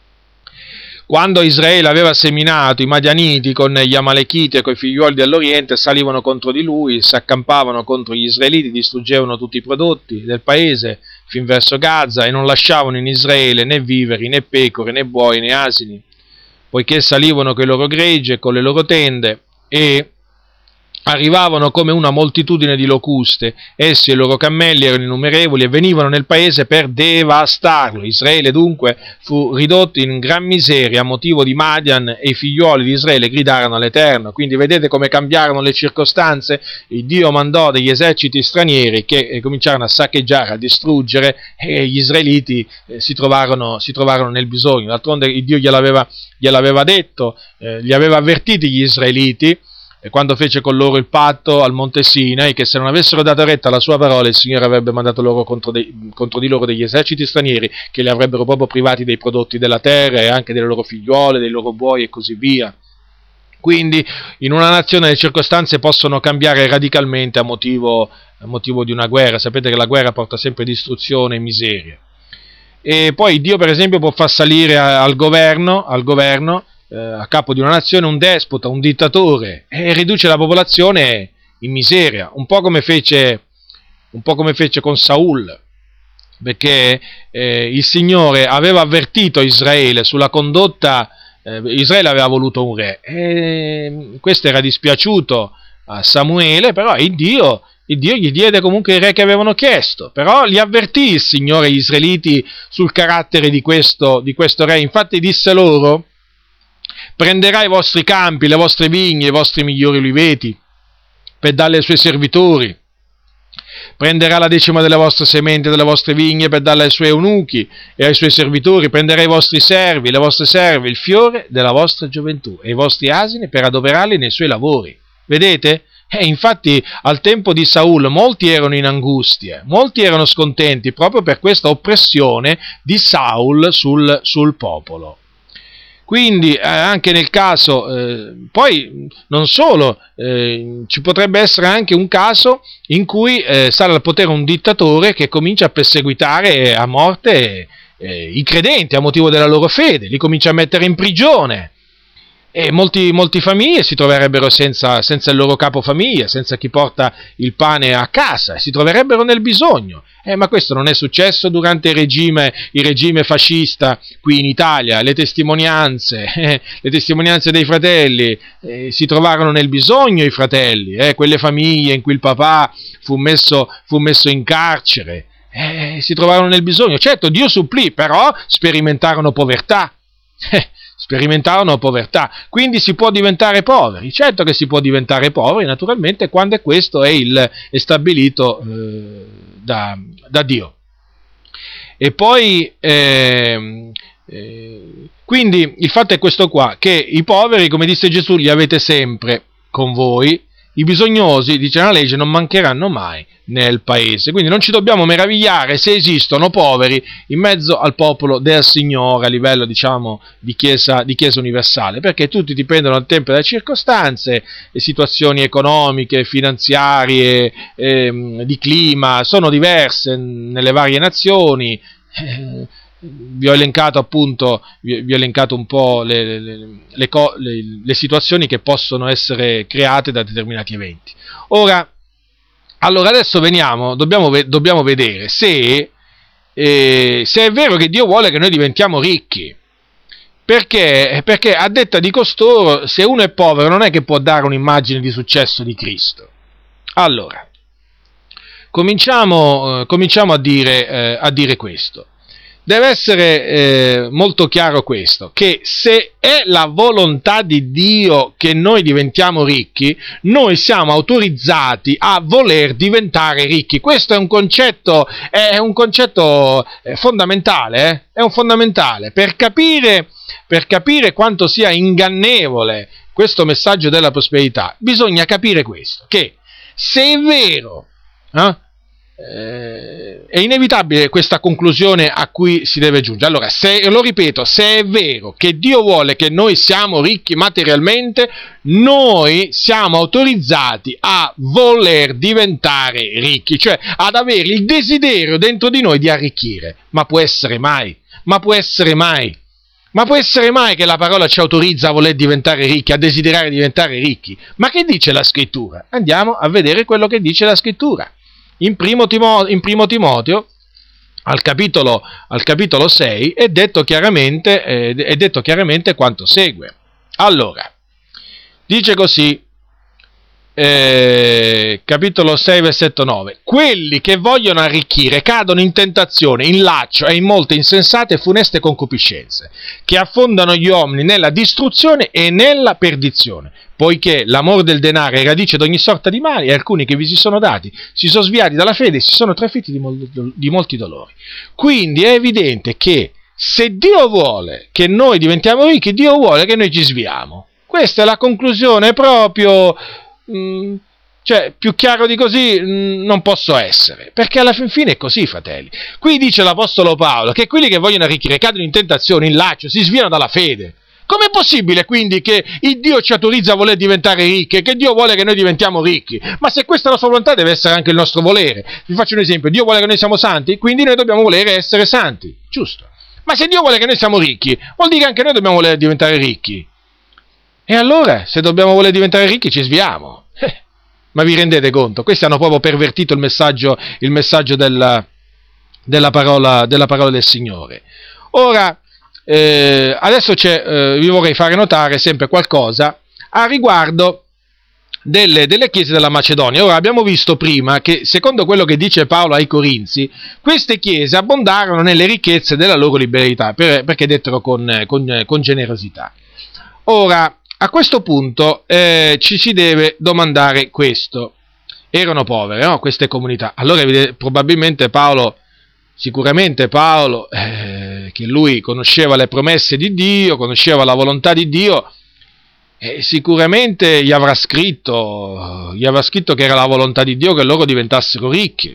Quando Israele aveva seminato, i Madianiti con gli Amalechiti e coi figliuoli dell'Oriente salivano contro di lui, si accampavano contro gli Israeliti, distruggevano tutti i prodotti del paese fin verso Gaza, e non lasciavano in Israele né viveri, né pecore, né buoi, né asini, poiché salivano coi loro greggi e con le loro tende, e arrivavano come una moltitudine di locuste. Essi e i loro cammelli erano innumerevoli e venivano nel paese per devastarlo. Israele dunque fu ridotto in gran miseria a motivo di Madian, e i figliuoli di Israele gridarono all'Eterno. Quindi vedete come cambiarono le circostanze. Il Dio mandò degli eserciti stranieri che eh, cominciarono a saccheggiare, a distruggere, e gli israeliti eh, si, trovarono, si trovarono nel bisogno. D'altronde il Dio gliel'aveva, gliel'aveva detto, eh, li aveva avvertiti gli israeliti, e quando fece con loro il patto al monte Sinai, che se non avessero dato retta alla sua parola, il Signore avrebbe mandato loro contro, dei, contro di loro degli eserciti stranieri che li avrebbero proprio privati dei prodotti della terra e anche delle loro figliuole, dei loro buoi e così via. Quindi in una nazione le circostanze possono cambiare radicalmente a motivo, a motivo di una guerra. Sapete che la guerra porta sempre distruzione e miseria. E poi Dio per esempio può far salire al governo, al governo a capo di una nazione un despota, un dittatore, e riduce la popolazione in miseria, un po' come fece, un po' come fece con Saul, perché eh, il Signore aveva avvertito Israele sulla condotta. eh, Israele aveva voluto un re, e questo era dispiaciuto a Samuele, però il Dio, il Dio gli diede comunque il re che avevano chiesto, però li avvertì il Signore gli israeliti sul carattere di questo, di questo re. Infatti disse loro: prenderà i vostri campi, le vostre vigne, i vostri migliori oliveti, per darli ai suoi servitori. Prenderà la decima delle vostre sementi e delle vostre vigne per darle ai suoi eunuchi e ai suoi servitori. Prenderà i vostri servi, le vostre serve, il fiore della vostra gioventù e i vostri asini per adoperarli nei suoi lavori. Vedete? E infatti al tempo di Saul molti erano in angustia, molti erano scontenti proprio per questa oppressione di Saul sul, sul popolo. Quindi eh, anche nel caso, eh, poi non solo, eh, ci potrebbe essere anche un caso in cui eh, sale al potere un dittatore che comincia a perseguitare a morte eh, i credenti a motivo della loro fede, li comincia a mettere in prigione. E molti, molti famiglie si troverebbero senza, senza il loro capofamiglia, senza chi porta il pane a casa, si troverebbero nel bisogno. Eh, ma questo non è successo durante il regime, il regime fascista qui in Italia. Le testimonianze, eh, le testimonianze dei fratelli, eh, si trovarono nel bisogno i fratelli, eh, quelle famiglie in cui il papà fu messo, fu messo in carcere, eh, si trovarono nel bisogno. Certo, Dio supplì, però sperimentarono povertà. Eh, sperimentarono povertà, quindi si può diventare poveri, certo che si può diventare poveri, naturalmente, quando questo è, il, è stabilito eh, da, da Dio. E poi, eh, eh, quindi il fatto è questo qua, che i poveri, come disse Gesù, li avete sempre con voi, i bisognosi, dice la legge, non mancheranno mai nel paese. Quindi non ci dobbiamo meravigliare se esistono poveri in mezzo al popolo del Signore a livello, diciamo, di chiesa, di chiesa universale, perché tutti dipendono dal tempo e dalle circostanze, le situazioni economiche, finanziarie, ehm, di clima, sono diverse nelle varie nazioni. Eh, vi ho elencato appunto, vi, vi ho elencato un po' le, le, le, le, le situazioni che possono essere create da determinati eventi. Ora, allora adesso veniamo, dobbiamo, dobbiamo vedere se, eh, se è vero che Dio vuole che noi diventiamo ricchi, perché, perché a detta di costoro, se uno è povero non è che può dare un'immagine di successo di Cristo. Allora, cominciamo, eh, cominciamo a dire, eh, a dire questo. Deve essere eh, molto chiaro questo, che se è la volontà di Dio che noi diventiamo ricchi, noi siamo autorizzati a voler diventare ricchi. Questo è un concetto, è un concetto fondamentale, eh? È un fondamentale per capire, per capire quanto sia ingannevole questo messaggio della prosperità. Bisogna capire questo, che se è vero, eh? Eh, è inevitabile questa conclusione a cui si deve giungere. Allora, se, lo ripeto, se è vero che Dio vuole che noi siamo ricchi materialmente, noi siamo autorizzati a voler diventare ricchi, cioè ad avere il desiderio dentro di noi di arricchire. Ma può essere mai? Ma può essere mai? Ma può essere mai che la parola ci autorizza a voler diventare ricchi, a desiderare diventare ricchi? Ma che dice la Scrittura? Andiamo a vedere quello che dice la Scrittura. In primo, Timo, in primo Timoteo, al capitolo, al capitolo sei, è detto chiaramente, eh, è detto chiaramente quanto segue. Allora, dice così, eh, capitolo sei, versetto nove, quelli che vogliono arricchire cadono in tentazione, in laccio e in molte insensate e funeste concupiscenze, che affondano gli uomini nella distruzione e nella perdizione, poiché l'amore del denaro è radice di ogni sorta di mali, e alcuni che vi si sono dati si sono sviati dalla fede e si sono trafitti di, mol- di molti dolori. Quindi è evidente che se Dio vuole che noi diventiamo ricchi, Dio vuole che noi ci sviamo. Questa è la conclusione proprio, mh, cioè più chiaro di così mh, non posso essere, perché alla fin fine è così, fratelli. Qui dice l'Apostolo Paolo che quelli che vogliono arricchire cadono in tentazione, in laccio, si sviano dalla fede. Com'è possibile quindi che il Dio ci autorizza a voler diventare ricchi e che Dio vuole che noi diventiamo ricchi? Ma se questa è la sua volontà deve essere anche il nostro volere. Vi faccio un esempio, Dio vuole che noi siamo santi, quindi noi dobbiamo volere essere santi, giusto? Ma se Dio vuole che noi siamo ricchi, vuol dire che anche noi dobbiamo voler diventare ricchi. E allora, se dobbiamo voler diventare ricchi, ci sviamo. Eh, ma vi rendete conto? Questi hanno proprio pervertito il messaggio, il messaggio della, della, parola, della parola del Signore. Ora, Eh, adesso c'è, eh, vi vorrei fare notare sempre qualcosa a riguardo delle, delle chiese della Macedonia. Ora, abbiamo visto prima che, secondo quello che dice Paolo ai Corinzi, queste chiese abbondarono nelle ricchezze della loro liberalità, per, perché dettero con, con, con generosità. Ora, a questo punto eh, ci si deve domandare questo. Erano povere, no? Queste comunità. Allora, probabilmente Paolo... Sicuramente Paolo, eh, che lui conosceva le promesse di Dio, conosceva la volontà di Dio, eh, sicuramente gli avrà scritto, gli avrà scritto che era la volontà di Dio che loro diventassero ricchi,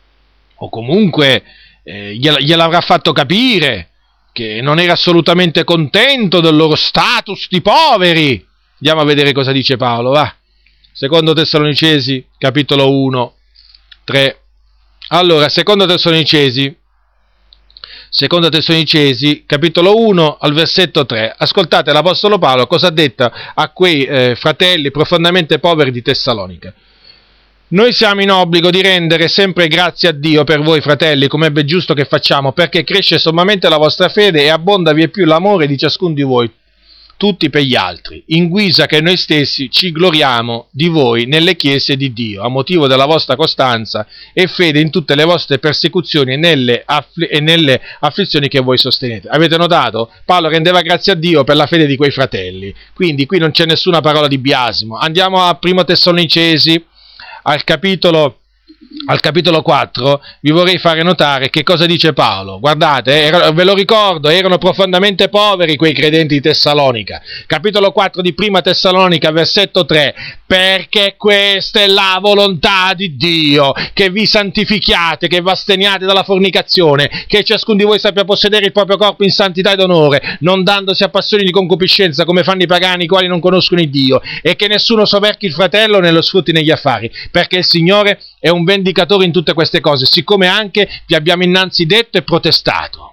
o comunque eh, gliel, gliel'avrà fatto capire che non era assolutamente contento del loro status di poveri. Andiamo a vedere cosa dice Paolo, va. Secondo Tessalonicesi, capitolo uno, tre. Allora, secondo Tessalonicesi, Seconda Tessalonicesi, capitolo uno, al versetto tre. Ascoltate l'Apostolo Paolo cosa ha detto a quei eh, fratelli profondamente poveri di Tessalonica. Noi siamo in obbligo di rendere sempre grazie a Dio per voi, fratelli, come è giusto che facciamo, perché cresce sommamente la vostra fede e abbonda vieppiù l'amore di ciascuno di voi, tutti per gli altri, in guisa che noi stessi ci gloriamo di voi nelle chiese di Dio, a motivo della vostra costanza e fede in tutte le vostre persecuzioni e nelle, affli- e nelle afflizioni che voi sostenete. Avete notato? Paolo rendeva grazie a Dio per la fede di quei fratelli, quindi qui non c'è nessuna parola di biasimo. Andiamo a Primo Tessalonicesi, al capitolo... Al capitolo quattro vi vorrei fare notare che cosa dice Paolo. Guardate, eh, ve lo ricordo, erano profondamente poveri quei credenti di Tessalonica. Capitolo quattro di Prima Tessalonica, versetto tre. Perché questa è la volontà di Dio, che vi santifichiate, che vi asteniate dalla fornicazione, che ciascuno di voi sappia possedere il proprio corpo in santità ed onore, non dandosi a passioni di concupiscenza come fanno i pagani, i quali non conoscono il Dio, e che nessuno soverchi il fratello né lo sfrutti negli affari, perché il Signore è un vendicatore in tutte queste cose, siccome anche vi abbiamo innanzi detto e protestato.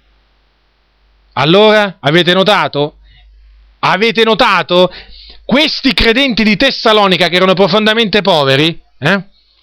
Allora, avete notato? Avete notato? Questi credenti di Tessalonica, che erano profondamente poveri, eh,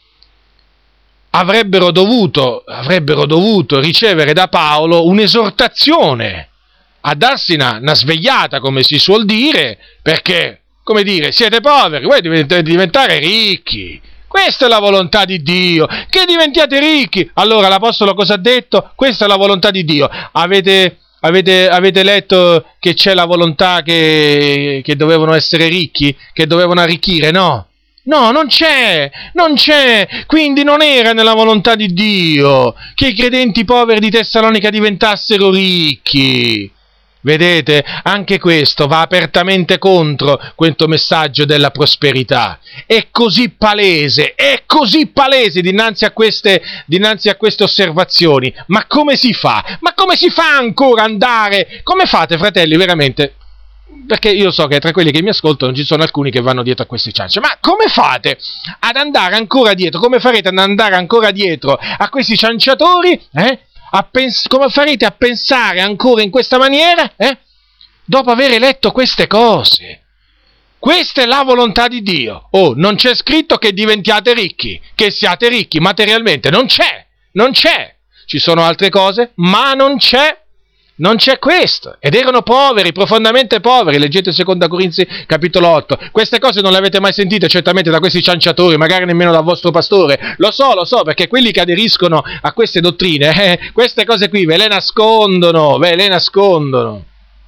avrebbero dovuto, avrebbero dovuto ricevere da Paolo un'esortazione a darsi una, una svegliata, come si suol dire, perché, come dire, siete poveri, voi dovete diventare ricchi. Questa è la volontà di Dio, che diventiate ricchi. Allora l'Apostolo cosa ha detto? Questa è la volontà di Dio. Avete, avete, avete letto che c'è la volontà che, che dovevano essere ricchi, che dovevano arricchire? No, no, non c'è, non c'è. Quindi non era nella volontà di Dio che i credenti poveri di Tessalonica diventassero ricchi. Vedete, anche questo va apertamente contro questo messaggio della prosperità. È così palese, è così palese dinanzi a queste, dinanzi a queste osservazioni. Ma come si fa? Ma come si fa ancora andare? Come fate, fratelli, veramente? Perché io so che tra quelli che mi ascoltano ci sono alcuni che vanno dietro a queste ciance. Ma come fate ad andare ancora dietro? Come farete ad andare ancora dietro a questi cianciatori? Eh? A pens- come farete a pensare ancora in questa maniera, eh? Dopo aver letto queste cose? Questa è la volontà di Dio. Oh, non c'è scritto che diventiate ricchi, che siate ricchi materialmente. Non c'è, non c'è. Ci sono altre cose, ma non c'è. Non c'è questo, ed erano poveri, profondamente poveri. Leggete seconda Corinzi capitolo otto. Queste cose non le avete mai sentite certamente da questi cianciatori, magari nemmeno dal vostro pastore. Lo so, lo so, perché quelli che aderiscono a queste dottrine, eh, queste cose qui ve le nascondono, ve le nascondono.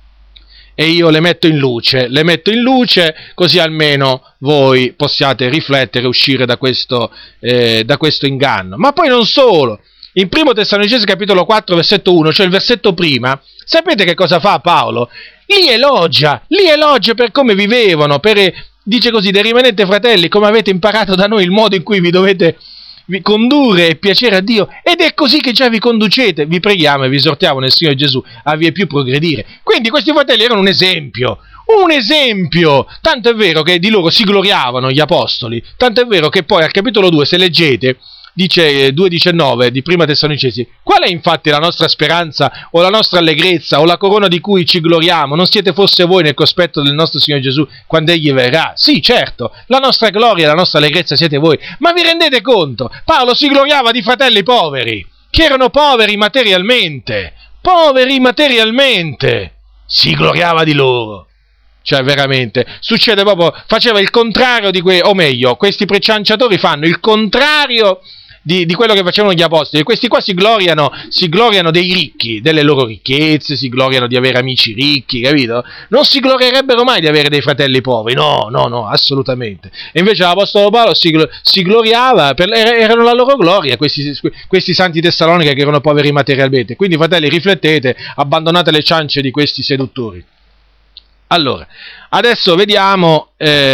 E io le metto in luce, le metto in luce così almeno voi possiate riflettere e uscire da questo, eh, da questo inganno. Ma poi non solo. In Primo Tessalonicesi capitolo quattro, versetto uno, cioè il versetto prima, sapete che cosa fa Paolo? Li elogia, li elogia per come vivevano, per, dice così, dei rimanenti fratelli, come avete imparato da noi il modo in cui vi dovete vi condurre e piacere a Dio, ed è così che già vi conducete. Vi preghiamo e vi esortiamo nel Signore Gesù a vie più progredire. Quindi questi fratelli erano un esempio, un esempio, tanto è vero che di loro si gloriavano gli apostoli, tanto è vero che poi al capitolo due, se leggete, dice due diciannove di Prima Tessalonicesi: qual è infatti la nostra speranza o la nostra allegrezza o la corona di cui ci gloriamo? Non siete forse voi nel cospetto del nostro Signore Gesù quando Egli verrà? Sì, certo, la nostra gloria e la nostra allegrezza siete voi. Ma vi rendete conto? Paolo si gloriava di fratelli poveri, che erano poveri materialmente, poveri materialmente, si gloriava di loro. Cioè veramente, succede proprio, faceva il contrario di que, o meglio, questi precianciatori fanno il contrario Di, di quello che facevano gli apostoli. Questi qua si gloriano, si gloriano dei ricchi, delle loro ricchezze, si gloriano di avere amici ricchi, capito? Non si glorierebbero mai di avere dei fratelli poveri, no, no, no, assolutamente. E invece l'apostolo Paolo si, si gloriava, per, erano la loro gloria, questi, questi santi Tessalonica che erano poveri materialmente. Quindi, fratelli, riflettete, abbandonate le ciance di questi seduttori. Allora, adesso vediamo,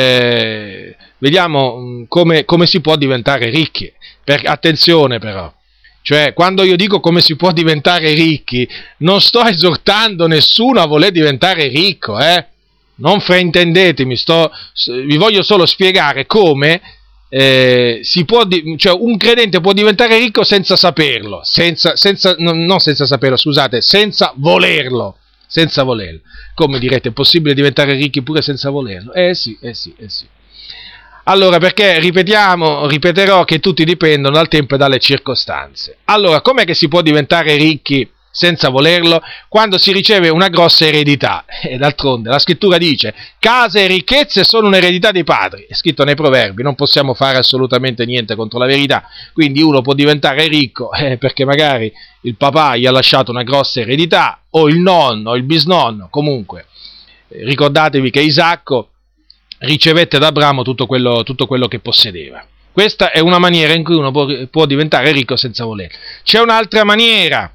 eh, vediamo come, come si può diventare ricchi. Per, attenzione però, cioè quando io dico come si può diventare ricchi, non sto esortando nessuno a voler diventare ricco, eh? Non fraintendetemi, sto, vi voglio solo spiegare come eh, si può, cioè un credente può diventare ricco senza saperlo, senza, senza, no, non senza saperlo, scusate, senza volerlo, senza volerlo. Come direte, è possibile diventare ricchi pure senza volerlo? Eh sì, eh sì, eh sì. Allora, perché ripetiamo, ripeterò che tutti dipendono dal tempo e dalle circostanze. Allora, com'è che si può diventare ricchi senza volerlo? Quando si riceve una grossa eredità. E d'altronde la scrittura dice: case e ricchezze sono un'eredità dei padri. È scritto nei Proverbi, non possiamo fare assolutamente niente contro la verità. Quindi uno può diventare ricco eh, perché magari il papà gli ha lasciato una grossa eredità, o il nonno, o il bisnonno. Comunque, eh, ricordatevi che Isacco ricevette da Abramo tutto quello, tutto quello che possedeva. Questa è una maniera in cui uno può, può diventare ricco senza volerlo. C'è un'altra maniera,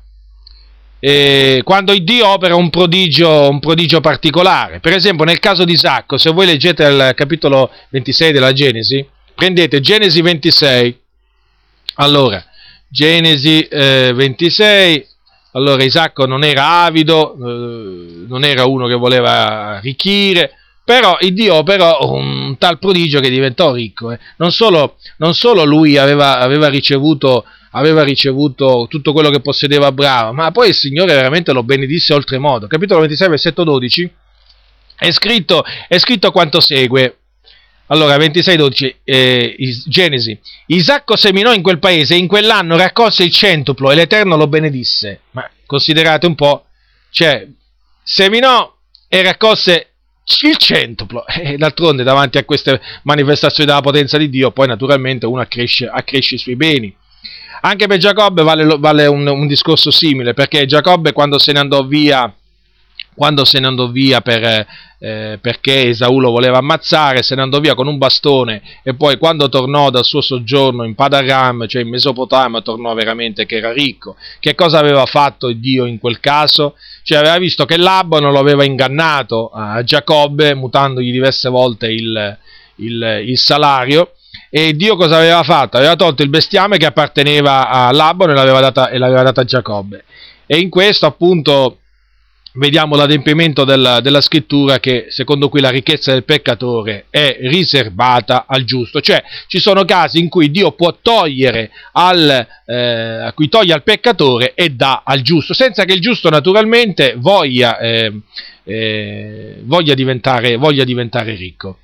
eh, quando Dio opera un prodigio, un prodigio particolare. Per esempio nel caso di Isacco, se voi leggete il capitolo ventisei della Genesi, prendete Genesi ventisei, allora, Genesi eh, ventisei, allora Isacco non era avido, eh, non era uno che voleva arricchire, però il Dio operò un tal prodigio che diventò ricco. Eh. Non solo, non solo lui aveva, aveva, ricevuto, aveva ricevuto tutto quello che possedeva Abramo, ma poi il Signore veramente lo benedisse oltremodo. Capitolo ventisei, versetto dodici, è scritto, è scritto quanto segue. Allora, ventisei dodici, eh, Genesi. Isacco seminò in quel paese e in quell'anno raccolse il centuplo e l'Eterno lo benedisse. Ma considerate un po', cioè, seminò e raccolse il centuplo, e d'altronde davanti a queste manifestazioni della potenza di Dio poi naturalmente uno accresce, accresce i suoi beni. Anche per Giacobbe vale, vale un, un discorso simile, perché Giacobbe quando se ne andò via quando se ne andò via per, eh, perché Esaù lo voleva ammazzare, se ne andò via con un bastone, e poi quando tornò dal suo soggiorno in Padaram, cioè in Mesopotamia, tornò veramente che era ricco. Che cosa aveva fatto Dio in quel caso? Cioè aveva visto che Labano lo aveva ingannato a Giacobbe, mutandogli diverse volte il, il, il salario, e Dio cosa aveva fatto? Aveva tolto il bestiame che apparteneva a Labano e l'aveva data, e l'aveva data a Giacobbe. E in questo appunto vediamo l'adempimento della, della scrittura, che secondo cui la ricchezza del peccatore è riservata al giusto. Cioè ci sono casi in cui Dio può togliere al, eh, a cui toglie al peccatore e dà al giusto, senza che il giusto naturalmente voglia, eh, eh, voglia, diventare, voglia diventare ricco.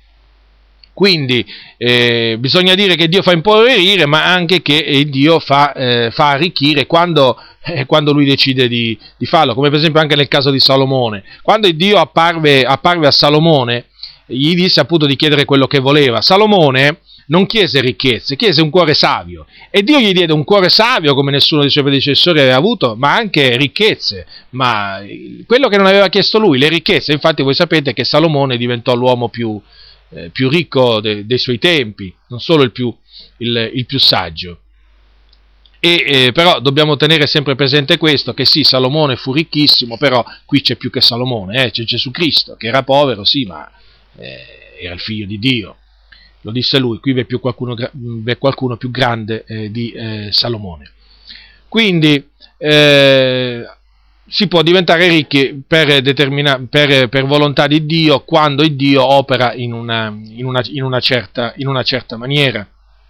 Quindi eh, bisogna dire che Dio fa impoverire, ma anche che eh, Dio fa, eh, fa arricchire quando, eh, quando Lui decide di, di farlo, come per esempio anche nel caso di Salomone. Quando Dio apparve, apparve a Salomone, gli disse appunto di chiedere quello che voleva. Salomone non chiese ricchezze, chiese un cuore savio, e Dio gli diede un cuore savio come nessuno dei suoi predecessori aveva avuto, ma anche ricchezze, ma quello che non aveva chiesto lui, le ricchezze. Infatti voi sapete che Salomone diventò l'uomo più Eh, più ricco de, dei suoi tempi, non solo il più, il, il più saggio. E, eh, però dobbiamo tenere sempre presente questo, che sì, Salomone fu ricchissimo, però qui c'è più che Salomone, eh, c'è Gesù Cristo, che era povero, sì, ma eh, era il figlio di Dio. Lo disse lui, qui v'è, più qualcuno, v'è qualcuno più grande eh, di eh, Salomone. Quindi eh, si può diventare ricchi per, determina- per, per volontà di Dio, quando il Dio opera in una, in una, in una, certa, in una certa maniera.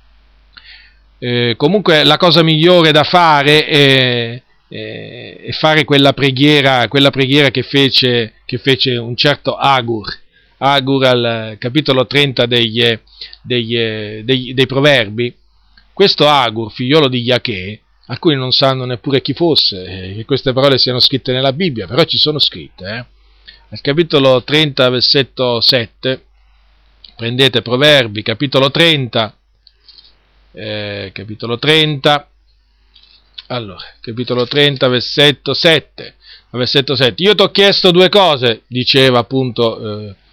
Eh, comunque la cosa migliore da fare è, è, è fare quella preghiera, quella preghiera che fece, che fece un certo Agur, Agur al capitolo trenta degli, degli, degli, dei Proverbi. Questo Agur, figliolo di Jache, alcuni non sanno neppure chi fosse, eh, che queste parole siano scritte nella Bibbia, però ci sono scritte. Eh. Al capitolo trenta, versetto sette, prendete Proverbi, capitolo trenta, eh, capitolo trenta, allora, capitolo trenta, versetto sette, versetto sette. Io ti ho chiesto due cose, diceva appunto, eh,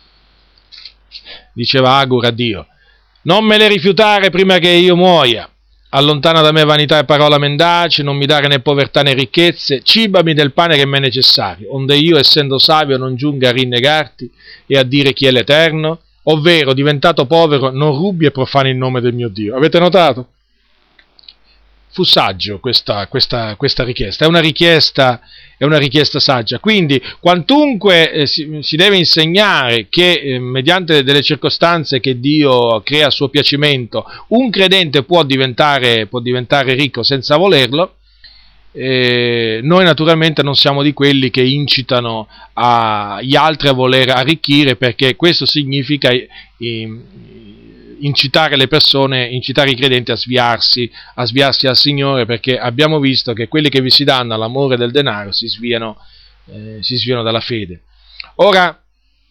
diceva Agur a Dio, non me le rifiutare prima che io muoia. Allontana da me vanità e parola mendace, non mi dare né povertà né ricchezze, cibami del pane che mi è necessario, onde io, essendo savio, non giunga a rinnegarti e a dire chi è l'Eterno, ovvero, diventato povero, non rubi e profani il nome del mio Dio. Avete notato? fu saggio questa, questa, questa richiesta, è una richiesta, è una richiesta saggia. Quindi, quantunque eh, si, si deve insegnare che eh, mediante delle circostanze che Dio crea a suo piacimento, un credente può diventare, può diventare ricco senza volerlo, eh, noi naturalmente non siamo di quelli che incitano a, gli altri a voler arricchire, perché questo significa eh, incitare le persone, incitare i credenti a sviarsi, a sviarsi al Signore, perché abbiamo visto che quelli che vi si danno all'amore del denaro si sviano, eh, si sviano dalla fede. Ora,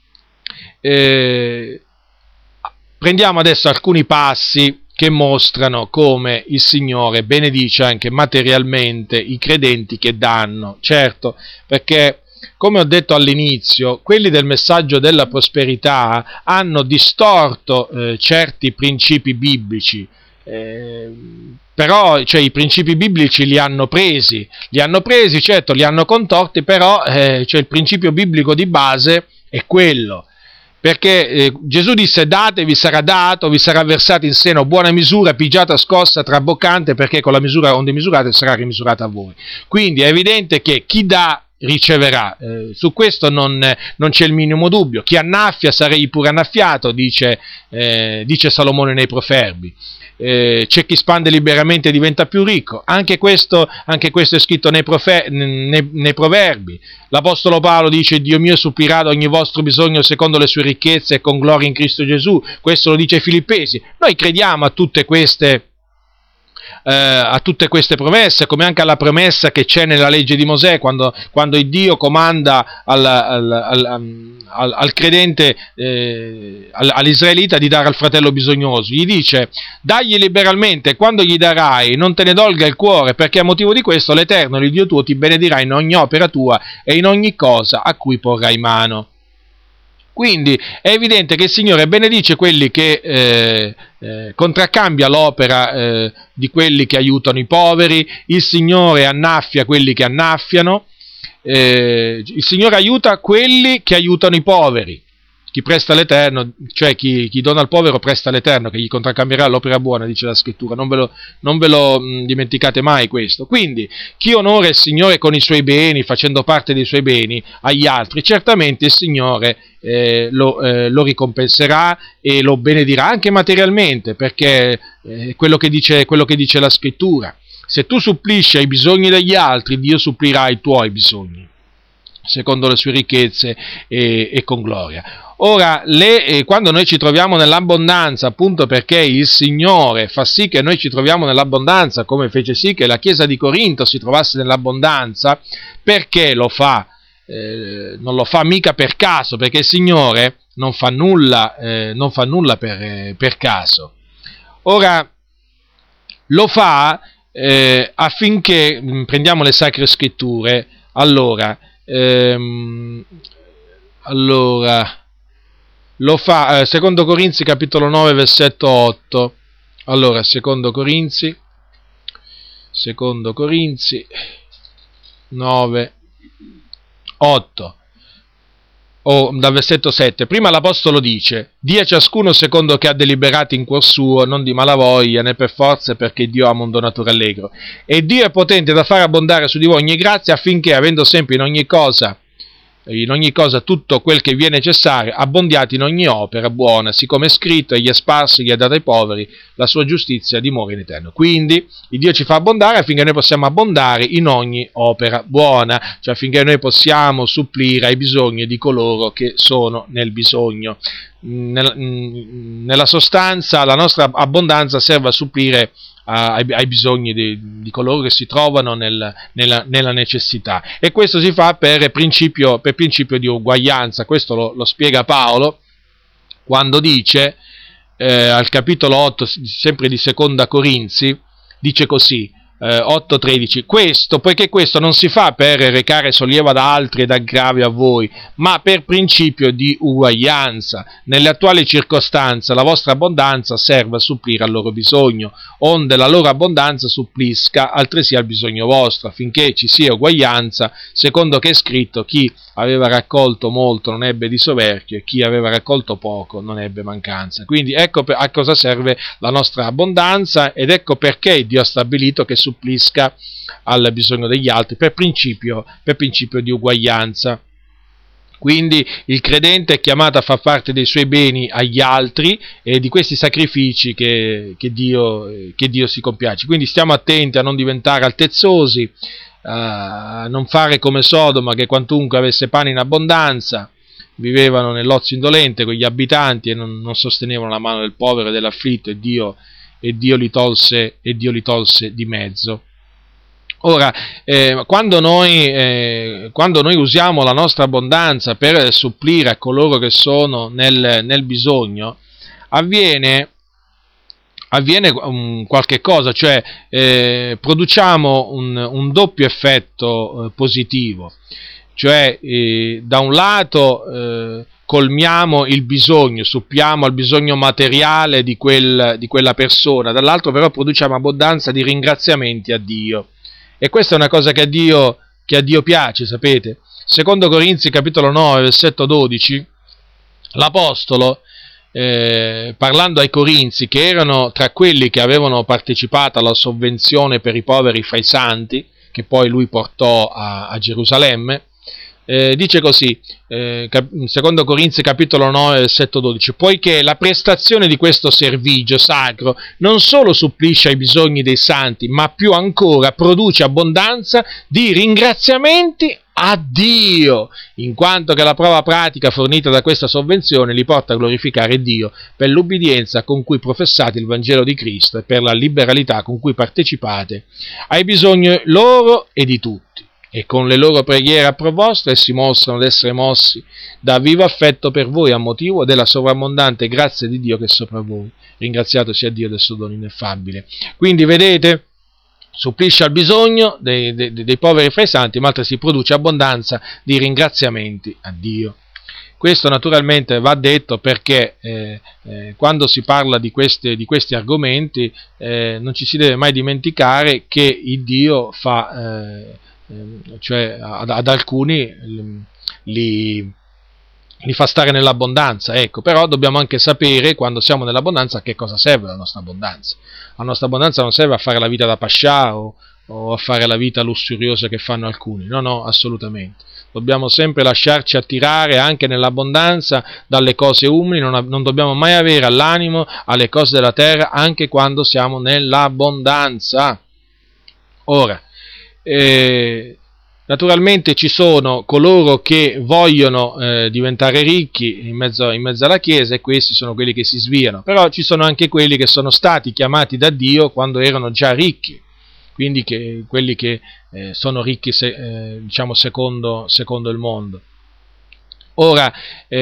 eh, prendiamo adesso alcuni passi che mostrano come il Signore benedice anche materialmente i credenti che danno. Certo, perché, come ho detto all'inizio, quelli del messaggio della prosperità hanno distorto eh, certi principi biblici, eh, però cioè, i principi biblici li hanno presi, li hanno presi, certo, li hanno contorti, però eh, cioè, il principio biblico di base è quello. Perché eh, Gesù disse: date, vi sarà dato, vi sarà versato in seno buona misura, pigiata, scossa, traboccante, perché con la misura onde misurate sarà rimisurata a voi. Quindi è evidente che chi dà riceverà, eh, su questo non, non c'è il minimo dubbio. Chi annaffia sarei pure annaffiato, dice, eh, dice Salomone nei Proverbi. Eh, c'è chi spande liberamente e diventa più ricco, anche questo, anche questo è scritto nei, profer- nei, nei Proverbi. L'Apostolo Paolo dice: Dio mio supplirà ad ogni vostro bisogno secondo le sue ricchezze e con gloria in Cristo Gesù. Questo lo dice ai Filippesi. Noi crediamo a tutte queste Eh, a tutte queste promesse, come anche alla promessa che c'è nella legge di Mosè, quando, quando il Dio comanda al, al, al, al, al credente, eh, all'israelita, di dare al fratello bisognoso. Gli dice: dagli liberalmente, quando gli darai non te ne dolga il cuore, perché a motivo di questo l'Eterno, il Dio tuo, ti benedirà in ogni opera tua e in ogni cosa a cui porrai mano. Quindi è evidente che il Signore benedice quelli che eh, eh, contraccambia l'opera eh, di quelli che aiutano i poveri, il Signore annaffia quelli che annaffiano, eh, il Signore aiuta quelli che aiutano i poveri. Chi presta all'Eterno, cioè chi, chi dona al povero presta all'Eterno, che gli contraccambierà l'opera buona, dice la Scrittura. Non ve lo, non ve lo mh, dimenticate mai questo. Quindi, chi onora il Signore con i suoi beni, facendo parte dei suoi beni agli altri, certamente il Signore eh, lo, eh, lo ricompenserà e lo benedirà anche materialmente, perché eh, quello che dice, quello che dice la Scrittura. Se tu supplisci ai bisogni degli altri, Dio supplirà ai tuoi bisogni, secondo le sue ricchezze e, e con gloria. Ora, le, eh, quando noi ci troviamo nell'abbondanza, appunto perché il Signore fa sì che noi ci troviamo nell'abbondanza, come fece sì che la Chiesa di Corinto si trovasse nell'abbondanza, perché lo fa? Eh, non lo fa mica per caso, perché il Signore non fa nulla, eh, non fa nulla per, eh, per caso. Ora, lo fa eh, affinché, mh, prendiamo le Sacre Scritture, allora, ehm, allora lo fa, eh, secondo Corinzi capitolo nove versetto otto, allora, secondo Corinzi, secondo Corinzi nove, otto, o dal versetto sette, prima l'Apostolo dice: dia ciascuno secondo che ha deliberato in cuor suo, non di malavoglia né per forza, perché Dio ama un donatore allegro. E Dio è potente da fare abbondare su di voi ogni grazia, affinché, avendo sempre in ogni cosa in ogni cosa tutto quel che vi è necessario, abbondiate in ogni opera buona, siccome è scritto: egli è sparso, gli ha dato ai poveri, la sua giustizia dimora in eterno. Quindi il Dio ci fa abbondare affinché noi possiamo abbondare in ogni opera buona, cioè affinché noi possiamo supplire ai bisogni di coloro che sono nel bisogno. Nella, nella sostanza, la nostra abbondanza serve a supplire Ai, ai bisogni di, di coloro che si trovano nel, nella, nella necessità, e questo si fa per principio, per principio di uguaglianza. Questo lo, lo spiega Paolo quando dice eh, al capitolo otto, sempre di seconda Corinzi, dice così, eh, otto tredici: questo, poiché questo non si fa per recare sollievo ad altri ed aggravio a voi, ma per principio di uguaglianza. Nelle attuali circostanze la vostra abbondanza serve a supplire al loro bisogno, onde la loro abbondanza supplisca altresì al bisogno vostro, affinché ci sia uguaglianza, secondo che è scritto: chi aveva raccolto molto non ebbe di soverchio, e chi aveva raccolto poco non ebbe mancanza. Quindi ecco per, a cosa serve la nostra abbondanza, ed ecco perché Dio ha stabilito che supplisca al bisogno degli altri per principio, per principio di uguaglianza. Quindi il credente è chiamato a far parte dei suoi beni agli altri e di questi sacrifici che, che, Dio, che Dio si compiace. Quindi stiamo attenti a non diventare altezzosi, a non fare come Sodoma, che quantunque avesse pane in abbondanza, vivevano nell'ozio indolente con gli abitanti e non, non sostenevano la mano del povero e dell'afflitto, e Dio, e Dio li tolse, e Dio li tolse di mezzo. Ora, eh, quando, noi, eh, quando noi usiamo la nostra abbondanza per supplire a coloro che sono nel, nel bisogno, avviene, avviene um, qualche cosa, cioè eh, produciamo un, un doppio effetto eh, positivo, cioè eh, da un lato eh, colmiamo il bisogno, suppliamo al bisogno materiale di, quel, di quella persona, dall'altro però produciamo abbondanza di ringraziamenti a Dio. E questa è una cosa che a Dio, che a Dio piace, sapete. Secondo Corinzi capitolo nove, versetto dodici, l'Apostolo, eh, parlando ai Corinzi, che erano tra quelli che avevano partecipato alla sovvenzione per i poveri fra i santi, che poi lui portò a, a Gerusalemme, eh, dice così, eh, cap- secondo Corinzi capitolo nove, versetto dodici, poiché la prestazione di questo servigio sacro non solo supplisce ai bisogni dei santi, ma più ancora produce abbondanza di ringraziamenti a Dio, in quanto che la prova pratica fornita da questa sovvenzione li porta a glorificare Dio per l'ubbidienza con cui professate il Vangelo di Cristo e per la liberalità con cui partecipate ai bisogni loro e di tutti. E con le loro preghiere a pro vostro essi mostrano di essere mossi da vivo affetto per voi a motivo della sovrabbondante grazia di Dio che è sopra voi. Ringraziato sia Dio del suo dono ineffabile. Quindi vedete, supplisce al bisogno dei, dei, dei poveri fra i santi, ma altresì produce abbondanza di ringraziamenti a Dio. Questo naturalmente va detto perché eh, eh, quando si parla di, queste, di questi argomenti eh, non ci si deve mai dimenticare che il Dio fa... Eh, cioè ad, ad alcuni li, li fa stare nell'abbondanza, ecco, però dobbiamo anche sapere quando siamo nell'abbondanza a che cosa serve la nostra abbondanza. La nostra abbondanza non serve a fare la vita da pascià o, o a fare la vita lussuriosa che fanno alcuni, no, no, assolutamente. Dobbiamo sempre lasciarci attirare anche nell'abbondanza dalle cose umili, non, non dobbiamo mai avere all'animo alle cose della terra anche quando siamo nell'abbondanza. Ora, Eh, naturalmente ci sono coloro che vogliono eh, diventare ricchi in mezzo, in mezzo alla Chiesa, e questi sono quelli che si sviano, però ci sono anche quelli che sono stati chiamati da Dio quando erano già ricchi, quindi che, quelli che eh, sono ricchi se, eh, diciamo secondo, secondo il mondo. Ora,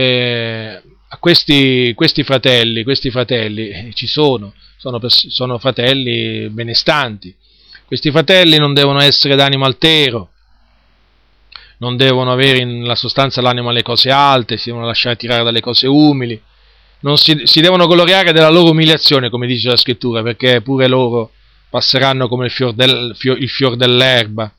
eh, questi, questi fratelli, questi fratelli eh, ci sono, sono, sono fratelli benestanti. Questi fratelli non devono essere d'animo altero, non devono avere nella sostanza l'animo alle cose alte, si devono lasciare tirare dalle cose umili, non si, si devono gloriare della loro umiliazione, come dice la Scrittura, perché pure loro passeranno come il fior, del, fior, il fior dell'erba.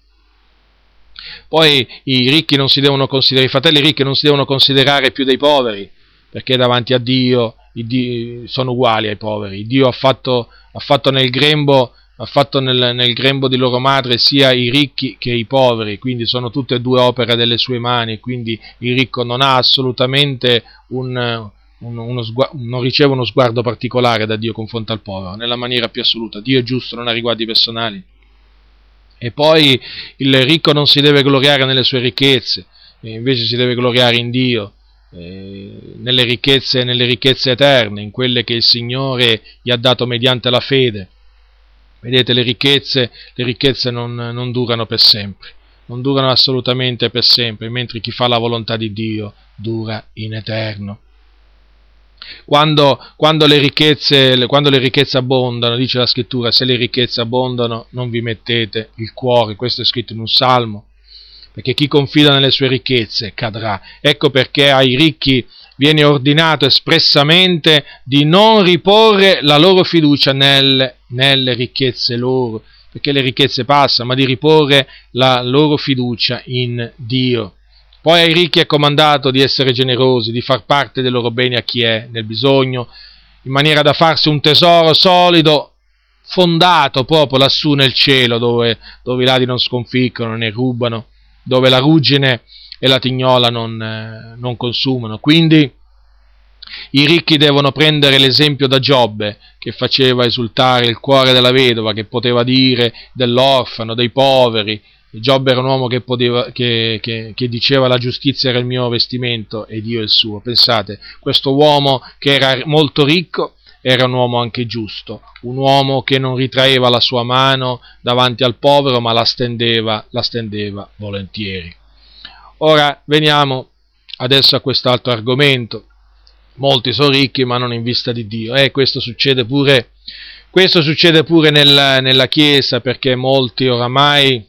Poi i ricchi non si devono considerare, i fratelli ricchi non si devono considerare più dei poveri, perché davanti a Dio, Dio sono uguali ai poveri. Dio ha fatto, ha fatto nel grembo ha fatto nel, nel grembo di loro madre sia i ricchi che i poveri, quindi sono tutte e due opere delle sue mani, quindi il ricco non ha assolutamente un, un, uno sguardo, non riceve uno sguardo particolare da Dio confronto al povero, nella maniera più assoluta. Dio è giusto, non ha riguardi personali. E poi il ricco non si deve gloriare nelle sue ricchezze, invece si deve gloriare in Dio, eh, nelle ricchezze, nelle ricchezze eterne, in quelle che il Signore gli ha dato mediante la fede. Vedete, le ricchezze, le ricchezze non, non durano per sempre, non durano assolutamente per sempre, mentre chi fa la volontà di Dio dura in eterno. Quando, quando, le ricchezze, quando le ricchezze abbondano, dice la Scrittura, se le ricchezze abbondano non vi mettete il cuore, questo è scritto in un salmo, perché chi confida nelle sue ricchezze cadrà. Ecco perché ai ricchi viene ordinato espressamente di non riporre la loro fiducia nelle, nelle ricchezze loro, perché le ricchezze passano, ma di riporre la loro fiducia in Dio. Poi ai ricchi è comandato di essere generosi, di far parte dei loro beni a chi è nel bisogno, in maniera da farsi un tesoro solido fondato proprio lassù nel cielo, dove, dove i ladri non sconficcono né rubano, dove la ruggine e la tignola non, eh, non consumano. Quindi i ricchi devono prendere l'esempio da Giobbe, che faceva esultare il cuore della vedova, che poteva dire dell'orfano, dei poveri. Giobbe era un uomo che, poteva, che, che, che diceva: la giustizia era il mio vestimento ed io il suo. Pensate, questo uomo che era molto ricco era un uomo anche giusto, un uomo che non ritraeva la sua mano davanti al povero, ma la stendeva, la stendeva volentieri. Ora veniamo adesso a quest'altro argomento. Molti sono ricchi ma non in vista di Dio. E eh, questo succede pure, questo succede pure nella, nella Chiesa, perché molti oramai,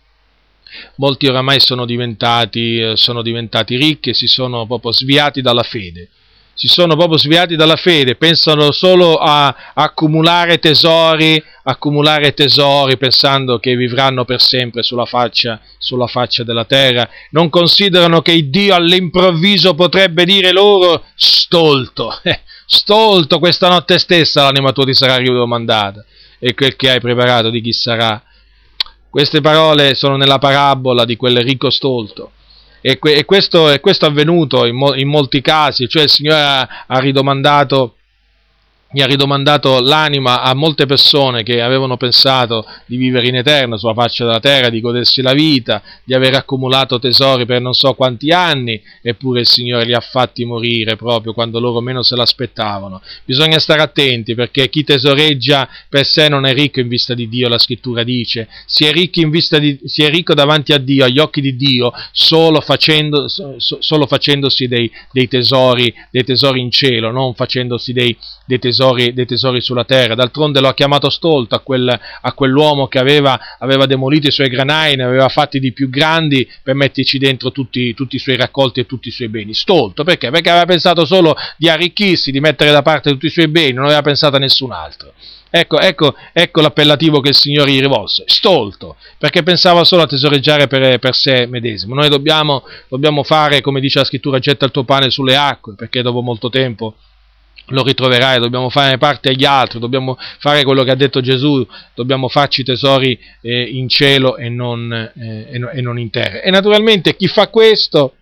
molti oramai sono diventati, sono diventati ricchi e si sono proprio sviati dalla fede. Si sono proprio sviati dalla fede, pensano solo a, a accumulare tesori, accumulare tesori, pensando che vivranno per sempre sulla faccia, sulla faccia della terra. Non considerano che il Dio all'improvviso potrebbe dire loro: stolto, eh, stolto, questa notte stessa l'anima tua ti sarà ridomandata, e quel che hai preparato di chi sarà. Queste parole sono nella parabola di quel ricco stolto. E, que- e, questo, e questo è avvenuto in, mo- in molti casi, cioè il Signore ha, ha ridomandato, gli ha ridomandato l'anima a molte persone che avevano pensato di vivere in eterno sulla faccia della terra, di godersi la vita, di aver accumulato tesori per non so quanti anni, eppure il Signore li ha fatti morire proprio quando loro meno se l'aspettavano. Bisogna stare attenti, perché chi tesoreggia per sé non è ricco in vista di Dio, la Scrittura dice. Si è ricchi in vista di, si è ricco davanti a Dio, agli occhi di Dio, solo, facendo, so, solo facendosi dei, dei tesori, dei tesori in cielo, non facendosi dei, dei tesori dei tesori sulla terra. D'altronde lo ha chiamato stolto a, quel, a quell'uomo che aveva, aveva demolito i suoi granai, ne aveva fatti di più grandi per metterci dentro tutti, tutti i suoi raccolti e tutti i suoi beni. Stolto, perché? Perché aveva pensato solo di arricchirsi, di mettere da parte tutti i suoi beni, non aveva pensato a nessun altro. Ecco, ecco, ecco l'appellativo che il Signore gli rivolse: stolto, perché pensava solo a tesoreggiare per, per sé medesimo. Noi dobbiamo, dobbiamo fare, come dice la Scrittura, getta il tuo pane sulle acque, perché dopo molto tempo lo ritroverai. Dobbiamo fare parte agli altri, dobbiamo fare quello che ha detto Gesù, dobbiamo farci tesori eh, in cielo e non, eh, e, no, e non in terra. E naturalmente chi fa questo,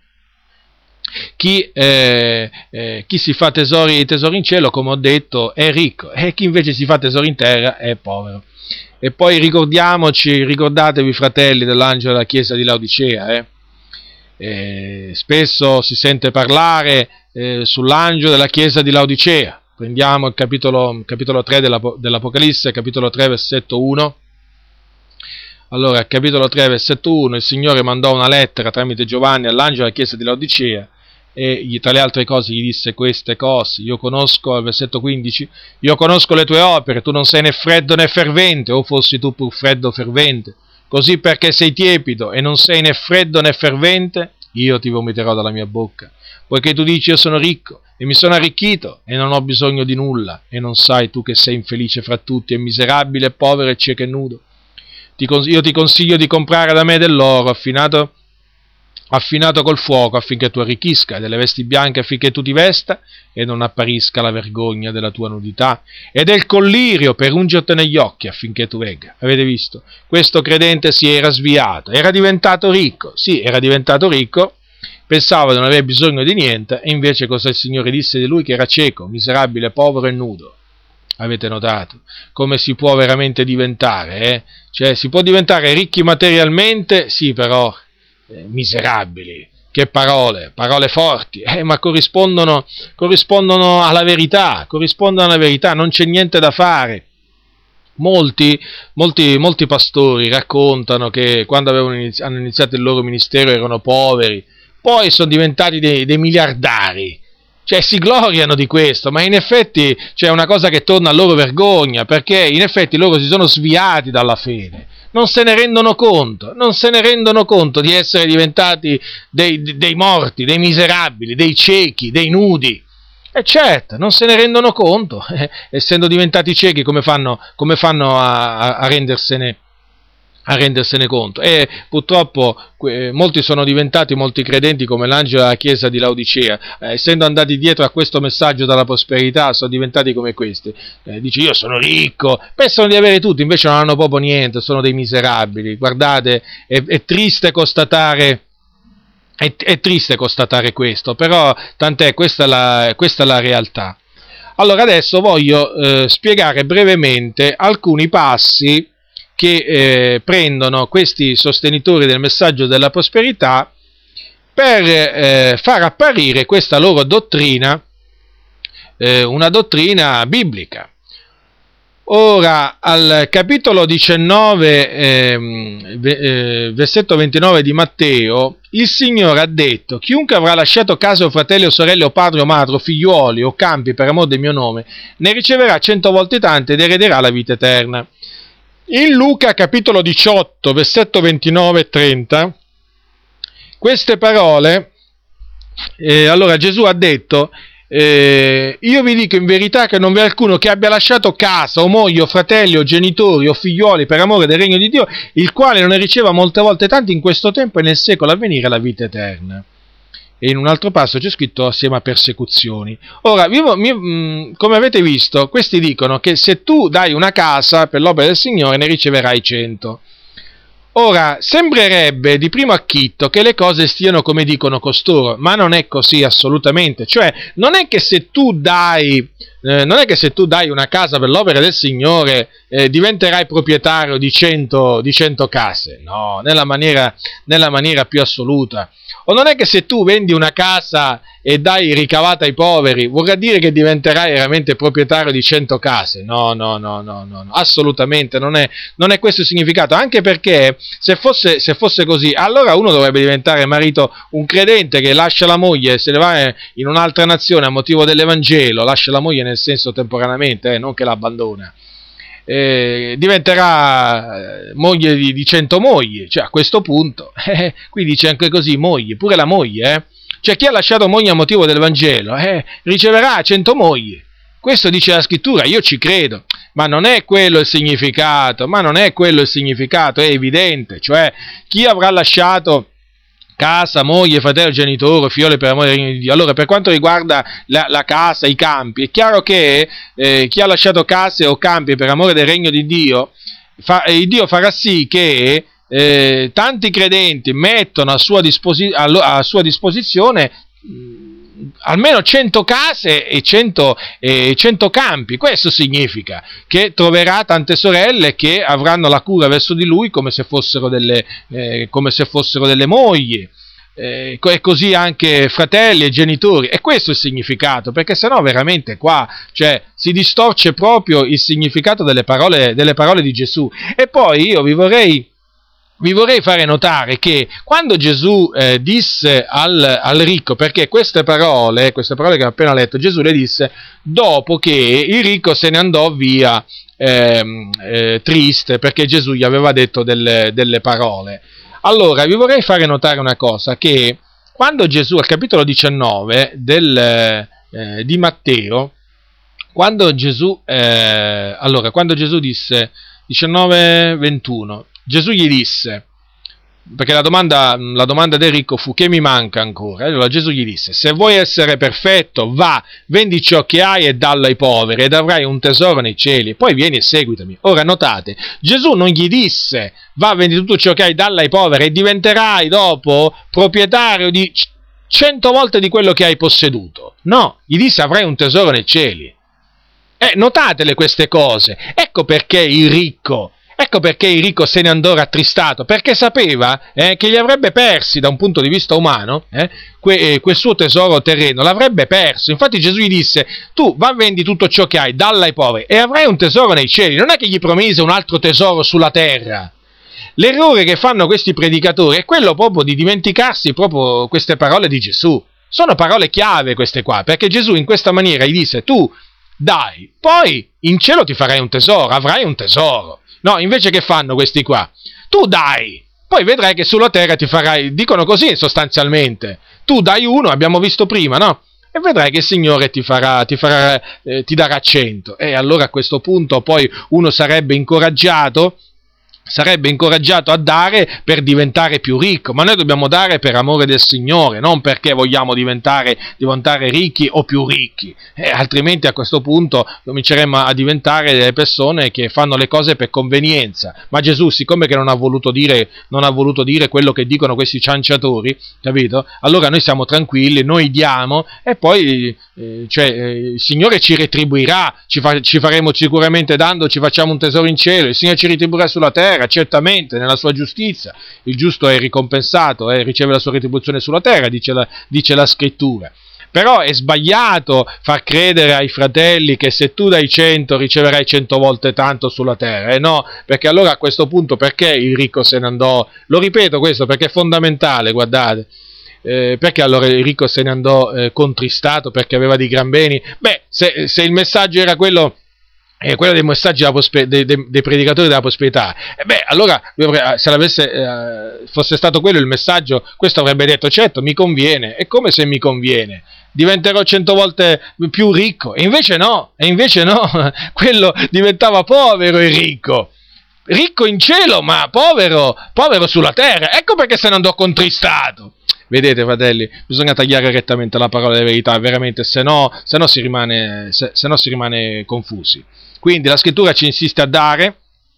chi, eh, eh, chi si fa tesori, tesori in cielo, come ho detto, è ricco, e chi invece si fa tesori in terra è povero. E poi ricordiamoci, ricordatevi, fratelli, dell'angelo della chiesa di Laodicea, eh? Eh, spesso si sente parlare eh, sull'angelo della chiesa di Laodicea. Prendiamo il capitolo, capitolo tre dell'Apocalisse, capitolo tre, versetto uno. Allora, capitolo tre, versetto uno: il Signore mandò una lettera tramite Giovanni all'angelo della chiesa di Laodicea, e gli, tra le altre cose, gli disse queste cose. Io conosco, al versetto quindici, io conosco le tue opere, tu non sei né freddo né fervente, o fossi tu pur freddo o fervente. Così, perché sei tiepido e non sei né freddo né fervente, io ti vomiterò dalla mia bocca. Poiché tu dici: io sono ricco e mi sono arricchito e non ho bisogno di nulla, e non sai tu che sei infelice fra tutti, e miserabile, povero e cieco e nudo. Ti cons- io ti consiglio di comprare da me dell'oro affinato, affinato col fuoco, affinché tu arricchisca, e delle vesti bianche affinché tu ti vesta e non apparisca la vergogna della tua nudità, e del collirio per ungerti negli occhi affinché tu vegga. Avete visto? Questo credente si era sviato, era diventato ricco, sì, era diventato ricco, pensava di non avere bisogno di niente, e invece cosa il Signore disse di lui? Che era cieco, miserabile, povero e nudo. Avete notato come si può veramente diventare? Eh? Cioè, si può diventare ricchi materialmente, sì, però eh, miserabili. Che parole, parole forti, eh, ma corrispondono, corrispondono alla verità, corrispondono alla verità, non c'è niente da fare. Molti, molti, molti pastori raccontano che quando avevano inizi- hanno iniziato il loro ministero erano poveri, poi sono diventati dei, dei miliardari. Cioè, si gloriano di questo, ma in effetti c'è una cosa che torna a loro vergogna, perché in effetti loro si sono sviati dalla fede, non se ne rendono conto, non se ne rendono conto di essere diventati dei, dei morti, dei miserabili, dei ciechi, dei nudi. E certo, non se ne rendono conto, eh, essendo diventati ciechi, come fanno, come fanno a, a, a rendersene a rendersene conto. E purtroppo eh, molti sono diventati, molti credenti come l'angelo della chiesa di Laodicea, eh, essendo andati dietro a questo messaggio della prosperità, sono diventati come questi. Eh, dice: io sono ricco, pensano di avere tutto, invece non hanno proprio niente, sono dei miserabili. Guardate, è, è triste constatare è, è triste constatare questo, però tant'è, questa è la, questa è la realtà. Allora adesso voglio eh, spiegare brevemente alcuni passi che eh, prendono questi sostenitori del messaggio della prosperità per eh, far apparire questa loro dottrina, eh, una dottrina biblica. Ora, al capitolo diciannove, eh, eh, versetto ventinove di Matteo, il Signore ha detto: chiunque avrà lasciato casa o fratelli o sorelle o padre o madre o figliuoli o campi per amor del mio nome, ne riceverà cento volte tante ed erederà la vita eterna. In Luca capitolo diciotto, versetto ventinove e trenta, queste parole, eh, allora Gesù ha detto: eh, io vi dico in verità che non vi è alcuno che abbia lasciato casa o moglie o fratelli o genitori o figliuoli per amore del regno di Dio, il quale non ne riceva molte volte tanti in questo tempo e nel secolo a venire la vita eterna. E in un altro passo c'è scritto assieme a persecuzioni. Ora, vivo, mi, mh, come avete visto, questi dicono che se tu dai una casa per l'opera del Signore ne riceverai cento. Ora, sembrerebbe di primo acchitto che le cose stiano come dicono costoro, ma non è così assolutamente. Cioè, non è che se tu dai, eh, non è che se tu dai una casa per l'opera del Signore eh, diventerai proprietario di cento, di cento case. No, nella maniera, nella maniera più assoluta. O non è che se tu vendi una casa e dai ricavata ai poveri, vorrà dire che diventerai veramente proprietario di cento case. No, no, no, no, no, no. Assolutamente non è, non è questo il significato, anche perché se fosse, se fosse così, allora uno dovrebbe diventare marito, un credente che lascia la moglie, se ne va in un'altra nazione a motivo dell'Evangelo, lascia la moglie nel senso temporaneamente, eh, non che l'abbandona. Eh, diventerà moglie di, di cento mogli, cioè a questo punto, eh, qui dice anche così, moglie, pure la moglie, eh, cioè chi ha lasciato moglie a motivo del Vangelo, eh, riceverà cento mogli, questo dice la scrittura, io ci credo, ma non è quello il significato, ma non è quello il significato, è evidente, cioè chi avrà lasciato casa, moglie, fratello, genitore, figlioli per amore del regno di Dio. Allora, per quanto riguarda la, la casa, i campi, è chiaro che eh, chi ha lasciato case o campi per amore del regno di Dio, fa, eh, Dio farà sì che eh, tanti credenti mettono a sua, disposi- a, a sua disposizione mh, almeno cento case e cento, eh, cento campi. Questo significa che troverà tante sorelle che avranno la cura verso di lui come se fossero delle, eh, come se fossero delle mogli, eh, e così anche fratelli e genitori. E questo è il significato, perché sennò veramente qua, cioè, si distorce proprio il significato delle parole, delle parole di Gesù. E poi io vi vorrei Vi vorrei fare notare che quando Gesù eh, disse al, al ricco, perché queste parole, queste parole che ho appena letto, Gesù le disse dopo che il ricco se ne andò via eh, eh, triste, perché Gesù gli aveva detto delle, delle parole. Allora, vi vorrei fare notare una cosa, che quando Gesù, al capitolo diciannove del, eh, di Matteo, quando Gesù, eh, allora, quando Gesù disse, diciannove ventuno, Gesù gli disse, perché la domanda, la domanda del ricco fu: che mi manca ancora? Allora Gesù gli disse: se vuoi essere perfetto, va, vendi ciò che hai e dallo ai poveri ed avrai un tesoro nei cieli, poi vieni e seguitami. Ora notate, Gesù non gli disse: va, vendi tutto ciò che hai, dallo ai poveri e diventerai dopo proprietario di cento volte di quello che hai posseduto. No, gli disse: avrai un tesoro nei cieli. Eh, notatele queste cose. Ecco perché il ricco Ecco perché il ricco se ne andò rattristato, perché sapeva eh, che li avrebbe persi da un punto di vista umano, eh, que, eh, quel suo tesoro terreno l'avrebbe perso. Infatti Gesù gli disse: tu va, vendi tutto ciò che hai, dalla ai poveri e avrai un tesoro nei cieli. Non è che gli promise un altro tesoro sulla terra. L'errore che fanno questi predicatori è quello proprio di dimenticarsi proprio queste parole di Gesù. Sono parole chiave queste qua, perché Gesù in questa maniera gli disse: tu dai, poi in cielo ti farai un tesoro, avrai un tesoro. No, invece che fanno questi qua? Tu dai, poi vedrai che sulla terra ti farai, dicono così sostanzialmente, tu dai uno, abbiamo visto prima, no? E vedrai che il Signore ti farà, ti farà, eh, ti darà cento. E allora a questo punto poi uno sarebbe incoraggiato sarebbe incoraggiato a dare per diventare più ricco, ma noi dobbiamo dare per amore del Signore, non perché vogliamo diventare, diventare ricchi o più ricchi, eh, altrimenti a questo punto cominceremo a diventare delle persone che fanno le cose per convenienza. Ma Gesù, siccome che non ha voluto dire, non ha voluto dire quello che dicono questi cianciatori, capito? Allora noi siamo tranquilli, noi diamo e poi eh, cioè, eh, il Signore ci retribuirà, ci, fa, ci faremo sicuramente dando, ci facciamo un tesoro in cielo, il Signore ci retribuirà sulla terra, certamente, nella sua giustizia. Il giusto è ricompensato e eh, riceve la sua retribuzione sulla terra, dice la, dice la scrittura. Però è sbagliato far credere ai fratelli che se tu dai cento riceverai cento volte tanto sulla terra, eh no, perché allora a questo punto perché il ricco se ne andò? Lo ripeto questo perché è fondamentale, guardate. Eh, perché allora il ricco se ne andò eh, contristato perché aveva di gran beni? Beh, se, se il messaggio era quello Eh, quello dei messaggi prosper- dei, dei, dei predicatori della prosperità, eh beh, allora se l'avesse, eh, fosse stato quello il messaggio, questo avrebbe detto: certo, mi conviene. È come se mi conviene, diventerò cento volte più ricco. E invece no, e invece no, quello diventava povero e ricco. Ricco in cielo, ma povero, povero sulla terra. Ecco perché se ne andò contristato. Vedete, fratelli, bisogna tagliare rettamente la parola della verità, veramente, se no, se no si rimane, se, se no si rimane confusi. Quindi la scrittura ci insiste a dare,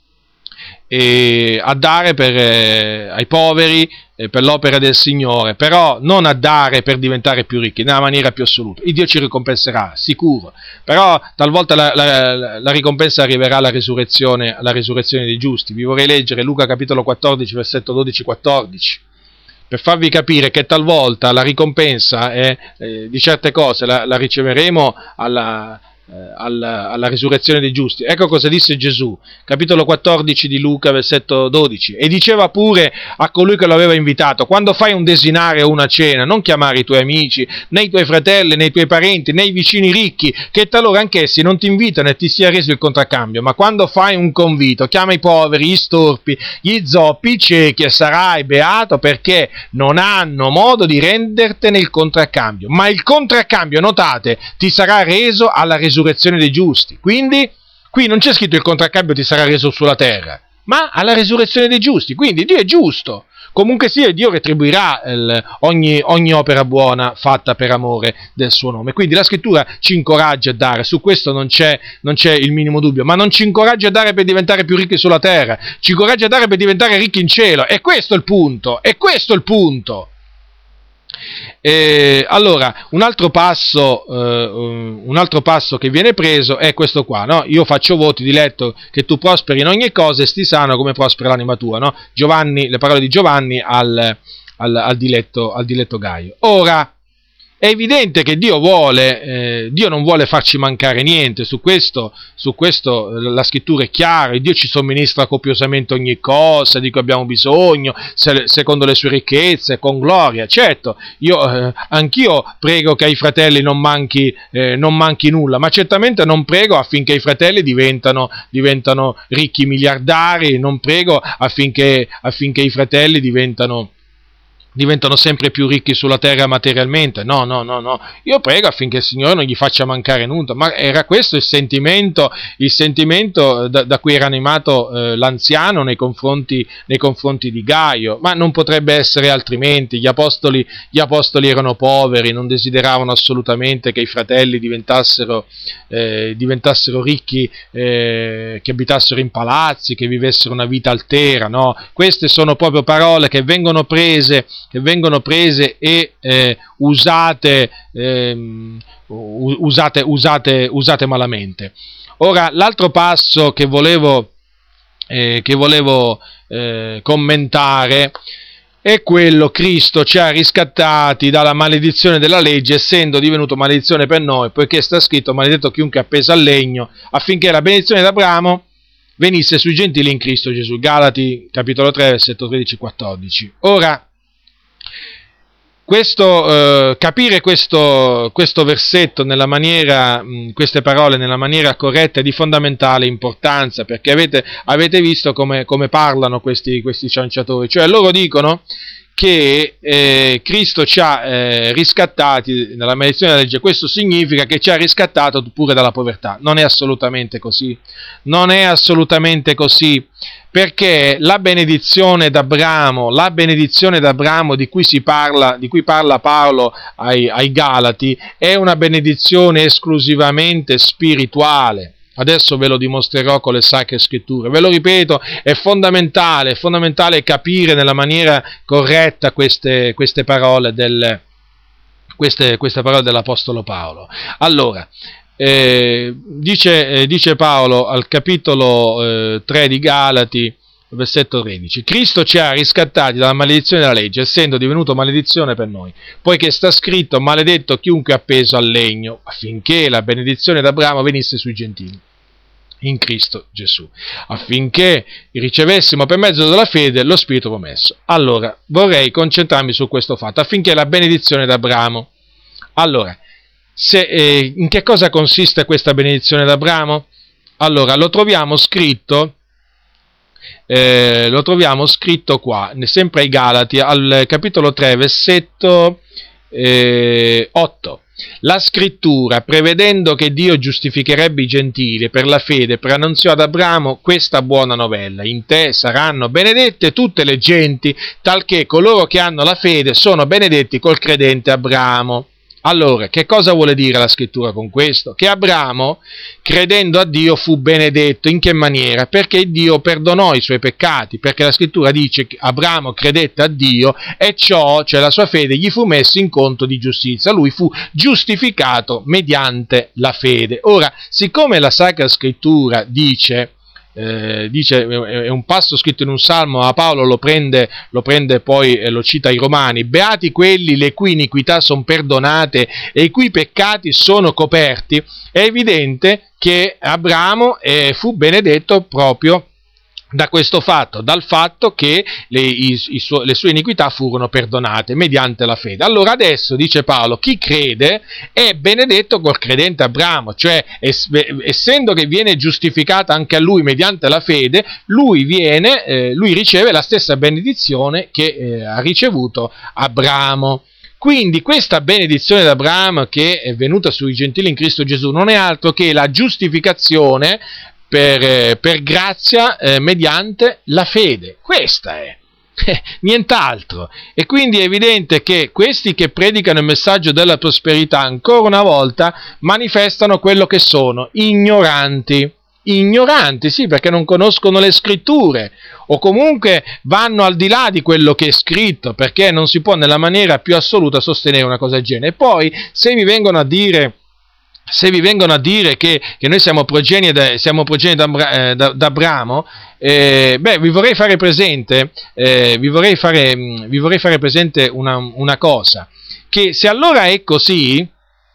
e a dare per, eh, ai poveri, eh, per l'opera del Signore, però non a dare per diventare più ricchi, nella maniera più assoluta. Il Dio ci ricompenserà, sicuro, però talvolta la, la, la ricompensa arriverà alla risurrezione, alla risurrezione dei giusti. Vi vorrei leggere Luca capitolo quattordici, versetto dodici quattordici. Per farvi capire che talvolta la ricompensa è, eh, di certe cose la, la riceveremo alla, eh, alla, alla risurrezione dei giusti. Ecco cosa disse Gesù, capitolo quattordici di Luca, versetto dodici. E diceva pure a colui che lo aveva invitato: quando fai un desinare o una cena, non chiamare i tuoi amici, né i tuoi fratelli, né i tuoi parenti, né i vicini ricchi, che talora anch'essi non ti invitano e ti sia reso il contraccambio. Ma quando fai un convito, chiama i poveri, gli storpi, gli zoppi, i ciechi, e sarai beato, perché non hanno modo di rendertene il contraccambio. Ma il contraccambio, notate, ti sarà reso alla risurrezione dei giusti. Quindi qui non c'è scritto il contraccambio ti sarà reso sulla terra, ma alla risurrezione dei giusti. Quindi Dio è giusto. Comunque sia, Dio retribuirà il, ogni, ogni opera buona fatta per amore del suo nome. Quindi la scrittura ci incoraggia a dare, su questo non c'è, non c'è il minimo dubbio, ma non ci incoraggia a dare per diventare più ricchi sulla terra, ci incoraggia a dare per diventare ricchi in cielo. E questo è il punto, è questo il punto. Eh, allora, un altro passo, eh, un altro passo che viene preso è questo qua, no? Io faccio voti, diletto, che tu prosperi in ogni cosa e sti sano come prospera l'anima tua, no? Giovanni, le parole di Giovanni al, al, al, diletto, al diletto Gaio. Ora, è evidente che Dio vuole, eh, Dio non vuole farci mancare niente, su questo, su questo la scrittura è chiara. Dio ci somministra copiosamente ogni cosa di cui abbiamo bisogno, se, secondo le sue ricchezze, con gloria. Certo, io, eh, anch'io prego che ai fratelli non manchi, eh, non manchi nulla, ma certamente non prego affinché i fratelli diventano, diventano ricchi miliardari, non prego affinché, affinché i fratelli diventano diventano sempre più ricchi sulla terra materialmente. No, no, no, no. Io prego affinché il Signore non gli faccia mancare nulla. Ma era questo il sentimento, il sentimento da, da cui era animato eh, l'anziano nei confronti, nei confronti di Gaio. Ma non potrebbe essere altrimenti. Gli apostoli, gli apostoli erano poveri, non desideravano assolutamente che i fratelli diventassero, eh, diventassero ricchi, eh, che abitassero in palazzi, che vivessero una vita altera. No, queste sono proprio parole che vengono prese che vengono prese e eh, usate, eh, usate, usate, usate malamente. Ora, l'altro passo che volevo, eh, che volevo eh, commentare è quello: Cristo ci ha riscattati dalla maledizione della legge, essendo divenuto maledizione per noi, poiché sta scritto: maledetto chiunque è appeso al legno, affinché la benedizione d'Abramo venisse sui gentili in Cristo Gesù. Galati capitolo tre, versetto tredici quattordici. Ora, Questo, eh, capire questo, questo versetto nella maniera, mh, queste parole nella maniera corretta è di fondamentale importanza, perché avete, avete visto come, come parlano questi, questi cianciatori. Cioè loro dicono che eh, Cristo ci ha eh, riscattati nella maledizione della legge. Questo significa che ci ha riscattato pure dalla povertà. Non è assolutamente così, non è assolutamente così, perché la benedizione d'Abramo, la benedizione d'Abramo di cui si parla, di cui parla Paolo ai, ai Galati, è una benedizione esclusivamente spirituale. Adesso ve lo dimostrerò con le Sacre Scritture. Ve lo ripeto, è fondamentale, è fondamentale capire nella maniera corretta queste, queste parole del, queste, queste parole dell'Apostolo Paolo. Allora, eh, dice, eh, dice Paolo al capitolo eh, tre di Galati, versetto tredici: Cristo ci ha riscattati dalla maledizione della legge, essendo divenuto maledizione per noi, poiché sta scritto: maledetto chiunque è appeso al legno, affinché la benedizione d'Abramo venisse sui gentili in Cristo Gesù, affinché ricevessimo per mezzo della fede lo Spirito promesso. Allora, vorrei concentrarmi su questo fatto, affinché la benedizione d'Abramo. Allora, se, eh, in che cosa consiste questa benedizione d'Abramo? Allora, lo troviamo scritto Eh, lo troviamo scritto qua, sempre ai Galati, al capitolo tre, versetto eh, otto. La scrittura, prevedendo che Dio giustificherebbe i gentili per la fede, preannunziò ad Abramo questa buona novella: in te saranno benedette tutte le genti, talché coloro che hanno la fede sono benedetti col credente Abramo. Allora, che cosa vuole dire la scrittura con questo? Che Abramo, credendo a Dio, fu benedetto. In che maniera? Perché Dio perdonò i suoi peccati, perché la scrittura dice che Abramo credette a Dio e ciò, cioè la sua fede, gli fu messo in conto di giustizia. Lui fu giustificato mediante la fede. Ora, siccome la Sacra Scrittura dice... Eh, dice, è un passo scritto in un salmo, ma Paolo lo prende, lo prende poi e lo cita ai Romani: beati quelli le cui iniquità sono perdonate e i cui peccati sono coperti. È evidente che Abramo eh, fu benedetto proprio da questo fatto, dal fatto che le, i, i suo, le sue iniquità furono perdonate mediante la fede. Allora adesso, dice Paolo, chi crede è benedetto col credente Abramo, cioè es, essendo che viene giustificata anche a lui mediante la fede, lui, viene, eh, lui riceve la stessa benedizione che eh, ha ricevuto Abramo. Quindi questa benedizione d'Abramo che è venuta sui gentili in Cristo Gesù non è altro che la giustificazione Per, per grazia eh, mediante la fede. Questa è, eh, nient'altro. E quindi è evidente che questi che predicano il messaggio della prosperità ancora una volta manifestano quello che sono: ignoranti. Ignoranti, sì, perché non conoscono le scritture, o comunque vanno al di là di quello che è scritto, perché non si può nella maniera più assoluta sostenere una cosa del genere. E poi, se vi vengono a dire Se vi vengono a dire che, che noi siamo progenie, da, siamo progenie d'Abra, eh, d'Abramo, eh, beh, vi vorrei fare presente, eh, vi vorrei fare, vi vorrei fare presente una, una cosa, che se allora è così,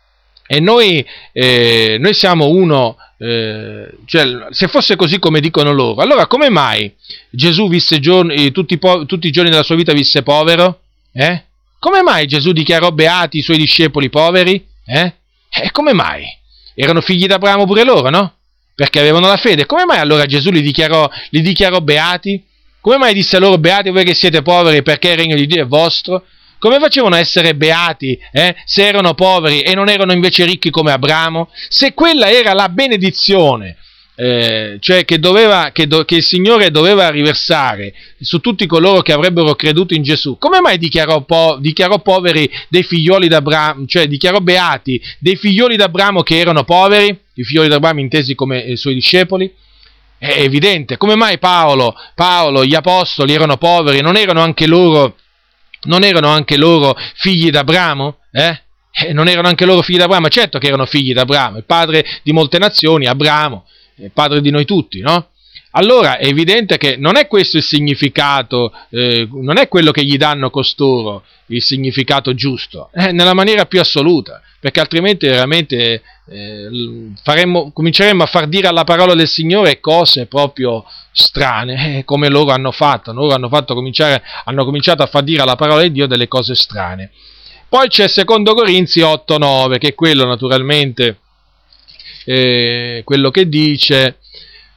e noi, eh, noi siamo uno, eh, cioè, se fosse così come dicono loro, allora come mai Gesù visse giorni, tutti, po- tutti i giorni della sua vita visse povero? Eh? Come mai Gesù dichiarò beati i suoi discepoli poveri? Eh? E come mai? Erano figli d'Abramo pure loro, no? Perché avevano la fede. Come mai allora Gesù li dichiarò, li dichiarò beati? Come mai disse loro: beati voi che siete poveri, perché il regno di Dio è vostro? Come facevano a essere beati eh, se erano poveri e non erano invece ricchi come Abramo? Se quella era la benedizione, eh, cioè che, doveva, che, do, che il Signore doveva riversare su tutti coloro che avrebbero creduto in Gesù, come mai dichiarò, po- dichiarò poveri dei figlioli d'Abramo, cioè dichiarò beati dei figlioli d'Abramo che erano poveri, i figlioli d'Abramo intesi come i suoi discepoli? È evidente. Come mai Paolo, Paolo, gli apostoli erano poveri? Non erano anche loro, non erano anche loro figli d'Abramo? Eh? Eh, non erano anche loro figli d'Abramo? Certo che erano figli d'Abramo, il padre di molte nazioni, Abramo, il padre di noi tutti, no? Allora è evidente che non è questo il significato, eh, non è quello che gli danno costoro il significato giusto, eh, nella maniera più assoluta, perché altrimenti veramente eh, faremmo, cominceremmo a far dire alla parola del Signore cose proprio strane, eh, come loro hanno fatto, loro hanno, fatto cominciare, hanno cominciato a far dire alla parola di Dio delle cose strane. Poi c'è secondo Corinzi otto nove, che è quello naturalmente, eh, quello che dice...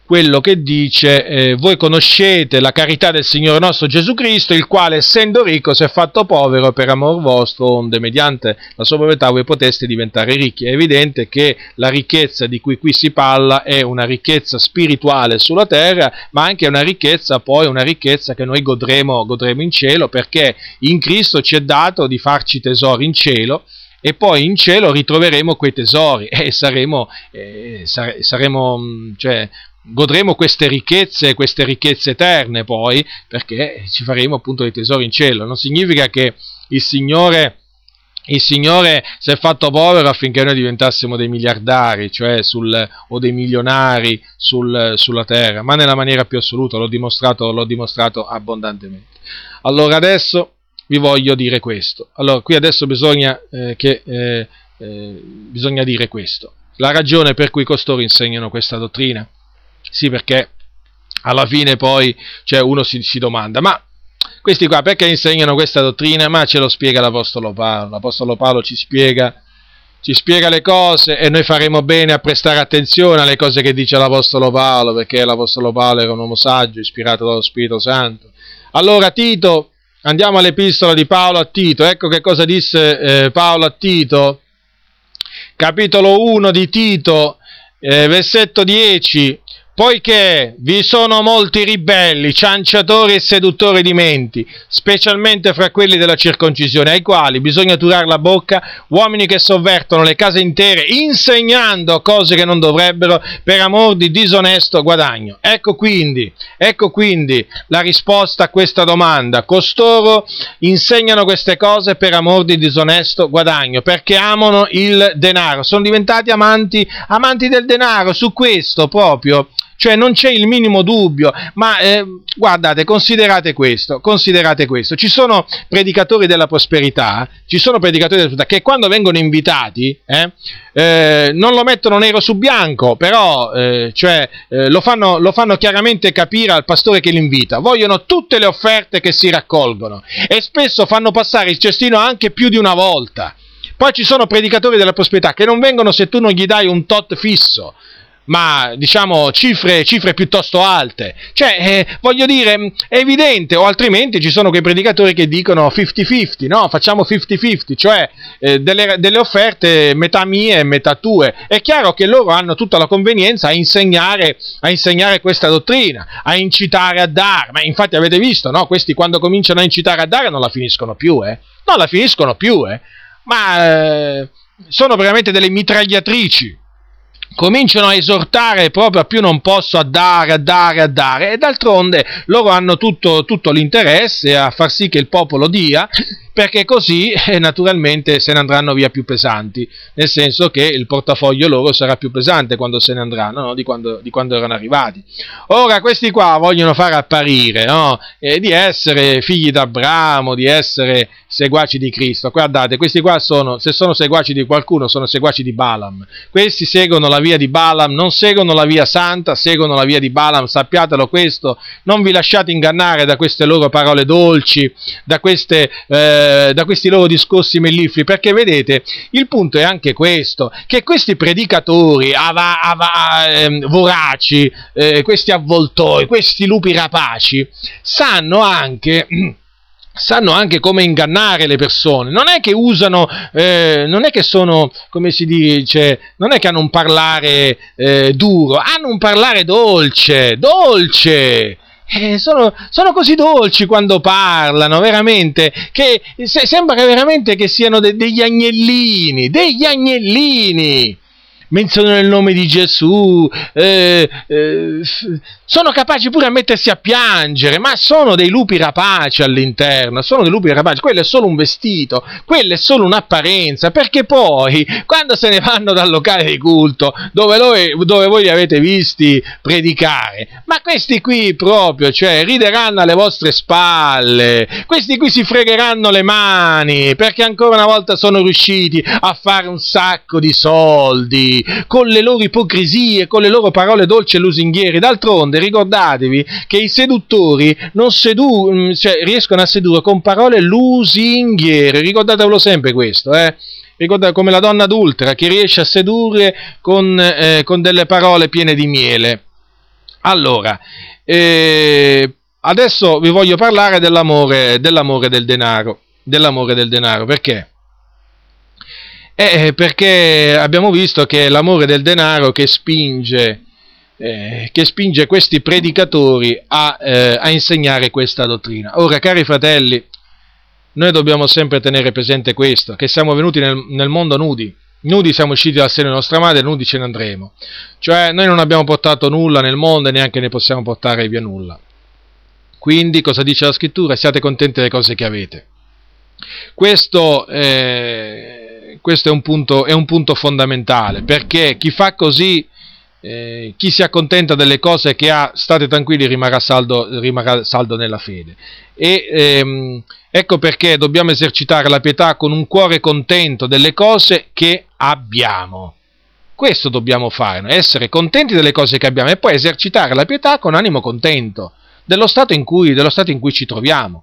quello che dice eh, voi conoscete la carità del Signore nostro Gesù Cristo, il quale essendo ricco si è fatto povero per amor vostro, onde mediante la sua povertà voi poteste diventare ricchi. È evidente che la ricchezza di cui qui si parla è una ricchezza spirituale sulla terra, ma anche una ricchezza poi una ricchezza che noi godremo, godremo in cielo, perché in Cristo ci è dato di farci tesori in cielo, e poi in cielo ritroveremo quei tesori e saremo, eh, sare, saremo cioè, godremo queste ricchezze, queste ricchezze eterne poi, perché ci faremo appunto dei tesori in cielo. Non significa che il Signore, il Signore si è fatto povero affinché noi diventassimo dei miliardari, cioè sul, o dei milionari sul, sulla terra, ma nella maniera più assoluta, l'ho dimostrato, l'ho dimostrato abbondantemente. Allora adesso vi voglio dire questo. Allora, qui adesso bisogna, eh, che, eh, eh, bisogna dire questo. La ragione per cui costoro insegnano questa dottrina. Sì, perché alla fine poi cioè, uno si, si domanda, ma questi qua perché insegnano questa dottrina? Ma ce lo spiega l'Apostolo Paolo. L'Apostolo Paolo ci spiega, ci spiega le cose e noi faremo bene a prestare attenzione alle cose che dice l'Apostolo Paolo, perché l'Apostolo Paolo era un uomo saggio, ispirato dallo Spirito Santo. Allora Tito, andiamo all'epistola di Paolo a Tito. Ecco che cosa disse eh, Paolo a Tito, capitolo uno di Tito, eh, versetto dieci. Poiché vi sono molti ribelli, cianciatori e seduttori di menti, specialmente fra quelli della circoncisione, ai quali bisogna turar la bocca, uomini che sovvertono le case intere, insegnando cose che non dovrebbero, per amor di disonesto guadagno. Ecco quindi, ecco quindi la risposta a questa domanda. Costoro insegnano queste cose per amor di disonesto guadagno, perché amano il denaro, sono diventati amanti, amanti del denaro, su questo proprio. Cioè non c'è il minimo dubbio, ma eh, guardate, considerate questo, considerate questo, ci sono predicatori della prosperità, ci sono predicatori della prosperità che quando vengono invitati eh, eh, non lo mettono nero su bianco, però eh, cioè, eh, lo, fanno, lo fanno chiaramente capire al pastore che li invita, vogliono tutte le offerte che si raccolgono e spesso fanno passare il cestino anche più di una volta. Poi ci sono predicatori della prosperità che non vengono se tu non gli dai un tot fisso, ma diciamo cifre, cifre piuttosto alte, cioè eh, voglio dire è evidente, o altrimenti ci sono quei predicatori che dicono cinquanta cinquanta, no, facciamo cinquanta cinquanta, cioè eh, delle, delle offerte metà mie e metà tue. È chiaro che loro hanno tutta la convenienza a insegnare, a insegnare questa dottrina, a incitare a dare, ma infatti avete visto, no, questi quando cominciano a incitare a dare non la finiscono più, eh, non la finiscono più, eh, ma eh, sono veramente delle mitragliatrici. Cominciano a esortare proprio a più non posso, a dare, a dare, a dare, e d'altronde loro hanno tutto, tutto l'interesse a far sì che il popolo dia, perché così eh, naturalmente se ne andranno via più pesanti, nel senso che il portafoglio loro sarà più pesante quando se ne andranno, no? di, quando, di quando erano arrivati. Ora questi qua vogliono far apparire, no? eh, di essere figli d'Abramo, di essere seguaci di Cristo. Guardate, questi qua sono, se sono seguaci di qualcuno, sono seguaci di Balaam. Questi seguono la via di Balaam, non seguono la via santa, seguono la via di Balaam, sappiatelo questo, non vi lasciate ingannare da queste loro parole dolci, da queste... Eh, da questi loro discorsi melliflui, perché vedete, il punto è anche questo, che questi predicatori ava, ava, eh, voraci, eh, questi avvoltoi, questi lupi rapaci, sanno anche... sanno anche come ingannare le persone, non è che usano, eh, non è che sono, come si dice, non è che hanno un parlare eh, duro, hanno un parlare dolce, dolce, Eh, sono, sono così dolci quando parlano, veramente, che se, sembra veramente che siano de, degli agnellini, degli agnellini. Menzionano il nome di Gesù, eh, eh, sono capaci pure a mettersi a piangere, ma sono dei lupi rapaci all'interno, sono dei lupi rapaci, quello è solo un vestito, quello è solo un'apparenza, perché poi, quando se ne vanno dal locale di culto, dove, lo, dove voi li avete visti predicare, ma questi qui proprio, cioè, rideranno alle vostre spalle, questi qui si fregheranno le mani, perché ancora una volta sono riusciti a fare un sacco di soldi, con le loro ipocrisie, con le loro parole dolci e lusinghiere. D'altronde ricordatevi che i seduttori non sedu- cioè, riescono a sedurre con parole lusinghiere, ricordatevelo sempre questo, eh? Ricordate, come la donna adultera che riesce a sedurre con, eh, con delle parole piene di miele. Allora, eh, adesso vi voglio parlare dell'amore, dell'amore del denaro, dell'amore del denaro, perché? Eh, perché abbiamo visto che è l'amore del denaro che spinge, eh, che spinge questi predicatori a, eh, a insegnare questa dottrina. Ora, cari fratelli, noi dobbiamo sempre tenere presente questo, che siamo venuti nel, nel mondo nudi, nudi siamo usciti dal seno di nostra madre, nudi ce ne andremo. Cioè, noi non abbiamo portato nulla nel mondo e neanche ne possiamo portare via nulla. Quindi, cosa dice la scrittura? Siate contenti delle cose che avete. Questo, eh, questo è, un punto, è un punto fondamentale, perché chi fa così, eh, chi si accontenta delle cose che ha, state tranquilli, rimarrà saldo, rimarrà saldo nella fede. E ehm, ecco perché dobbiamo esercitare la pietà con un cuore contento delle cose che abbiamo. Questo dobbiamo fare, essere contenti delle cose che abbiamo e poi esercitare la pietà con animo contento dello stato in cui, dello stato in cui ci troviamo.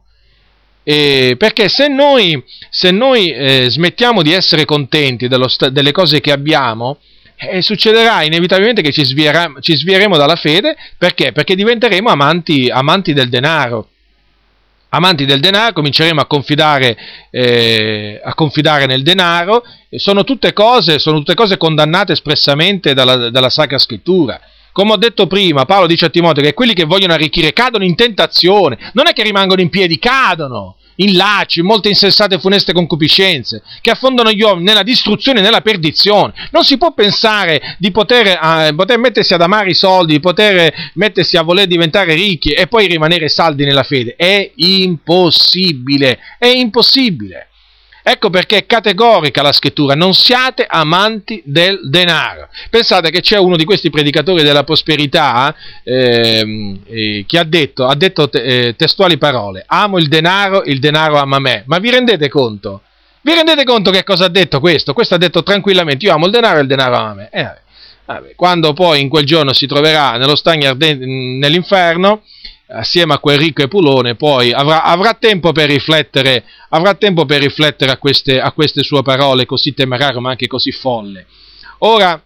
E perché se noi, se noi eh, smettiamo di essere contenti dello sta- delle cose che abbiamo, eh, succederà inevitabilmente che ci, svierà, ci svieremo dalla fede. Perché? Perché diventeremo amanti, amanti del denaro. Amanti del denaro, cominceremo a confidare, eh, a confidare nel denaro. Sono tutte cose, sono tutte cose condannate espressamente dalla, dalla Sacra Scrittura. Come ho detto prima, Paolo dice a Timoteo che quelli che vogliono arricchire cadono in tentazione, non è che rimangono in piedi, cadono in lacci, in molte insensate e funeste concupiscenze, che affondano gli uomini nella distruzione e nella perdizione. Non si può pensare di poter, eh, poter mettersi ad amare i soldi, di poter mettersi a voler diventare ricchi e poi rimanere saldi nella fede. È impossibile, è impossibile. Ecco perché è categorica la scrittura: non siate amanti del denaro. Pensate che c'è uno di questi predicatori della prosperità eh, eh, che ha detto, ha detto te, eh, testuali parole: amo il denaro, il denaro ama me. Ma vi rendete conto? Vi rendete conto che cosa ha detto questo? Questo ha detto tranquillamente: io amo il denaro e il denaro ama me. Eh, vabbè, vabbè. Quando poi in quel giorno si troverà nello stagno ardente, nell'inferno, assieme a quel ricco Epulone, poi avrà, avrà tempo per riflettere, avrà tempo per riflettere a queste, a queste sue parole così temerarie ma anche così folle. Ora,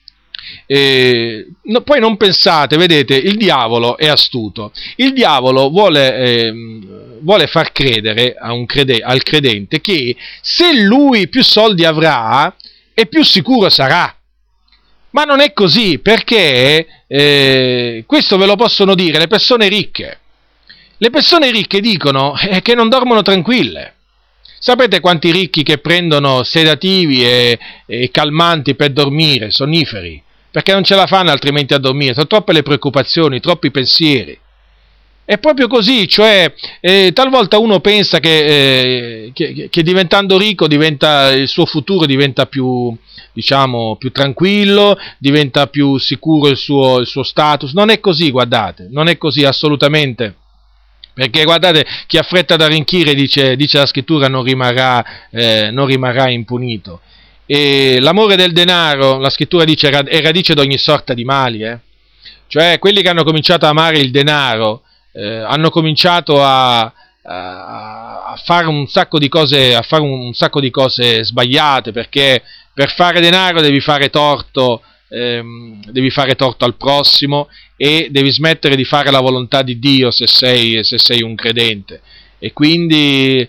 eh, no, poi non pensate, vedete, il diavolo è astuto. Il diavolo vuole, eh, vuole far credere a un crede, al credente che se lui più soldi avrà e più sicuro sarà. Ma non è così, perché eh, questo ve lo possono dire le persone ricche. Le persone ricche dicono eh, che non dormono tranquille. Sapete quanti ricchi che prendono sedativi e, e calmanti per dormire, sonniferi, perché non ce la fanno altrimenti a dormire, sono troppe le preoccupazioni, troppi pensieri. È proprio così, cioè eh, talvolta uno pensa che, eh, che, che diventando ricco diventa, il suo futuro diventa più, diciamo, più tranquillo, diventa più sicuro il suo, il suo status. Non è così, guardate, non è così assolutamente. Perché guardate, chi ha fretta da rinchire, dice, dice la scrittura, non rimarrà, eh, non rimarrà impunito. E l'amore del denaro, la scrittura dice, è radice di ogni sorta di mali. Eh? Cioè quelli che hanno cominciato a amare il denaro, Eh, hanno cominciato a, a, a fare un sacco di cose, a fare un sacco di cose sbagliate, perché per fare denaro devi fare torto, ehm, devi fare torto al prossimo e devi smettere di fare la volontà di Dio se sei, se sei un credente. E quindi,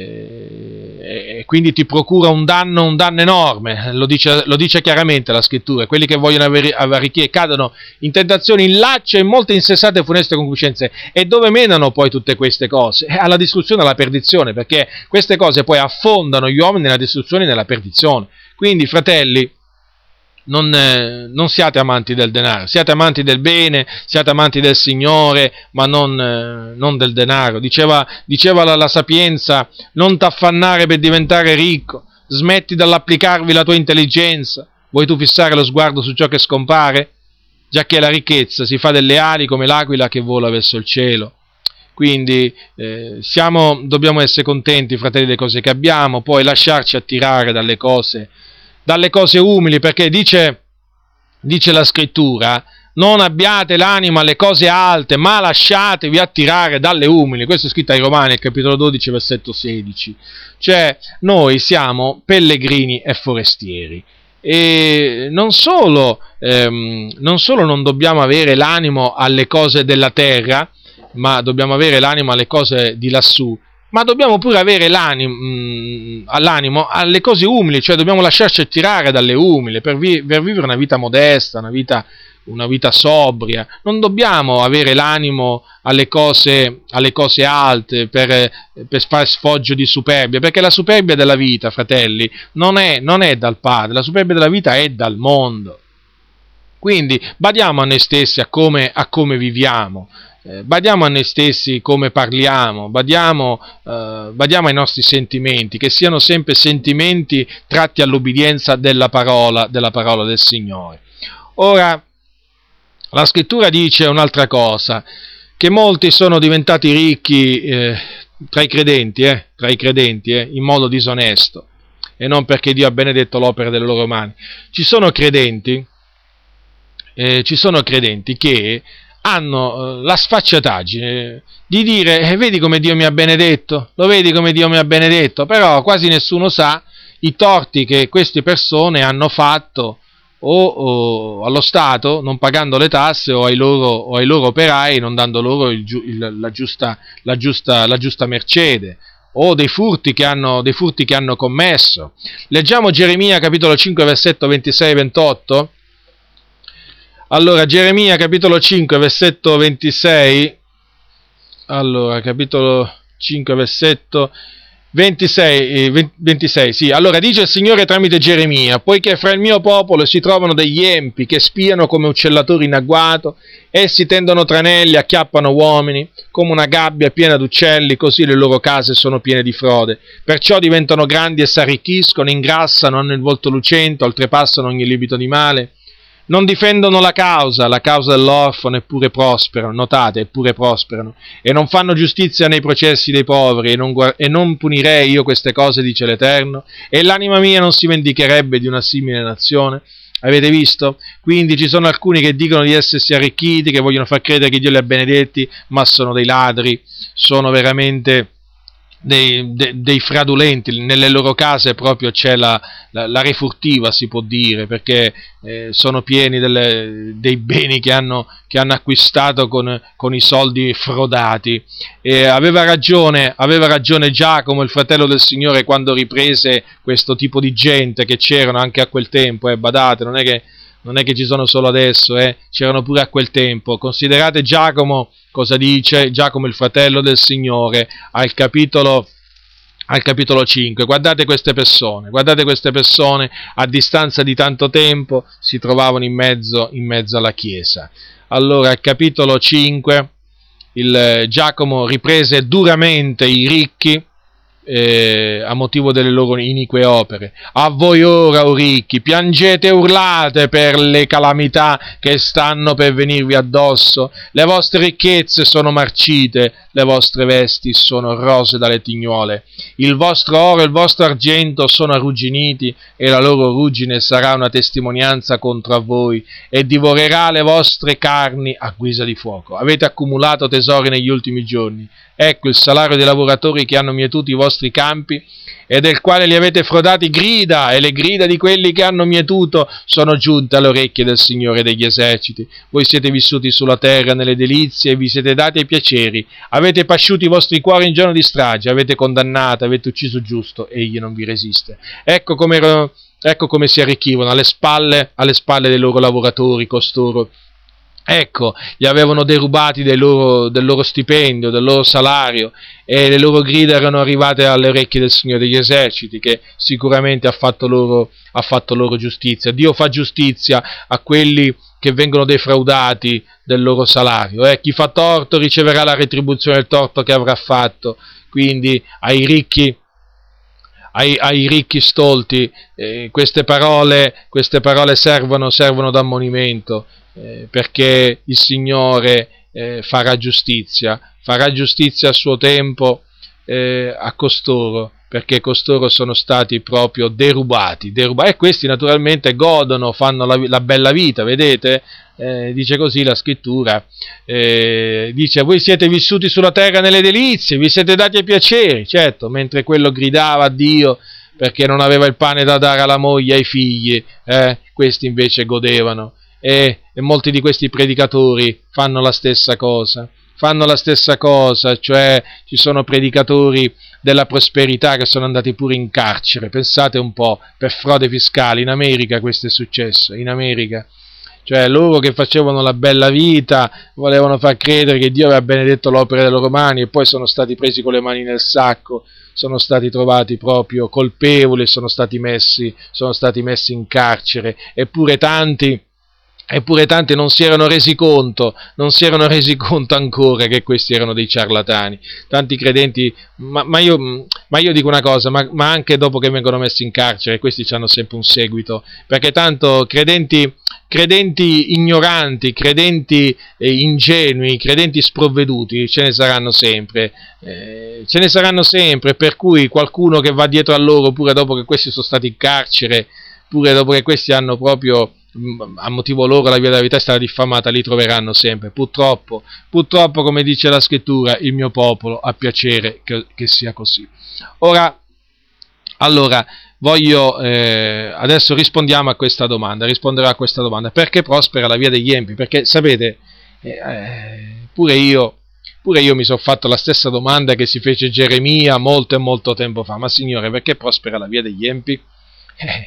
eh, e quindi ti procura un danno, un danno enorme, lo dice, lo dice chiaramente la scrittura. Quelli che vogliono arricchire cadono in tentazioni, in lacci e in molte insensate e funeste concupiscenze. E dove menano poi tutte queste cose? Alla distruzione e alla perdizione, perché queste cose poi affondano gli uomini nella distruzione e nella perdizione. Quindi, fratelli, Non, eh, non siate amanti del denaro, siate amanti del bene, siate amanti del Signore, ma non, eh, non del denaro. Diceva, diceva la, la Sapienza: non t'affannare per diventare ricco, smetti dall'applicarvi la tua intelligenza. Vuoi tu fissare lo sguardo su ciò che scompare? Giacché la ricchezza si fa delle ali come l'aquila che vola verso il cielo. Quindi eh, siamo, dobbiamo essere contenti, fratelli, delle cose che abbiamo, poi lasciarci attirare dalle cose dalle cose umili, perché dice, dice la scrittura: non abbiate l'anima alle cose alte, ma lasciatevi attirare dalle umili. Questo è scritto ai Romani, capitolo dodici, versetto sedici. Cioè, noi siamo pellegrini e forestieri, E non solo, ehm, non solo non dobbiamo avere l'animo alle cose della terra, ma dobbiamo avere l'animo alle cose di lassù, ma dobbiamo pure avere l'animo, mh, all'animo alle cose umili, cioè dobbiamo lasciarci attirare dalle umili per, vi- per vivere una vita modesta, una vita, una vita sobria. Non dobbiamo avere l'animo alle cose, alle cose alte per, per fare sfoggio di superbia, perché la superbia della vita, fratelli, non è, non è dal Padre, la superbia della vita è dal mondo. Quindi badiamo a noi stessi, a come, a come viviamo. Eh, badiamo a noi stessi come parliamo, badiamo, eh, badiamo ai nostri sentimenti, che siano sempre sentimenti tratti all'obbedienza della parola, della parola del Signore. Ora, la Scrittura dice un'altra cosa, che molti sono diventati ricchi eh, tra i credenti, eh, tra i credenti eh, in modo disonesto, e non perché Dio ha benedetto l'opera delle loro mani. Ci sono credenti, eh, ci sono credenti che hanno la sfacciataggine di dire eh, vedi come Dio mi ha benedetto, lo vedi come Dio mi ha benedetto, però quasi nessuno sa i torti che queste persone hanno fatto o, o allo Stato, non pagando le tasse, o ai loro, o ai loro operai, non dando loro il, il, la, giusta, la, giusta, la giusta mercede, o dei furti che hanno, dei furti che hanno commesso. Leggiamo Geremia capitolo cinque versetto ventisei ventotto. Allora, Geremia capitolo cinque versetto ventisei, allora, capitolo cinque versetto ventisei, ventisei, sì, allora dice il Signore tramite Geremia: poiché fra il mio popolo si trovano degli empi che spiano come uccellatori in agguato, essi tendono tranelli, acchiappano uomini, come una gabbia piena d'uccelli, così le loro case sono piene di frode, perciò diventano grandi e s'arricchiscono, ingrassano, hanno il volto lucente, oltrepassano ogni lievito di male. Non difendono la causa, la causa dell'orfano, eppure prosperano, notate, eppure prosperano, e non fanno giustizia nei processi dei poveri, e non, guard- e non punirei io queste cose, dice l'Eterno, e l'anima mia non si vendicherebbe di una simile nazione. Avete visto? Quindi ci sono alcuni che dicono di essersi arricchiti, che vogliono far credere che Dio li ha benedetti, ma sono dei ladri, sono veramente Dei, de, dei fraudolenti. Nelle loro case proprio c'è la, la, la refurtiva, si può dire, perché eh, sono pieni delle, dei beni che hanno, che hanno acquistato con, con i soldi frodati. E aveva ragione, aveva ragione Giacomo, il fratello del Signore, quando riprese questo tipo di gente che c'erano anche a quel tempo, eh, badate, non è che Non è che ci sono solo adesso, eh, c'erano pure a quel tempo. Considerate Giacomo, cosa dice Giacomo, il fratello del Signore, al capitolo, al capitolo cinque. Guardate queste persone, guardate queste persone, a distanza di tanto tempo, si trovavano in mezzo, in mezzo alla Chiesa. Allora, al capitolo cinque, il Giacomo riprese duramente i ricchi, Eh, a motivo delle loro inique opere. A voi ora, o ricchi, piangete e urlate per le calamità che stanno per venirvi addosso. Le vostre ricchezze sono marcite, le vostre vesti sono rose dalle tignuole. Il vostro oro e il vostro argento sono arrugginiti, e la loro ruggine sarà una testimonianza contro a voi, e divorerà le vostre carni a guisa di fuoco. Avete accumulato tesori negli ultimi giorni. Ecco, il salario dei lavoratori che hanno mietuto i vostri campi e del quale li avete frodati grida, e le grida di quelli che hanno mietuto sono giunte alle orecchie del Signore degli eserciti. Voi siete vissuti sulla terra nelle delizie e vi siete dati ai piaceri. Avete pasciuto i vostri cuori in giorno di strage, avete condannato, avete ucciso giusto, egli non vi resiste. Ecco come, ecco come si arricchivano alle spalle, alle spalle dei loro lavoratori costoro. Ecco, gli avevano derubati del loro, del loro stipendio, del loro salario, e le loro grida erano arrivate alle orecchie del Signore degli eserciti, che sicuramente ha fatto loro, ha fatto loro giustizia. Dio fa giustizia a quelli che vengono defraudati del loro salario. Eh, chi fa torto riceverà la retribuzione del torto che avrà fatto. Quindi ai ricchi Ai, ai ricchi stolti, eh, queste parole, queste parole servono, servono d'ammonimento, eh, perché il Signore eh, farà giustizia, farà giustizia a suo tempo eh, a costoro, perché costoro sono stati proprio derubati, derubati, e questi naturalmente godono, fanno la, la bella vita, vedete? Eh, dice così la Scrittura, eh, dice: voi siete vissuti sulla terra nelle delizie, vi siete dati ai piaceri, certo, mentre quello gridava a Dio perché non aveva il pane da dare alla moglie e ai figli, eh? Questi invece godevano. E, e molti di questi predicatori fanno la stessa cosa, fanno la stessa cosa, cioè ci sono predicatori della prosperità che sono andati pure in carcere, pensate un po', per frode fiscale. In America questo è successo, in America. Cioè loro che facevano la bella vita, volevano far credere che Dio aveva benedetto l'opera delle loro mani e poi sono stati presi con le mani nel sacco, sono stati trovati proprio colpevoli, sono stati messi, sono stati messi in carcere, eppure tanti, eppure tanti non si erano resi conto, non si erano resi conto ancora che questi erano dei ciarlatani. Tanti credenti, ma, ma, io, ma io dico una cosa, ma, ma anche dopo che vengono messi in carcere, questi hanno sempre un seguito, perché tanto credenti, credenti ignoranti, credenti eh, ingenui, credenti sprovveduti, ce ne saranno sempre, eh, ce ne saranno sempre, per cui qualcuno che va dietro a loro pure dopo che questi sono stati in carcere, pure dopo che questi hanno proprio, a motivo loro, la via della verità è stata diffamata, li troveranno sempre. Purtroppo, purtroppo, come dice la scrittura, il mio popolo ha piacere che, che sia così. Ora, allora, voglio, eh, adesso rispondiamo a questa domanda, risponderò a questa domanda, perché prospera la via degli empi? Perché, sapete, eh, pure io, pure io mi sono fatto la stessa domanda che si fece Geremia molto e molto tempo fa, ma Signore, perché prospera la via degli empi? Eh,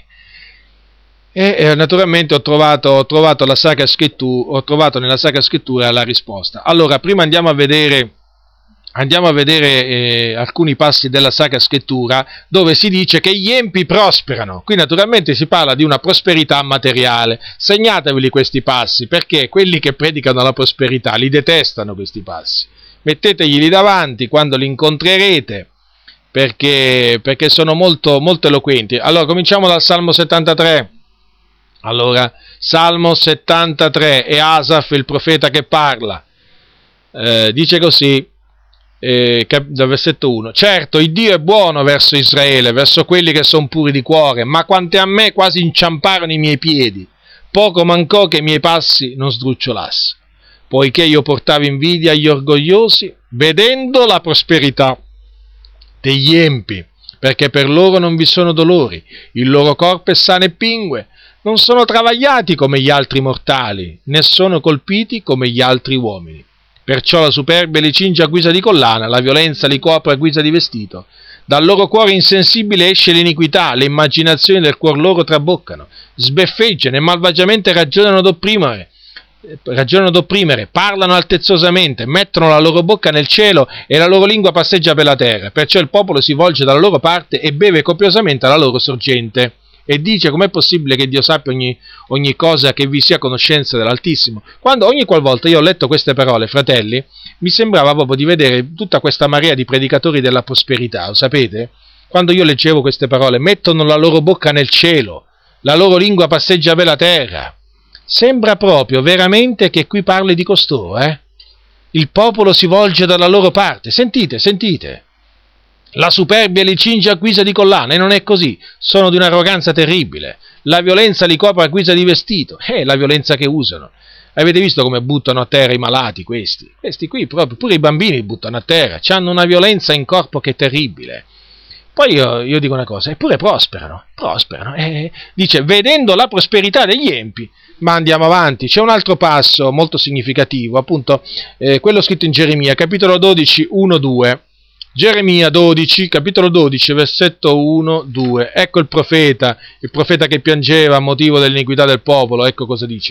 E eh, naturalmente ho trovato, ho, trovato la Sacra Scrittura, ho trovato nella Sacra Scrittura la risposta. Allora, prima andiamo a vedere, andiamo a vedere eh, alcuni passi della Sacra Scrittura dove si dice che gli empi prosperano. Qui naturalmente si parla di una prosperità materiale. Segnateveli questi passi, perché quelli che predicano la prosperità li detestano questi passi. Metteteglieli davanti quando li incontrerete, perché, perché sono molto, molto eloquenti. Allora, cominciamo dal Salmo settantatré. Allora, Salmo settantatré, è Asaf il profeta che parla, eh, dice così, eh, cap- dal versetto uno: certo, il Dio è buono verso Israele, verso quelli che sono puri di cuore, ma quanto a me quasi inciamparono i miei piedi, poco mancò che i miei passi non sdrucciolassero, poiché io portavo invidia agli orgogliosi, vedendo la prosperità degli empi, perché per loro non vi sono dolori, il loro corpo è sano e pingue, non sono travagliati come gli altri mortali, né sono colpiti come gli altri uomini. Perciò la superbia li cinge a guisa di collana, la violenza li copre a guisa di vestito. Dal loro cuore insensibile esce l'iniquità, le immaginazioni del cuor loro traboccano, sbeffeggiano e malvagiamente ragionano d'opprimere, ragionano d'opprimere, parlano altezzosamente, mettono la loro bocca nel cielo e la loro lingua passeggia per la terra. Perciò il popolo si volge dalla loro parte e beve copiosamente alla loro sorgente. E dice: com'è possibile che Dio sappia ogni, ogni cosa, che vi sia conoscenza dell'Altissimo? Quando ogni qualvolta io ho letto queste parole, fratelli, mi sembrava proprio di vedere tutta questa marea di predicatori della prosperità, lo sapete? Quando io leggevo queste parole, mettono la loro bocca nel cielo, la loro lingua passeggia per la terra. Sembra proprio veramente che qui parli di costoro, eh? Il popolo si volge dalla loro parte, sentite, sentite. La superbia li cinge a guisa di collana, e non è così, sono di un'arroganza terribile. La violenza li copre a guisa di vestito, è la violenza che usano. Avete visto come buttano a terra i malati questi? Questi qui proprio, pure i bambini li buttano a terra, hanno una violenza in corpo che è terribile. Poi io, io dico una cosa, eppure prosperano, prosperano. Eh, dice, vedendo la prosperità degli empi. Ma andiamo avanti, c'è un altro passo molto significativo, appunto, eh, quello scritto in Geremia, capitolo dodici, uno due. Geremia dodici, capitolo dodici, versetto uno due. Ecco il profeta, il profeta che piangeva a motivo dell'iniquità del popolo, ecco cosa dice.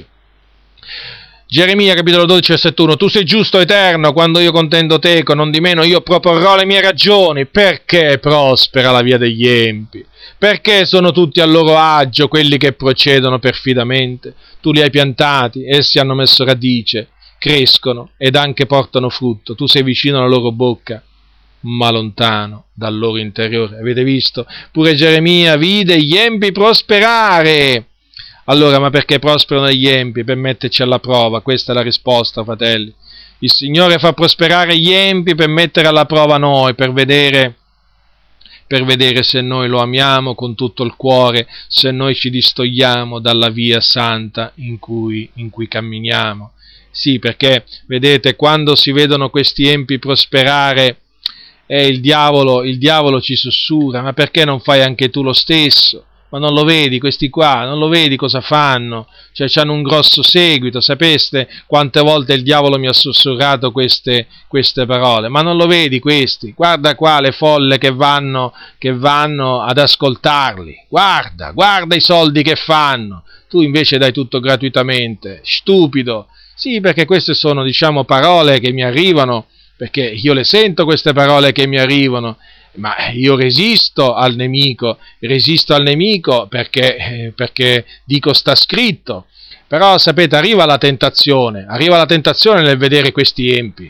Geremia, capitolo dodici, versetto uno. Tu sei giusto, eterno, quando io contendo teco, non di meno io proporrò le mie ragioni. Perché prospera la via degli empi? Perché sono tutti a loro agio quelli che procedono perfidamente? Tu li hai piantati, essi hanno messo radice, crescono ed anche portano frutto. Tu sei vicino alla loro bocca, ma lontano dal loro interiore. Avete visto? Pure Geremia vide gli empi prosperare. Allora, ma perché prosperano gli empi? Per metterci alla prova. Questa è la risposta, fratelli. Il Signore fa prosperare gli empi per mettere alla prova noi, per vedere, per vedere se noi lo amiamo con tutto il cuore, se noi ci distogliamo dalla via santa in cui, in cui camminiamo. Sì, perché, vedete, quando si vedono questi empi prosperare, E il diavolo, il diavolo ci sussurra: ma perché non fai anche tu lo stesso? Ma non lo vedi questi qua? Non lo vedi cosa fanno? Cioè, hanno un grosso seguito. Sapeste quante volte il diavolo mi ha sussurrato queste, queste parole? Ma non lo vedi questi? Guarda qua le folle che vanno, che vanno ad ascoltarli. Guarda, guarda i soldi che fanno. Tu invece dai tutto gratuitamente. Stupido. Sì, perché queste sono, diciamo, parole che mi arrivano, perché io le sento queste parole che mi arrivano, ma io resisto al nemico, resisto al nemico perché, eh, perché dico sta scritto. Però sapete, arriva la tentazione, arriva la tentazione nel vedere questi empi.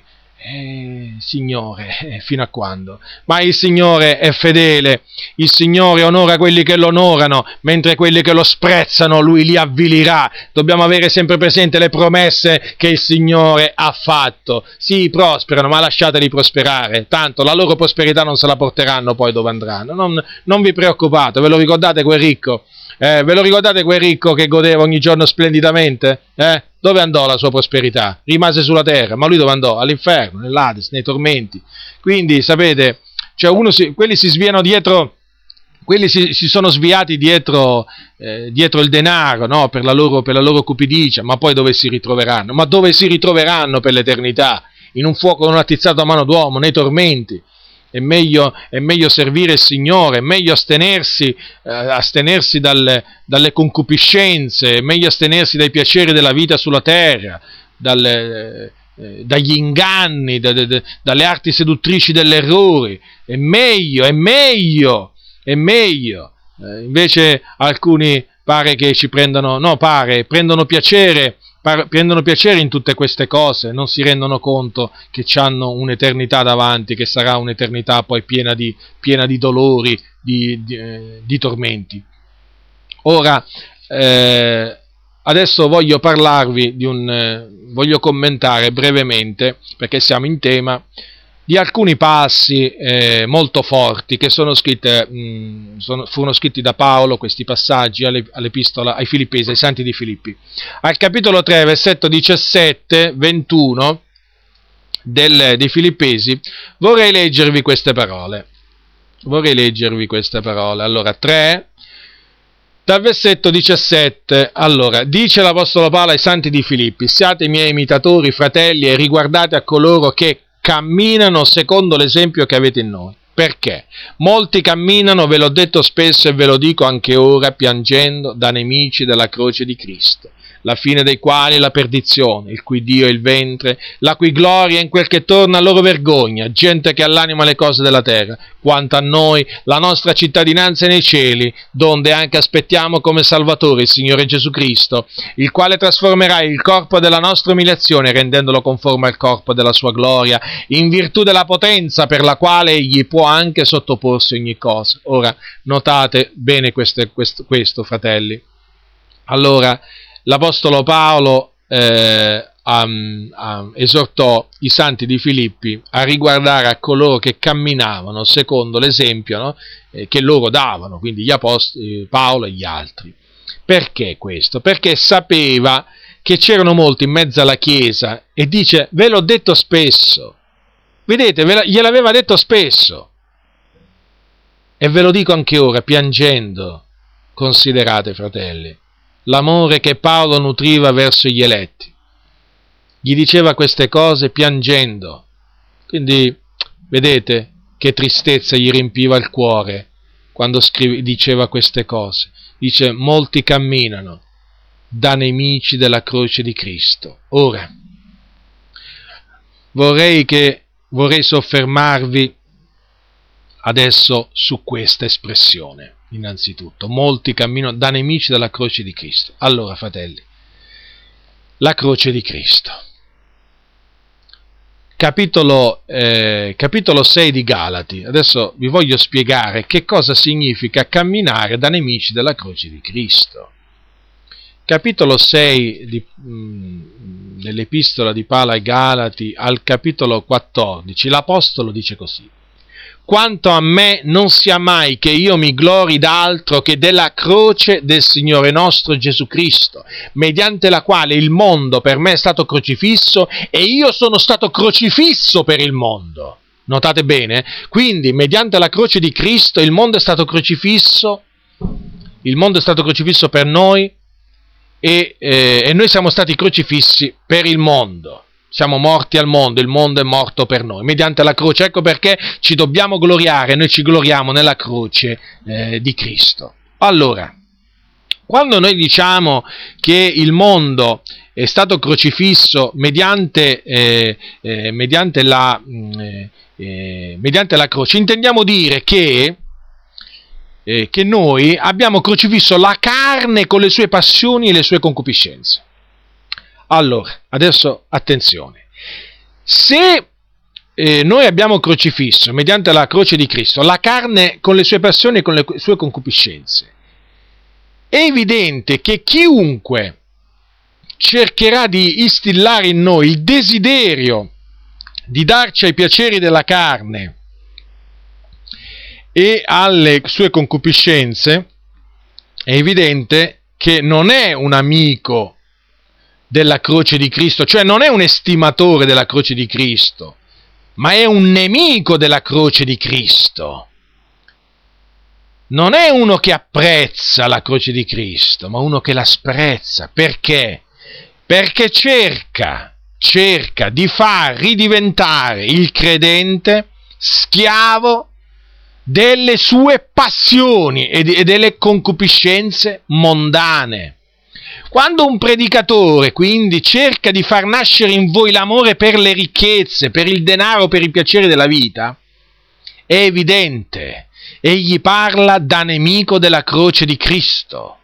Eh, Signore, eh, fino a quando? Ma il Signore è fedele, il Signore onora quelli che lo onorano, mentre quelli che lo sprezzano Lui li avvilirà. Dobbiamo avere sempre presente le promesse che il Signore ha fatto. Sì, prosperano, ma lasciateli prosperare, tanto la loro prosperità non se la porteranno poi dove andranno. Non, non vi preoccupate, ve lo ricordate quel ricco? Eh, ve lo ricordate quel ricco che godeva ogni giorno splendidamente? Eh? Dove andò la sua prosperità? Rimase sulla terra, ma lui dove andò? All'inferno, nell'Ades, nei tormenti. Quindi, sapete, cioè uno si, quelli si sviano dietro, quelli si, si sono sviati dietro, eh, dietro il denaro, no? per, la loro, per la loro cupidigia, ma poi dove si ritroveranno? Ma dove si ritroveranno per l'eternità? In un fuoco non attizzato a mano d'uomo, nei tormenti. È meglio, è meglio servire il Signore, è meglio astenersi, eh, astenersi dalle, dalle concupiscenze, è meglio astenersi dai piaceri della vita sulla terra, dalle, eh, dagli inganni, da, da, dalle arti seduttrici dell'errore. È meglio, è meglio, è meglio. Eh, invece alcuni pare che ci prendano, no pare, prendono piacere prendono piacere in tutte queste cose, non si rendono conto che hanno un'eternità davanti, che sarà un'eternità poi piena di, piena di dolori, di, di, eh, di tormenti. Ora, eh, adesso voglio parlarvi di un, eh, voglio commentare brevemente, perché siamo in tema, di alcuni passi eh, molto forti che sono scritte, mh, sono, furono scritti da Paolo, questi passaggi all'epistola ai Filippesi, ai santi di Filippi. Al capitolo tre, versetto diciassette ventuno del, dei Filippesi, vorrei leggervi queste parole. Vorrei leggervi queste parole. Allora, tre, dal versetto diciassette, allora, dice l'Apostolo Paolo ai santi di Filippi: siate miei imitatori, fratelli, e riguardate a coloro che camminano secondo l'esempio che avete in noi. Perché? Molti camminano, ve l'ho detto spesso e ve lo dico anche ora, piangendo, da nemici della croce di Cristo, la fine dei quali è la perdizione, il cui Dio è il ventre, la cui gloria è in quel che torna a loro vergogna, gente che all'anima le cose della terra. Quanto a noi, la nostra cittadinanza è nei cieli, donde anche aspettiamo come Salvatore il Signore Gesù Cristo, il quale trasformerà il corpo della nostra umiliazione, rendendolo conforme al corpo della sua gloria, in virtù della potenza per la quale egli può anche sottoporsi ogni cosa. Ora, notate bene queste, questo, questo, fratelli. Allora, l'Apostolo Paolo eh, um, um, esortò i santi di Filippi a riguardare a coloro che camminavano secondo l'esempio, no? eh, che loro davano, quindi gli apostoli, Paolo e gli altri. Perché questo? Perché sapeva che c'erano molti in mezzo alla Chiesa e dice: ve l'ho detto spesso, vedete, ve la, gliel'aveva detto spesso e ve lo dico anche ora, piangendo. Considerate, fratelli, l'amore che Paolo nutriva verso gli eletti. Gli diceva queste cose piangendo. Quindi, vedete che tristezza gli riempiva il cuore quando scrive, diceva queste cose. Dice: molti camminano da nemici della croce di Cristo. Ora, vorrei che vorrei soffermarvi adesso su questa espressione. Innanzitutto, molti camminano da nemici della croce di Cristo. Allora, fratelli, la croce di Cristo. Capitolo, eh, capitolo sei di Galati. Adesso vi voglio spiegare che cosa significa camminare da nemici della croce di Cristo. Capitolo sei di, mh, dell'epistola di Paolo ai Galati, al capitolo quattordici, l'Apostolo dice così: quanto a me non sia mai che io mi glori d'altro che della croce del Signore nostro Gesù Cristo, mediante la quale il mondo per me è stato crocifisso e io sono stato crocifisso per il mondo. Notate bene? Quindi, mediante la croce di Cristo, il mondo è stato crocifisso, il mondo è stato crocifisso per noi e, eh, e noi siamo stati crocifissi per il mondo. Siamo morti al mondo, il mondo è morto per noi, mediante la croce. Ecco perché ci dobbiamo gloriare, noi ci gloriamo nella croce eh, di Cristo. Allora, quando noi diciamo che il mondo è stato crocifisso mediante, eh, eh, mediante, la, eh, eh, mediante la croce, intendiamo dire che, eh, che noi abbiamo crocifisso la carne con le sue passioni e le sue concupiscenze. Allora, adesso attenzione, se eh, noi abbiamo crocifisso, mediante la croce di Cristo, la carne con le sue passioni e con le sue concupiscenze, è evidente che chiunque cercherà di instillare in noi il desiderio di darci ai piaceri della carne e alle sue concupiscenze, è evidente che non è un amico della croce di Cristo, cioè non è un estimatore della croce di Cristo, ma è un nemico della croce di Cristo. Non è uno che apprezza la croce di Cristo, ma uno che la sprezza. Perché? Perché cerca, cerca di far ridiventare il credente schiavo delle sue passioni e delle concupiscenze mondane. Quando un predicatore, quindi, cerca di far nascere in voi l'amore per le ricchezze, per il denaro, per i piaceri della vita, è evidente, egli parla da nemico della croce di Cristo.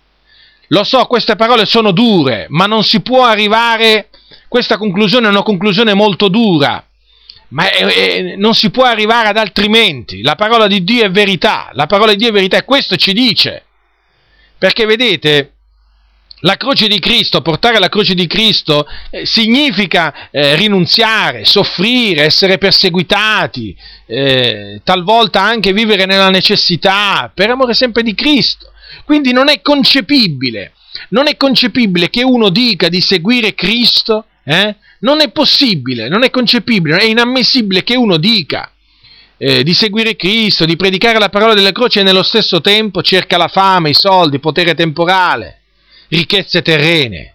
Lo so, queste parole sono dure, ma non si può arrivare, questa conclusione è una conclusione molto dura, ma è, è, non si può arrivare ad altrimenti. La parola di Dio è verità, la parola di Dio è verità e questo ci dice. Perché vedete, la croce di Cristo, portare la croce di Cristo eh, significa eh, rinunziare, soffrire, essere perseguitati, eh, talvolta anche vivere nella necessità, per amore sempre di Cristo. Quindi non è concepibile, non è concepibile che uno dica di seguire Cristo, eh? Non è possibile, non è concepibile, è inammissibile che uno dica eh, di seguire Cristo, di predicare la parola della croce e nello stesso tempo cerca la fama, i soldi, potere temporale, ricchezze terrene.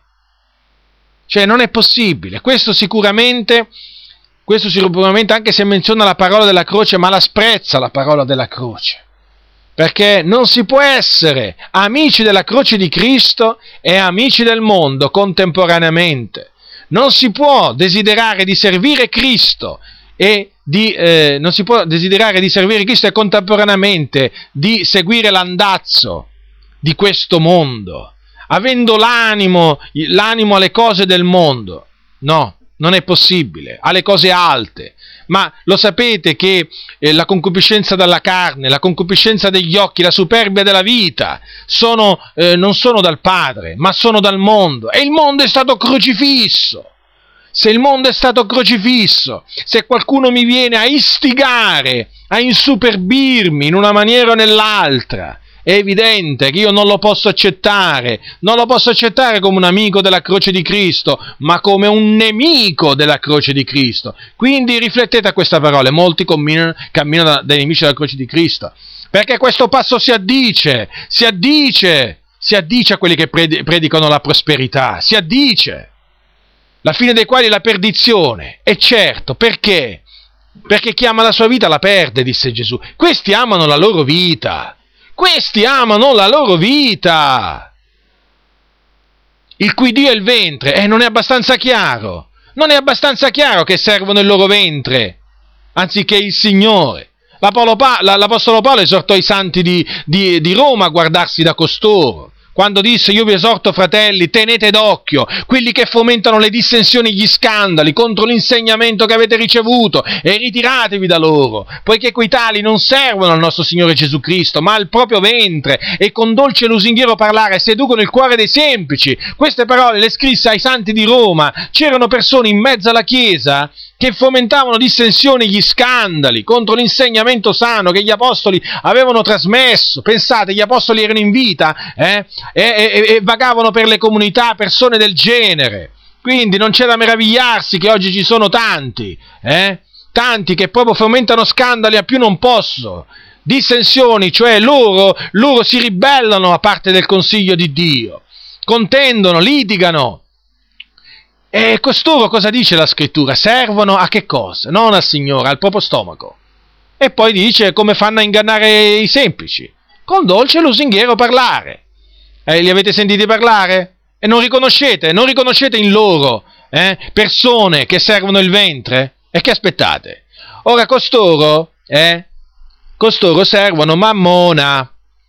Cioè non è possibile. Questo sicuramente, questo sicuramente anche se menziona la parola della croce, ma la sprezza la parola della croce. Perché non si può essere amici della croce di Cristo e amici del mondo contemporaneamente. Non si può desiderare di servire Cristo e di, eh, non si può desiderare di servire Cristo e contemporaneamente di seguire l'andazzo di questo mondo, avendo l'animo, l'animo alle cose del mondo. No, non è possibile, alle cose alte. Ma lo sapete che eh, la concupiscenza della carne, la concupiscenza degli occhi, la superbia della vita sono, eh, non sono dal Padre, ma sono dal mondo. E il mondo è stato crocifisso. Se il mondo è stato crocifisso, se qualcuno mi viene a istigare, a insuperbirmi in una maniera o nell'altra, è evidente che io non lo posso accettare, non lo posso accettare come un amico della croce di Cristo, ma come un nemico della croce di Cristo. Quindi riflettete a questa parola, molti camminano, camminano dai nemici della croce di Cristo, perché questo passo si addice, si addice, si addice a quelli che predicano la prosperità, si addice, la fine dei quali è la perdizione. E certo, perché? Perché chi ama la sua vita la perde, disse Gesù. Questi amano la loro vita. Questi amano la loro vita, il cui Dio è il ventre. E eh, non è abbastanza chiaro, non è abbastanza chiaro che servono il loro ventre, anziché il Signore. L'Apostolo Paolo esortò i santi di, di, di Roma a guardarsi da costoro, quando disse: io vi esorto, fratelli, tenete d'occhio quelli che fomentano le dissensioni e gli scandali contro l'insegnamento che avete ricevuto e ritiratevi da loro, poiché quei tali non servono al nostro Signore Gesù Cristo, ma al proprio ventre, e con dolce lusinghiero parlare seducono il cuore dei semplici. Queste parole le scrisse ai santi di Roma. C'erano persone in mezzo alla Chiesa che fomentavano dissensioni e gli scandali contro l'insegnamento sano che gli apostoli avevano trasmesso. Pensate, gli apostoli erano in vita, eh? E, e, e vagavano per le comunità persone del genere. Quindi non c'è da meravigliarsi che oggi ci sono tanti, eh? tanti che proprio fomentano scandali a più non posso, dissensioni, cioè loro, loro si ribellano a parte del consiglio di Dio, contendono, litigano. E costoro cosa dice la scrittura? Servono a che cosa? Non al Signore, al proprio stomaco. E poi dice come fanno a ingannare i semplici, con dolce e lusinghiero parlare. Eh, li avete sentiti parlare? E non riconoscete, non riconoscete in loro eh, persone che servono il ventre? E che aspettate? Ora costoro, eh, costoro servono Mammona.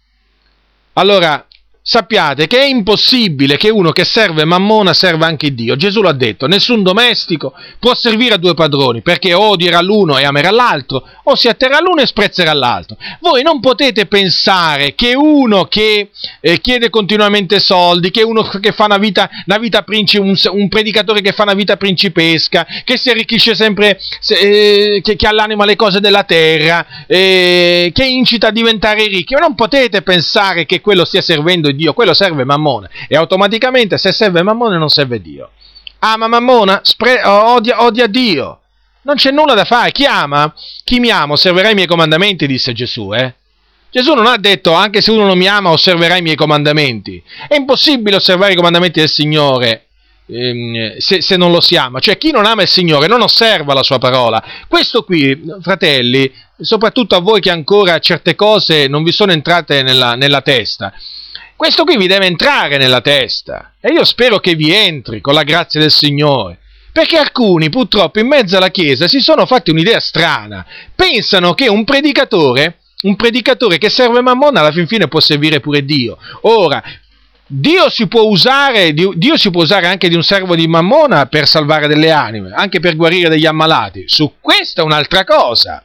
Allora, sappiate che è impossibile che uno che serve Mammona serva anche Dio. Gesù l'ha detto, nessun domestico può servire a due padroni, perché o odierà l'uno e amerà l'altro, o si atterrà l'uno e sprezzerà l'altro. Voi non potete pensare che uno che eh, chiede continuamente soldi, che uno che fa una vita, una vita princi- un, un predicatore che fa una vita principesca, che si arricchisce sempre, eh, che, che ha l'anima alle cose della terra, eh, che incita a diventare ricchi, ma non potete pensare che quello stia servendo Dio, quello serve Mammona, e automaticamente se serve Mammona non serve Dio. Ama Mammona, spre- odia, odia Dio. Non c'è nulla da fare. Chi ama, chi mi ama osserverà i miei comandamenti, disse Gesù. Eh? Gesù non ha detto anche se uno non mi ama osserverà i miei comandamenti. È impossibile osservare i comandamenti del Signore ehm, se, se non lo si ama. Cioè chi non ama il Signore non osserva la sua parola. Questo qui, fratelli, soprattutto a voi che ancora certe cose non vi sono entrate nella, nella testa, questo qui vi deve entrare nella testa, e io spero che vi entri con la grazia del Signore, perché alcuni purtroppo in mezzo alla Chiesa si sono fatti un'idea strana, pensano che un predicatore, un predicatore che serve Mammona alla fin fine può servire pure Dio. Ora, Dio si può usare, Dio si può usare anche di un servo di Mammona per salvare delle anime, anche per guarire degli ammalati, su questa è un'altra cosa.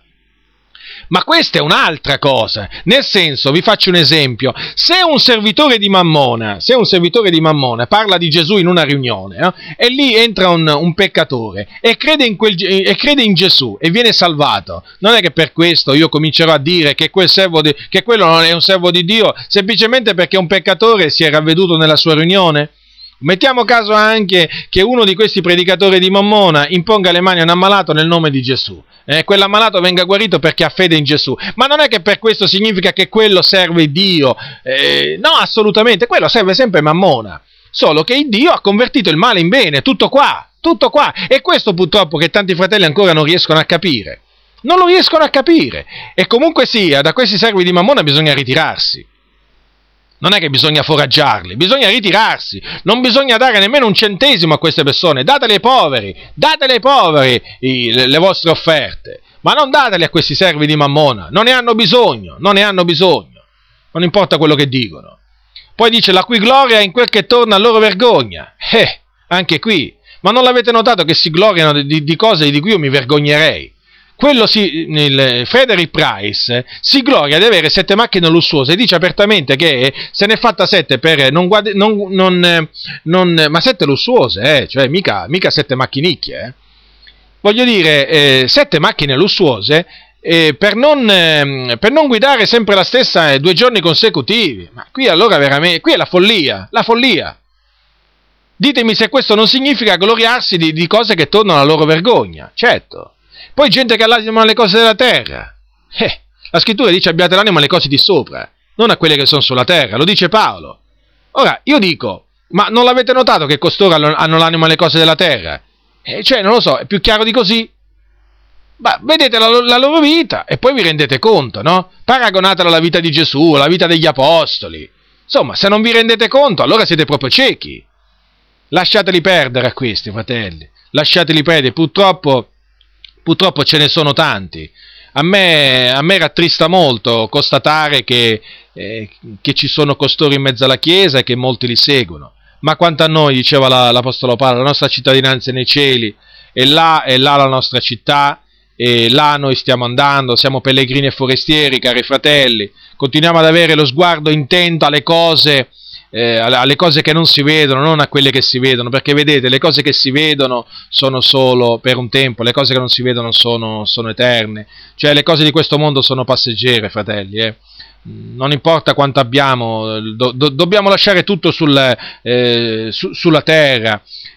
Ma questa è un'altra cosa, nel senso, vi faccio un esempio, se un servitore di Mammona, se un servitore di Mammona parla di Gesù in una riunione, no? E lì entra un, un peccatore e crede, in quel, e crede in Gesù e viene salvato, non è che per questo io comincerò a dire che, quel servo di, che quello non è un servo di Dio, semplicemente perché un peccatore si è ravveduto nella sua riunione? Mettiamo caso anche che uno di questi predicatori di Mammona imponga le mani a un ammalato nel nome di Gesù. Eh, quell'ammalato venga guarito perché ha fede in Gesù, ma non è che per questo significa che quello serve Dio, eh, no, assolutamente, quello serve sempre Mammona, solo che Dio ha convertito il male in bene, tutto qua, tutto qua, e questo purtroppo che tanti fratelli ancora non riescono a capire, non lo riescono a capire, e comunque sia, da questi servi di Mammona bisogna ritirarsi. Non è che bisogna foraggiarli, bisogna ritirarsi, non bisogna dare nemmeno un centesimo a queste persone, datele ai poveri, datele ai poveri i, le, le vostre offerte, ma non datele a questi servi di Mammona, non ne hanno bisogno, non ne hanno bisogno, non importa quello che dicono. Poi dice la cui gloria è in quel che torna a loro vergogna, eh, anche qui, ma non l'avete notato che si gloriano di, di cose di cui io mi vergognerei? Quello si, il Frederick Price si gloria di avere sette macchine lussuose e dice apertamente che se ne è fatta sette per non, guad- non, non, non ma sette lussuose, eh, cioè mica, mica sette macchinicchie, eh. Voglio dire, eh, sette macchine lussuose eh, per, non, eh, per non guidare sempre la stessa eh, due giorni consecutivi. Ma qui allora veramente, qui è la follia, la follia. Ditemi se questo non significa gloriarsi di, di cose che tornano alla loro vergogna, certo. Poi gente che ha l'anima alle cose della terra. Eh, la scrittura dice abbiate l'anima alle cose di sopra, non a quelle che sono sulla terra, lo dice Paolo. Ora, io dico, ma non l'avete notato che costoro hanno l'anima alle cose della terra? Eh, cioè, non lo so, è più chiaro di così? Ma vedete la, la loro vita e poi vi rendete conto, no? Paragonatela alla vita di Gesù, alla vita degli apostoli. Insomma, se non vi rendete conto, allora siete proprio ciechi. Lasciateli perdere a questi, fratelli. Lasciateli perdere, purtroppo... Purtroppo ce ne sono tanti. A me, a me rattrista molto constatare che, eh, che ci sono costoro in mezzo alla Chiesa e che molti li seguono. Ma quanto a noi, diceva la, l'Apostolo Paolo, la nostra cittadinanza è nei cieli, e là è là la nostra città, e là noi stiamo andando, siamo pellegrini e forestieri, cari fratelli. Continuiamo ad avere lo sguardo intento alle cose Eh, alle cose che non si vedono, non a quelle che si vedono, perché vedete, le cose che si vedono sono solo per un tempo, le cose che non si vedono sono, sono eterne, cioè le cose di questo mondo sono passeggere, fratelli, eh. Non importa quanto abbiamo, do, do, dobbiamo lasciare tutto sul, eh, su, sulla terra,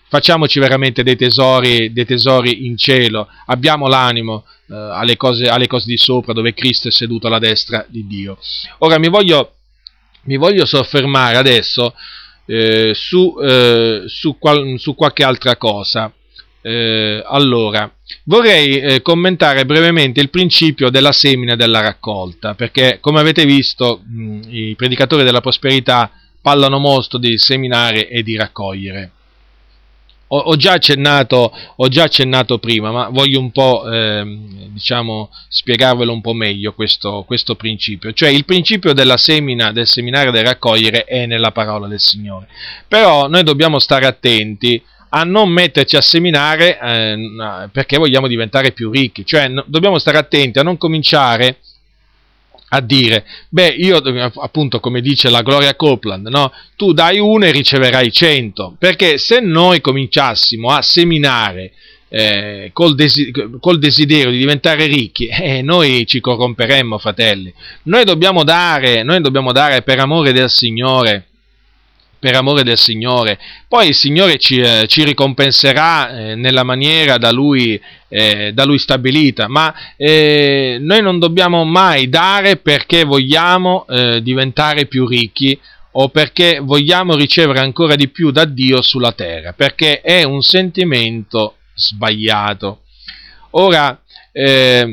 facciamoci veramente dei tesori, dei tesori in cielo, abbiamo l'animo eh, alle, cose, alle cose di sopra, dove Cristo è seduto alla destra di Dio. Ora mi voglio, mi voglio soffermare adesso eh, su, eh, su, qual, su qualche altra cosa. Eh, allora, vorrei eh, commentare brevemente il principio della semina e della raccolta, perché come avete visto mh, i predicatori della prosperità parlano molto di seminare e di raccogliere. Ho, ho, già, accennato, ho già accennato prima, ma voglio un po' eh, diciamo spiegarvelo un po' meglio questo, questo principio. Cioè il principio della semina, del seminare e del raccogliere è nella parola del Signore, però noi dobbiamo stare attenti a non metterci a seminare eh, perché vogliamo diventare più ricchi, cioè no, dobbiamo stare attenti a non cominciare a dire, beh, io appunto, come dice la Gloria Copeland, no? Tu dai uno e riceverai cento, perché se noi cominciassimo a seminare eh, col, desi- col desiderio di diventare ricchi, eh, noi ci corromperemmo, fratelli. Noi dobbiamo dare, noi dobbiamo dare per amore del Signore, per amore del Signore. Poi il Signore ci, eh, ci ricompenserà eh, nella maniera da Lui, eh, da Lui stabilita, ma eh, noi non dobbiamo mai dare perché vogliamo eh, diventare più ricchi o perché vogliamo ricevere ancora di più da Dio sulla terra, perché è un sentimento sbagliato. Ora, eh,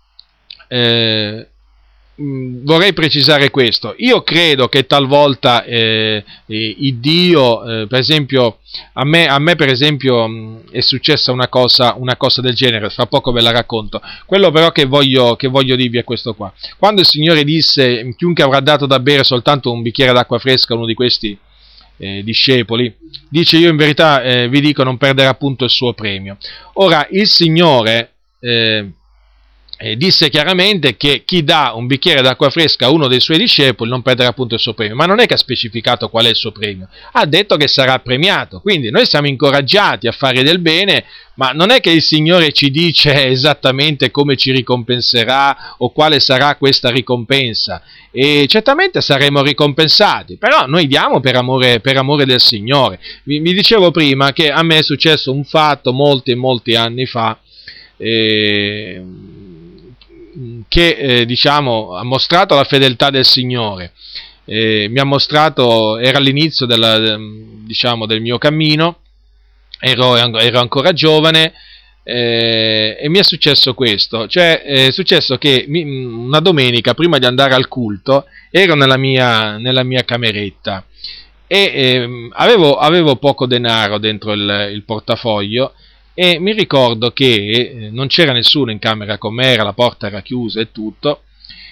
eh, vorrei precisare questo. Io credo che talvolta eh, eh, il Dio, eh, per esempio, a me, a me per esempio mh, è successa una cosa, una cosa del genere, fra poco ve la racconto. Quello però che voglio, che voglio dirvi è questo qua. Quando il Signore disse, chiunque avrà dato da bere soltanto un bicchiere d'acqua fresca a uno di questi eh, discepoli, dice, io in verità eh, vi dico, non perderà appunto il suo premio. Ora, il Signore eh, Eh, disse chiaramente che chi dà un bicchiere d'acqua fresca a uno dei suoi discepoli non perderà appunto il suo premio, ma non è che ha specificato qual è il suo premio, ha detto che sarà premiato. Quindi noi siamo incoraggiati a fare del bene, ma non è che il Signore ci dice esattamente come ci ricompenserà o quale sarà questa ricompensa, e certamente saremo ricompensati, però noi diamo per amore, per amore del Signore. Vi, vi dicevo prima che a me è successo un fatto molti molti anni fa, eh, che eh, diciamo ha mostrato la fedeltà del Signore, eh, mi ha mostrato, era all'inizio della, diciamo, del mio cammino, ero, ero ancora giovane, eh, e mi è successo questo, cioè è successo che mi, una domenica prima di andare al culto ero nella mia, nella mia cameretta e eh, avevo, avevo poco denaro dentro il, il portafoglio. E mi ricordo che non c'era nessuno in camera con me, era, la porta era chiusa e tutto,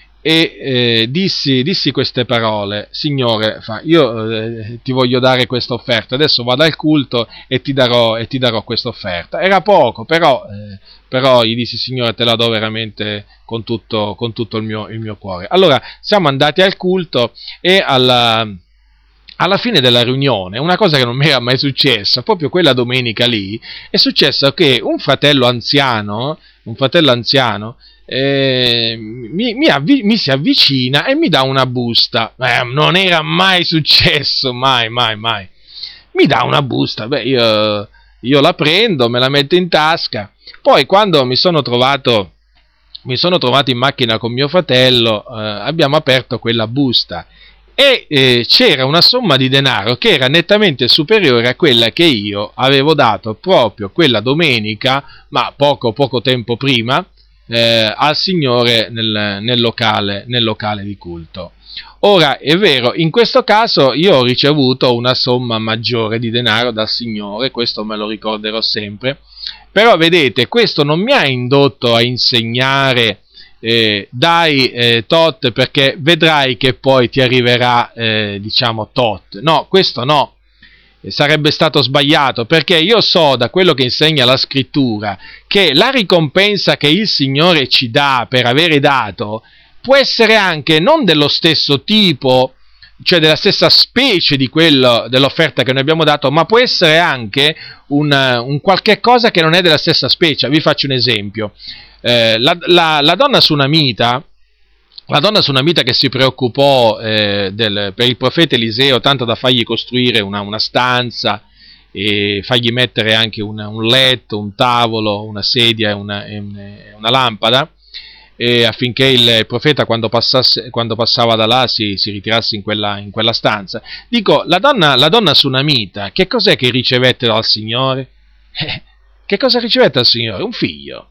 e eh, dissi, dissi queste parole: Signore, fa, io eh, ti voglio dare questa offerta, adesso vado al culto e ti darò, e ti darò questa offerta. Era poco, però, eh, però gli dissi: Signore, te la do veramente con tutto, con tutto il mio, il mio cuore. Allora siamo andati al culto e alla... alla fine della riunione, una cosa che non mi era mai successa, proprio quella domenica lì, è successo che un fratello anziano, un fratello anziano, eh, mi, mi, avvi- mi si avvicina e mi dà una busta. Eh, non era mai successo, mai, mai, mai. Mi dà una busta, beh, io, io la prendo, me la metto in tasca. Poi quando mi sono trovato, mi sono trovato in macchina con mio fratello, eh, abbiamo aperto quella busta. E eh, c'era una somma di denaro che era nettamente superiore a quella che io avevo dato proprio quella domenica, ma poco poco tempo prima, eh, al Signore nel, nel, locale, nel locale di culto. Ora, è vero, in questo caso io ho ricevuto una somma maggiore di denaro dal Signore, questo me lo ricorderò sempre, però vedete, questo non mi ha indotto a insegnare Eh, dai eh, tot perché vedrai che poi ti arriverà eh, diciamo tot. No, questo no, eh, sarebbe stato sbagliato, perché io so da quello che insegna la scrittura che la ricompensa che il Signore ci dà per avere dato può essere anche non dello stesso tipo, cioè della stessa specie di quello, dell'offerta che noi abbiamo dato, ma può essere anche un, un qualche cosa che non è della stessa specie. Vi faccio un esempio. Eh, la, la, la donna sunamita, la donna sunamita che si preoccupò eh, del, per il profeta Eliseo tanto da fargli costruire una, una stanza e fargli mettere anche una, un letto, un tavolo, una sedia e una, e una lampada, e affinché il profeta quando, passasse, quando passava da là si, si ritirasse in quella, in quella stanza. Dico, la donna, la donna sunamita, che cos'è che ricevette dal Signore? Eh, che cosa ricevette dal Signore? Un figlio.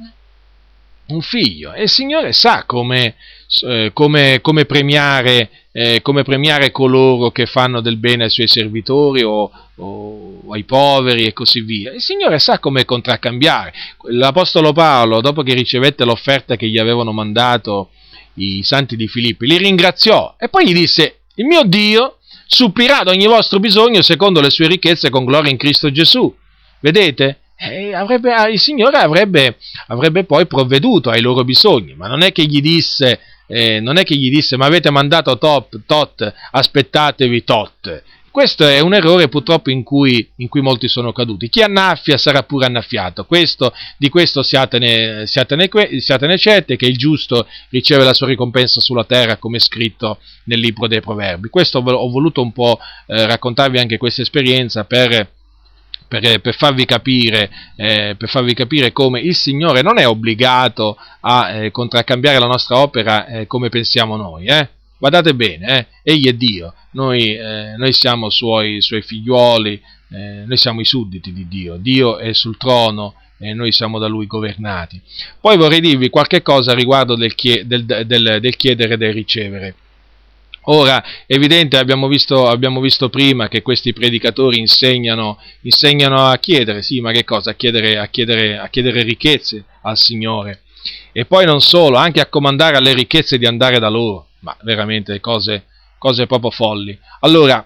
Un figlio. E il Signore sa come, eh, come, come, premiare, eh, come premiare coloro che fanno del bene ai suoi servitori o, o ai poveri e così via. Il Signore sa come contraccambiare. L'Apostolo Paolo, dopo che ricevette l'offerta che gli avevano mandato i santi di Filippi, li ringraziò e poi gli disse: il mio Dio supplirà ad ogni vostro bisogno secondo le sue ricchezze con gloria in Cristo Gesù. Vedete? E avrebbe, il Signore avrebbe, avrebbe poi provveduto ai loro bisogni, ma non è che gli disse, eh, non è che gli disse ma avete mandato top, tot, aspettatevi tot. Questo è un errore purtroppo in cui, in cui molti sono caduti. Chi annaffia sarà pure annaffiato. Questo, di questo siatene, siatene, siatene certi, che il giusto riceve la sua ricompensa sulla terra, come è scritto nel libro dei Proverbi. Questo ho voluto un po' eh, raccontarvi anche questa esperienza per Per, per, farvi capire, eh, per farvi capire come il Signore non è obbligato a eh, contraccambiare la nostra opera eh, come pensiamo noi. Eh? Guardate bene, eh? Egli è Dio, noi, eh, noi siamo suoi, suoi figliuoli, eh, noi siamo i sudditi di Dio, Dio è sul trono e noi siamo da Lui governati. Poi vorrei dirvi qualche cosa riguardo del, chie- del, del, del chiedere e del ricevere. Ora, è evidente, abbiamo visto, abbiamo visto prima che questi predicatori insegnano, insegnano a chiedere, sì, ma che cosa? A chiedere, a, chiedere, a chiedere ricchezze al Signore. E poi non solo, anche a comandare alle ricchezze di andare da loro. Ma veramente cose, cose proprio folli. Allora,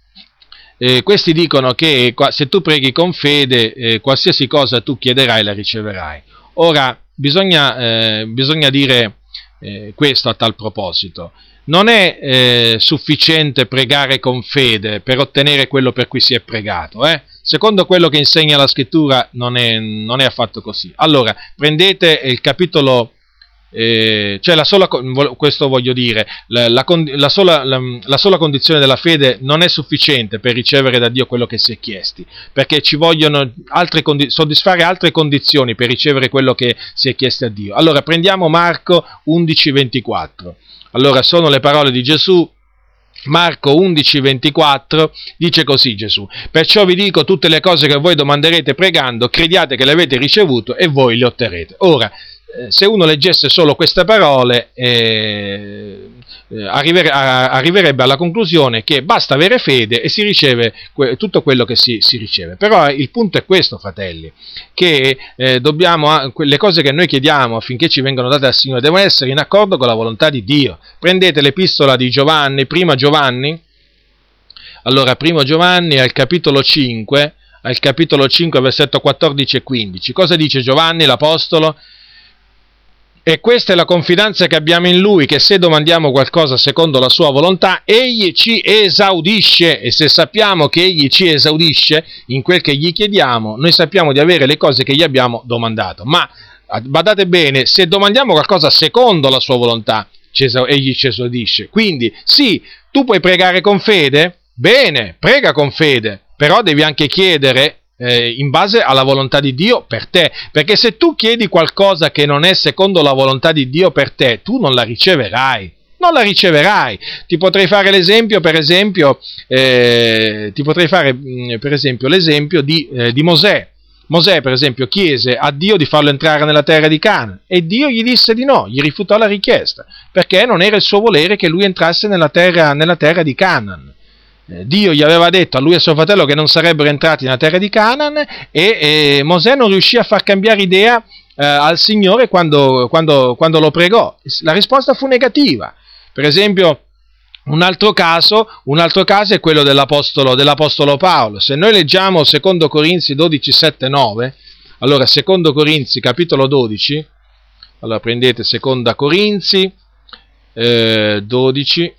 eh, questi dicono che se tu preghi con fede, eh, qualsiasi cosa tu chiederai la riceverai. Ora, bisogna, eh, bisogna dire eh, questo a tal proposito. Non è eh, sufficiente pregare con fede per ottenere quello per cui si è pregato. Eh? Secondo quello che insegna la Scrittura non è, non è affatto così. Allora, prendete il capitolo, eh, cioè la sola, questo voglio dire, la, la, la, sola, la, la sola condizione della fede non è sufficiente per ricevere da Dio quello che si è chiesti, perché ci vogliono altre condi- soddisfare altre condizioni per ricevere quello che si è chiesto a Dio. Allora, prendiamo Marco undici ventiquattro. Allora, sono le parole di Gesù. Marco undici ventiquattro dice così Gesù: perciò vi dico tutte le cose che voi domanderete pregando, crediate che le avete ricevute e voi le otterrete. Ora, eh, se uno leggesse solo queste parole, eh, eh, arrivere, a, arriverebbe alla conclusione che basta avere fede e si riceve que- tutto quello che si, si riceve. Però il punto è questo, fratelli, che eh, dobbiamo, le cose che noi chiediamo affinché ci vengano date dal Signore devono essere in accordo con la volontà di Dio. Prendete l'epistola di Giovanni, prima Giovanni, allora primo Giovanni al capitolo cinque, al capitolo cinque, versetto quattordici e quindici. Cosa dice Giovanni l'Apostolo? E questa è la confidenza che abbiamo in Lui, che se domandiamo qualcosa secondo la Sua volontà, Egli ci esaudisce, e se sappiamo che Egli ci esaudisce in quel che gli chiediamo, noi sappiamo di avere le cose che gli abbiamo domandato. Ma, badate bene, se domandiamo qualcosa secondo la Sua volontà, Egli ci esaudisce. Quindi, sì, tu puoi pregare con fede, bene, prega con fede, però devi anche chiedere Eh, in base alla volontà di Dio per te, perché se tu chiedi qualcosa che non è secondo la volontà di Dio per te, tu non la riceverai, non la riceverai. Ti potrei fare l'esempio, per esempio, eh, ti potrei fare mh, per esempio l'esempio di, eh, di Mosè. Mosè, per esempio, chiese a Dio di farlo entrare nella terra di Canaan e Dio gli disse di no, gli rifiutò la richiesta, perché non era il suo volere che lui entrasse nella terra, nella terra di Canaan. Dio gli aveva detto a lui e a suo fratello che non sarebbero entrati nella terra di Canaan e, e Mosè non riuscì a far cambiare idea eh, al Signore quando, quando, quando lo pregò. La risposta fu negativa. Per esempio, un altro caso, un altro caso è quello dell'Apostolo, dell'Apostolo Paolo. Se noi leggiamo secondo Corinzi dodici, sette, nove, allora secondo Corinzi capitolo dodici, allora prendete seconda Corinzi eh, dodici,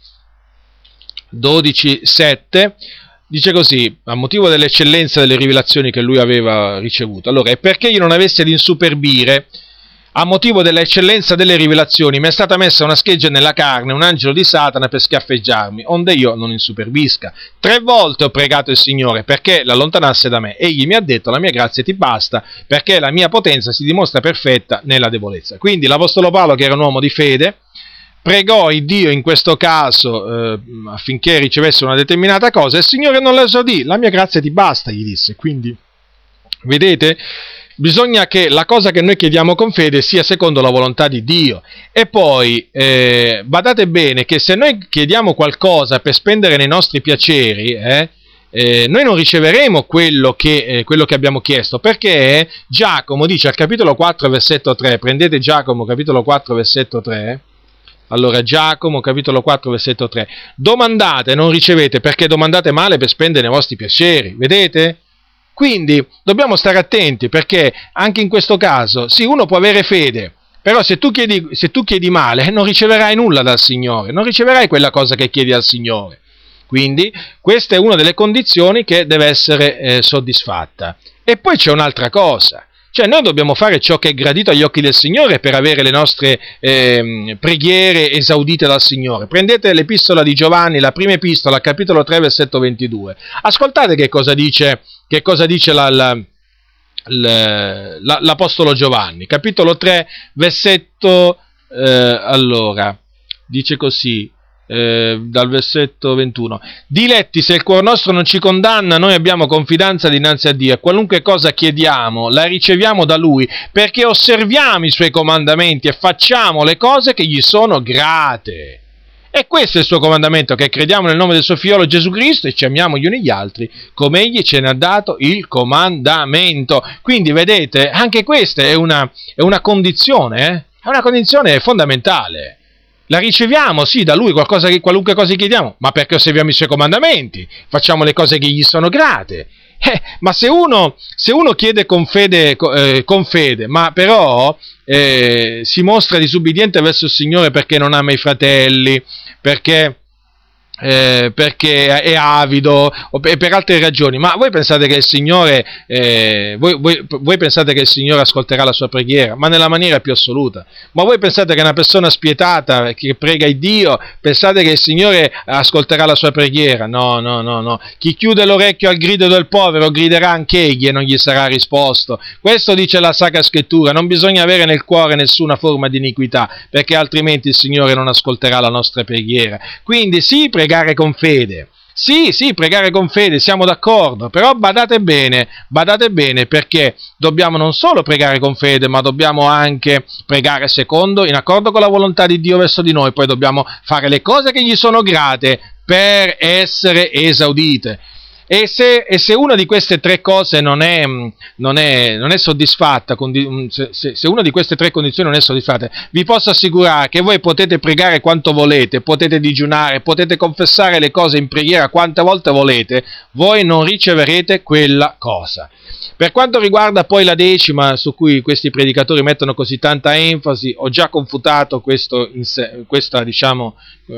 dodici sette, dice così, a motivo dell'eccellenza delle rivelazioni che lui aveva ricevuto. Allora, e perché io non avessi ad insuperbire a motivo dell'eccellenza delle rivelazioni mi è stata messa una scheggia nella carne, un angelo di Satana per schiaffeggiarmi, onde io non insuperbisca. Tre volte ho pregato il Signore perché l'allontanasse da me. Egli mi ha detto: la mia grazia ti basta, perché la mia potenza si dimostra perfetta nella debolezza. Quindi l'Apostolo Paolo, che era un uomo di fede, pregò il Dio in questo caso eh, affinché ricevesse una determinata cosa, e il Signore non la esordì. La mia grazia ti basta, gli disse. Quindi, vedete, bisogna che la cosa che noi chiediamo con fede sia secondo la volontà di Dio. E poi, eh, badate bene che se noi chiediamo qualcosa per spendere nei nostri piaceri, eh, eh, noi non riceveremo quello che, eh, quello che abbiamo chiesto, perché Giacomo dice al capitolo quattro, versetto tre, prendete Giacomo, capitolo quattro, versetto tre, allora Giacomo, capitolo quattro, versetto tre, domandate, non ricevete, perché domandate male per spendere nei vostri piaceri, vedete? Quindi dobbiamo stare attenti, perché anche in questo caso, sì, uno può avere fede, però se tu chiedi, se tu chiedi male non riceverai nulla dal Signore, non riceverai quella cosa che chiedi al Signore. Quindi questa è una delle condizioni che deve essere eh, soddisfatta. E poi c'è un'altra cosa, cioè noi dobbiamo fare ciò che è gradito agli occhi del Signore per avere le nostre eh, preghiere esaudite dal Signore. Prendete l'epistola di Giovanni, la prima epistola, capitolo tre, versetto ventidue. Ascoltate che cosa dice, che cosa dice la, la, la, la, l'Apostolo Giovanni. Capitolo tre, versetto, eh, allora, dice così, Eh, dal versetto ventuno: diletti, se il cuore nostro non ci condanna, noi abbiamo confidenza dinanzi a Dio, e qualunque cosa chiediamo la riceviamo da Lui, perché osserviamo i Suoi comandamenti e facciamo le cose che gli sono grate. E questo è il Suo comandamento, che crediamo nel nome del Suo Figlio Gesù Cristo e ci amiamo gli uni gli altri come Egli ce ne ha dato il comandamento. Quindi vedete, anche questa è una, è una condizione, eh? È una condizione fondamentale. La riceviamo, sì, da Lui, qualcosa che, qualunque cosa chiediamo, ma perché osserviamo i Suoi comandamenti, facciamo le cose che gli sono grate. Eh, ma se uno, se uno chiede con fede, eh, con fede, ma però eh, si mostra disubbidiente verso il Signore perché non ama i fratelli, perché... Eh, perché è avido o per, per altre ragioni, ma voi pensate che il Signore eh, voi, voi, voi pensate che il Signore ascolterà la sua preghiera? Ma nella maniera più assoluta. Ma voi pensate che una persona spietata che prega il Dio, pensate che il Signore ascolterà la sua preghiera? No, no, no, no. Chi chiude l'orecchio al grido del povero griderà anche egli e non gli sarà risposto. Questo dice la Sacra Scrittura. Non bisogna avere nel cuore nessuna forma di iniquità, perché altrimenti il Signore non ascolterà la nostra preghiera. Quindi sì, pregare con fede, sì, sì, pregare con fede, siamo d'accordo, però badate bene, badate bene, perché dobbiamo non solo pregare con fede, ma dobbiamo anche pregare secondo, in accordo con la volontà di Dio verso di noi, poi dobbiamo fare le cose che gli sono grate per essere esaudite. E se, e se una di queste tre cose non è, non è, non è soddisfatta, se, se una di queste tre condizioni non è soddisfatta, vi posso assicurare che voi potete pregare quanto volete, potete digiunare, potete confessare le cose in preghiera quante volte volete, voi non riceverete quella cosa. Per quanto riguarda poi la decima, su cui questi predicatori mettono così tanta enfasi, ho già confutato questo, questa, diciamo,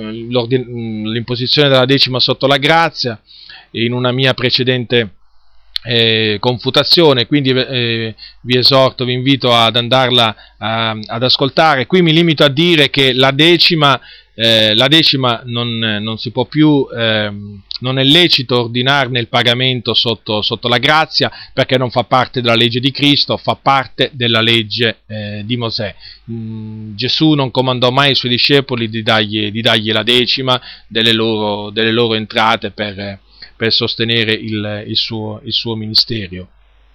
l'imposizione della decima sotto la grazia, in una mia precedente eh, confutazione, quindi eh, vi esorto, vi invito ad andarla a, ad ascoltare. Qui mi limito a dire che la decima, eh, la decima non, non si può più, eh, non è lecito ordinarne il pagamento sotto, sotto la grazia, perché non fa parte della legge di Cristo, fa parte della legge eh, di Mosè. Mm, Gesù non comandò mai ai Suoi discepoli di dargli, di dargli la decima delle loro, delle loro entrate per per sostenere il, il, suo, il suo ministero.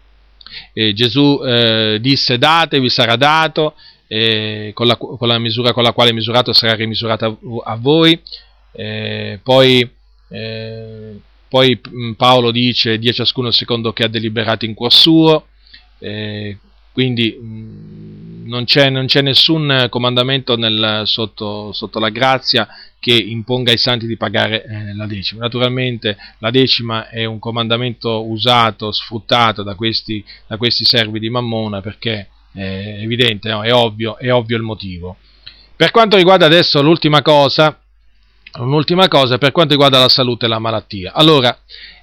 E Gesù eh, disse: date, vi sarà dato, eh, con, la, con la misura con la quale è misurato sarà rimisurato a, a voi. Eh, poi, eh, poi Paolo dice: dia ciascuno secondo che ha deliberato in cuor suo. Eh, quindi mh, non, c'è, non c'è nessun comandamento nel, sotto, sotto la grazia che imponga ai santi di pagare eh, la decima. Naturalmente la decima è un comandamento usato, sfruttato da questi, da questi servi di Mammona, perché è evidente, no? è, ovvio, è ovvio il motivo. Per quanto riguarda adesso l'ultima cosa, un'ultima cosa per quanto riguarda la salute e la malattia. Allora,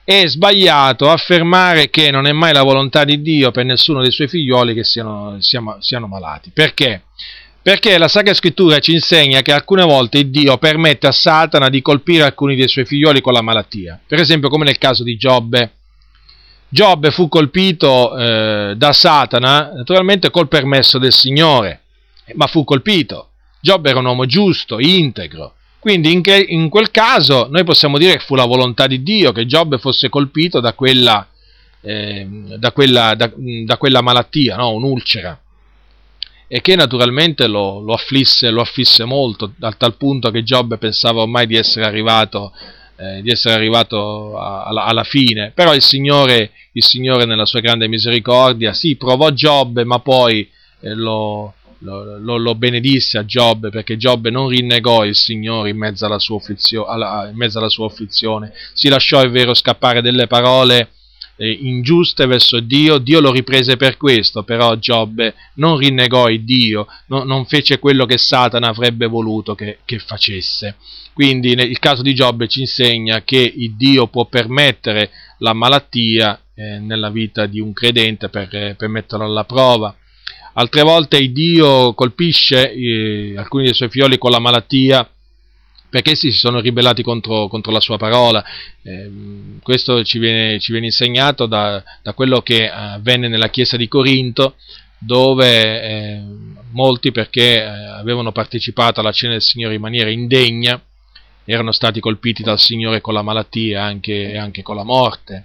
è sbagliato affermare che non è mai la volontà di Dio per nessuno dei suoi figlioli che siano, siano, siano malati. Perché? Perché la Sacra Scrittura ci insegna che alcune volte Dio permette a Satana di colpire alcuni dei suoi figlioli con la malattia. Per esempio, come nel caso di Giobbe. Giobbe fu colpito eh, da Satana, naturalmente col permesso del Signore, ma fu colpito. Giobbe era un uomo giusto, integro. Quindi in, che, in quel caso noi possiamo dire che fu la volontà di Dio che Giobbe fosse colpito da quella, eh, da quella, da, da quella malattia, no? Un'ulcera, e che naturalmente lo, lo, afflisse, lo afflisse molto, a tal punto che Giobbe pensava ormai di essere arrivato, eh, di essere arrivato a, alla, alla fine. Però il Signore, il Signore nella sua grande misericordia, sì, provò Giobbe, ma poi eh, lo... Lo, lo, lo benedisse a Giobbe, perché Giobbe non rinnegò il Signore in mezzo alla sua afflizione, alla, in mezzo alla sua afflizione. Si lasciò, è vero, scappare delle parole eh, ingiuste verso Dio. Dio lo riprese per questo, però Giobbe non rinnegò il Dio, no, non fece quello che Satana avrebbe voluto che, che facesse. Quindi il caso di Giobbe ci insegna che il Dio può permettere la malattia eh, nella vita di un credente per, per metterlo alla prova. Altre volte il Dio colpisce eh, alcuni dei suoi figlioli con la malattia perché essi si sono ribellati contro, contro la sua parola. Eh, questo ci viene, ci viene insegnato da, da quello che avvenne nella chiesa di Corinto, dove eh, molti, perché eh, avevano partecipato alla cena del Signore in maniera indegna, erano stati colpiti dal Signore con la malattia anche, e anche con la morte.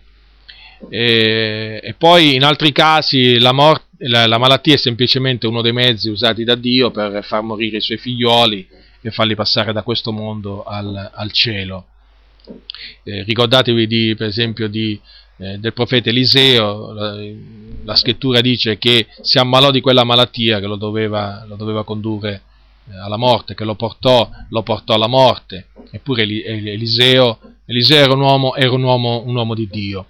E, e poi in altri casi la, mor- la, la malattia è semplicemente uno dei mezzi usati da Dio per far morire i suoi figlioli e farli passare da questo mondo al, al cielo. Eh, ricordatevi di, per esempio di, eh, del profeta Eliseo. La, la scrittura dice che si ammalò di quella malattia che lo doveva, lo doveva condurre alla morte, che lo portò, lo portò alla morte. Eppure Eliseo, Eliseo era un uomo, era un uomo, un uomo di Dio.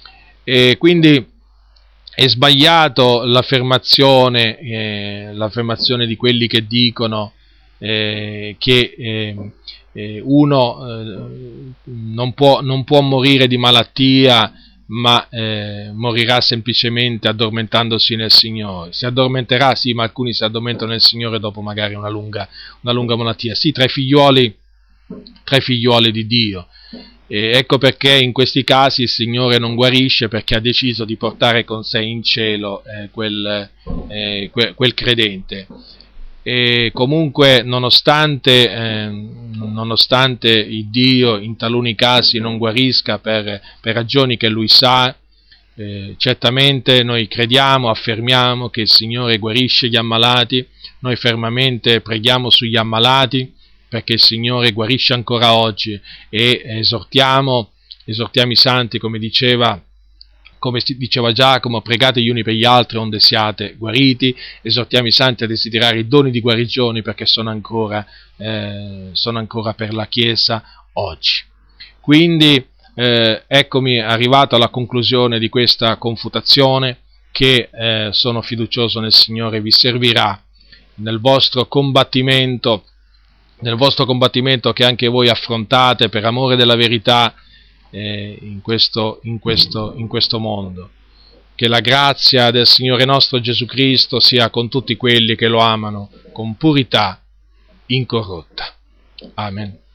E quindi è sbagliato l'affermazione, eh, l'affermazione di quelli che dicono eh, che eh, eh, uno eh, non, può, non può morire di malattia, ma eh, morirà semplicemente addormentandosi nel Signore. Si addormenterà, sì, ma alcuni si addormentano nel Signore dopo magari una lunga, una lunga malattia. Sì, tra i figlioli, tra i figlioli di Dio. E ecco perché in questi casi il Signore non guarisce, perché ha deciso di portare con sé in cielo eh, quel, eh, quel, quel credente. E comunque, nonostante, eh, nonostante il Dio in taluni casi non guarisca per, per ragioni che Lui sa, eh, certamente noi crediamo, affermiamo che il Signore guarisce gli ammalati. Noi fermamente preghiamo sugli ammalati, perché il Signore guarisce ancora oggi, e esortiamo, esortiamo i santi, come diceva, come diceva Giacomo, pregate gli uni per gli altri onde siate guariti. Esortiamo i santi a desiderare i doni di guarigione, perché sono ancora, eh, sono ancora per la Chiesa oggi. Quindi eh, eccomi arrivato alla conclusione di questa confutazione, che eh, sono fiducioso nel Signore vi servirà nel vostro combattimento, nel vostro combattimento che anche voi affrontate per amore della verità eh, in, questo, in, questo, in questo mondo. Che la grazia del Signore nostro Gesù Cristo sia con tutti quelli che lo amano con purità incorrotta. Amen.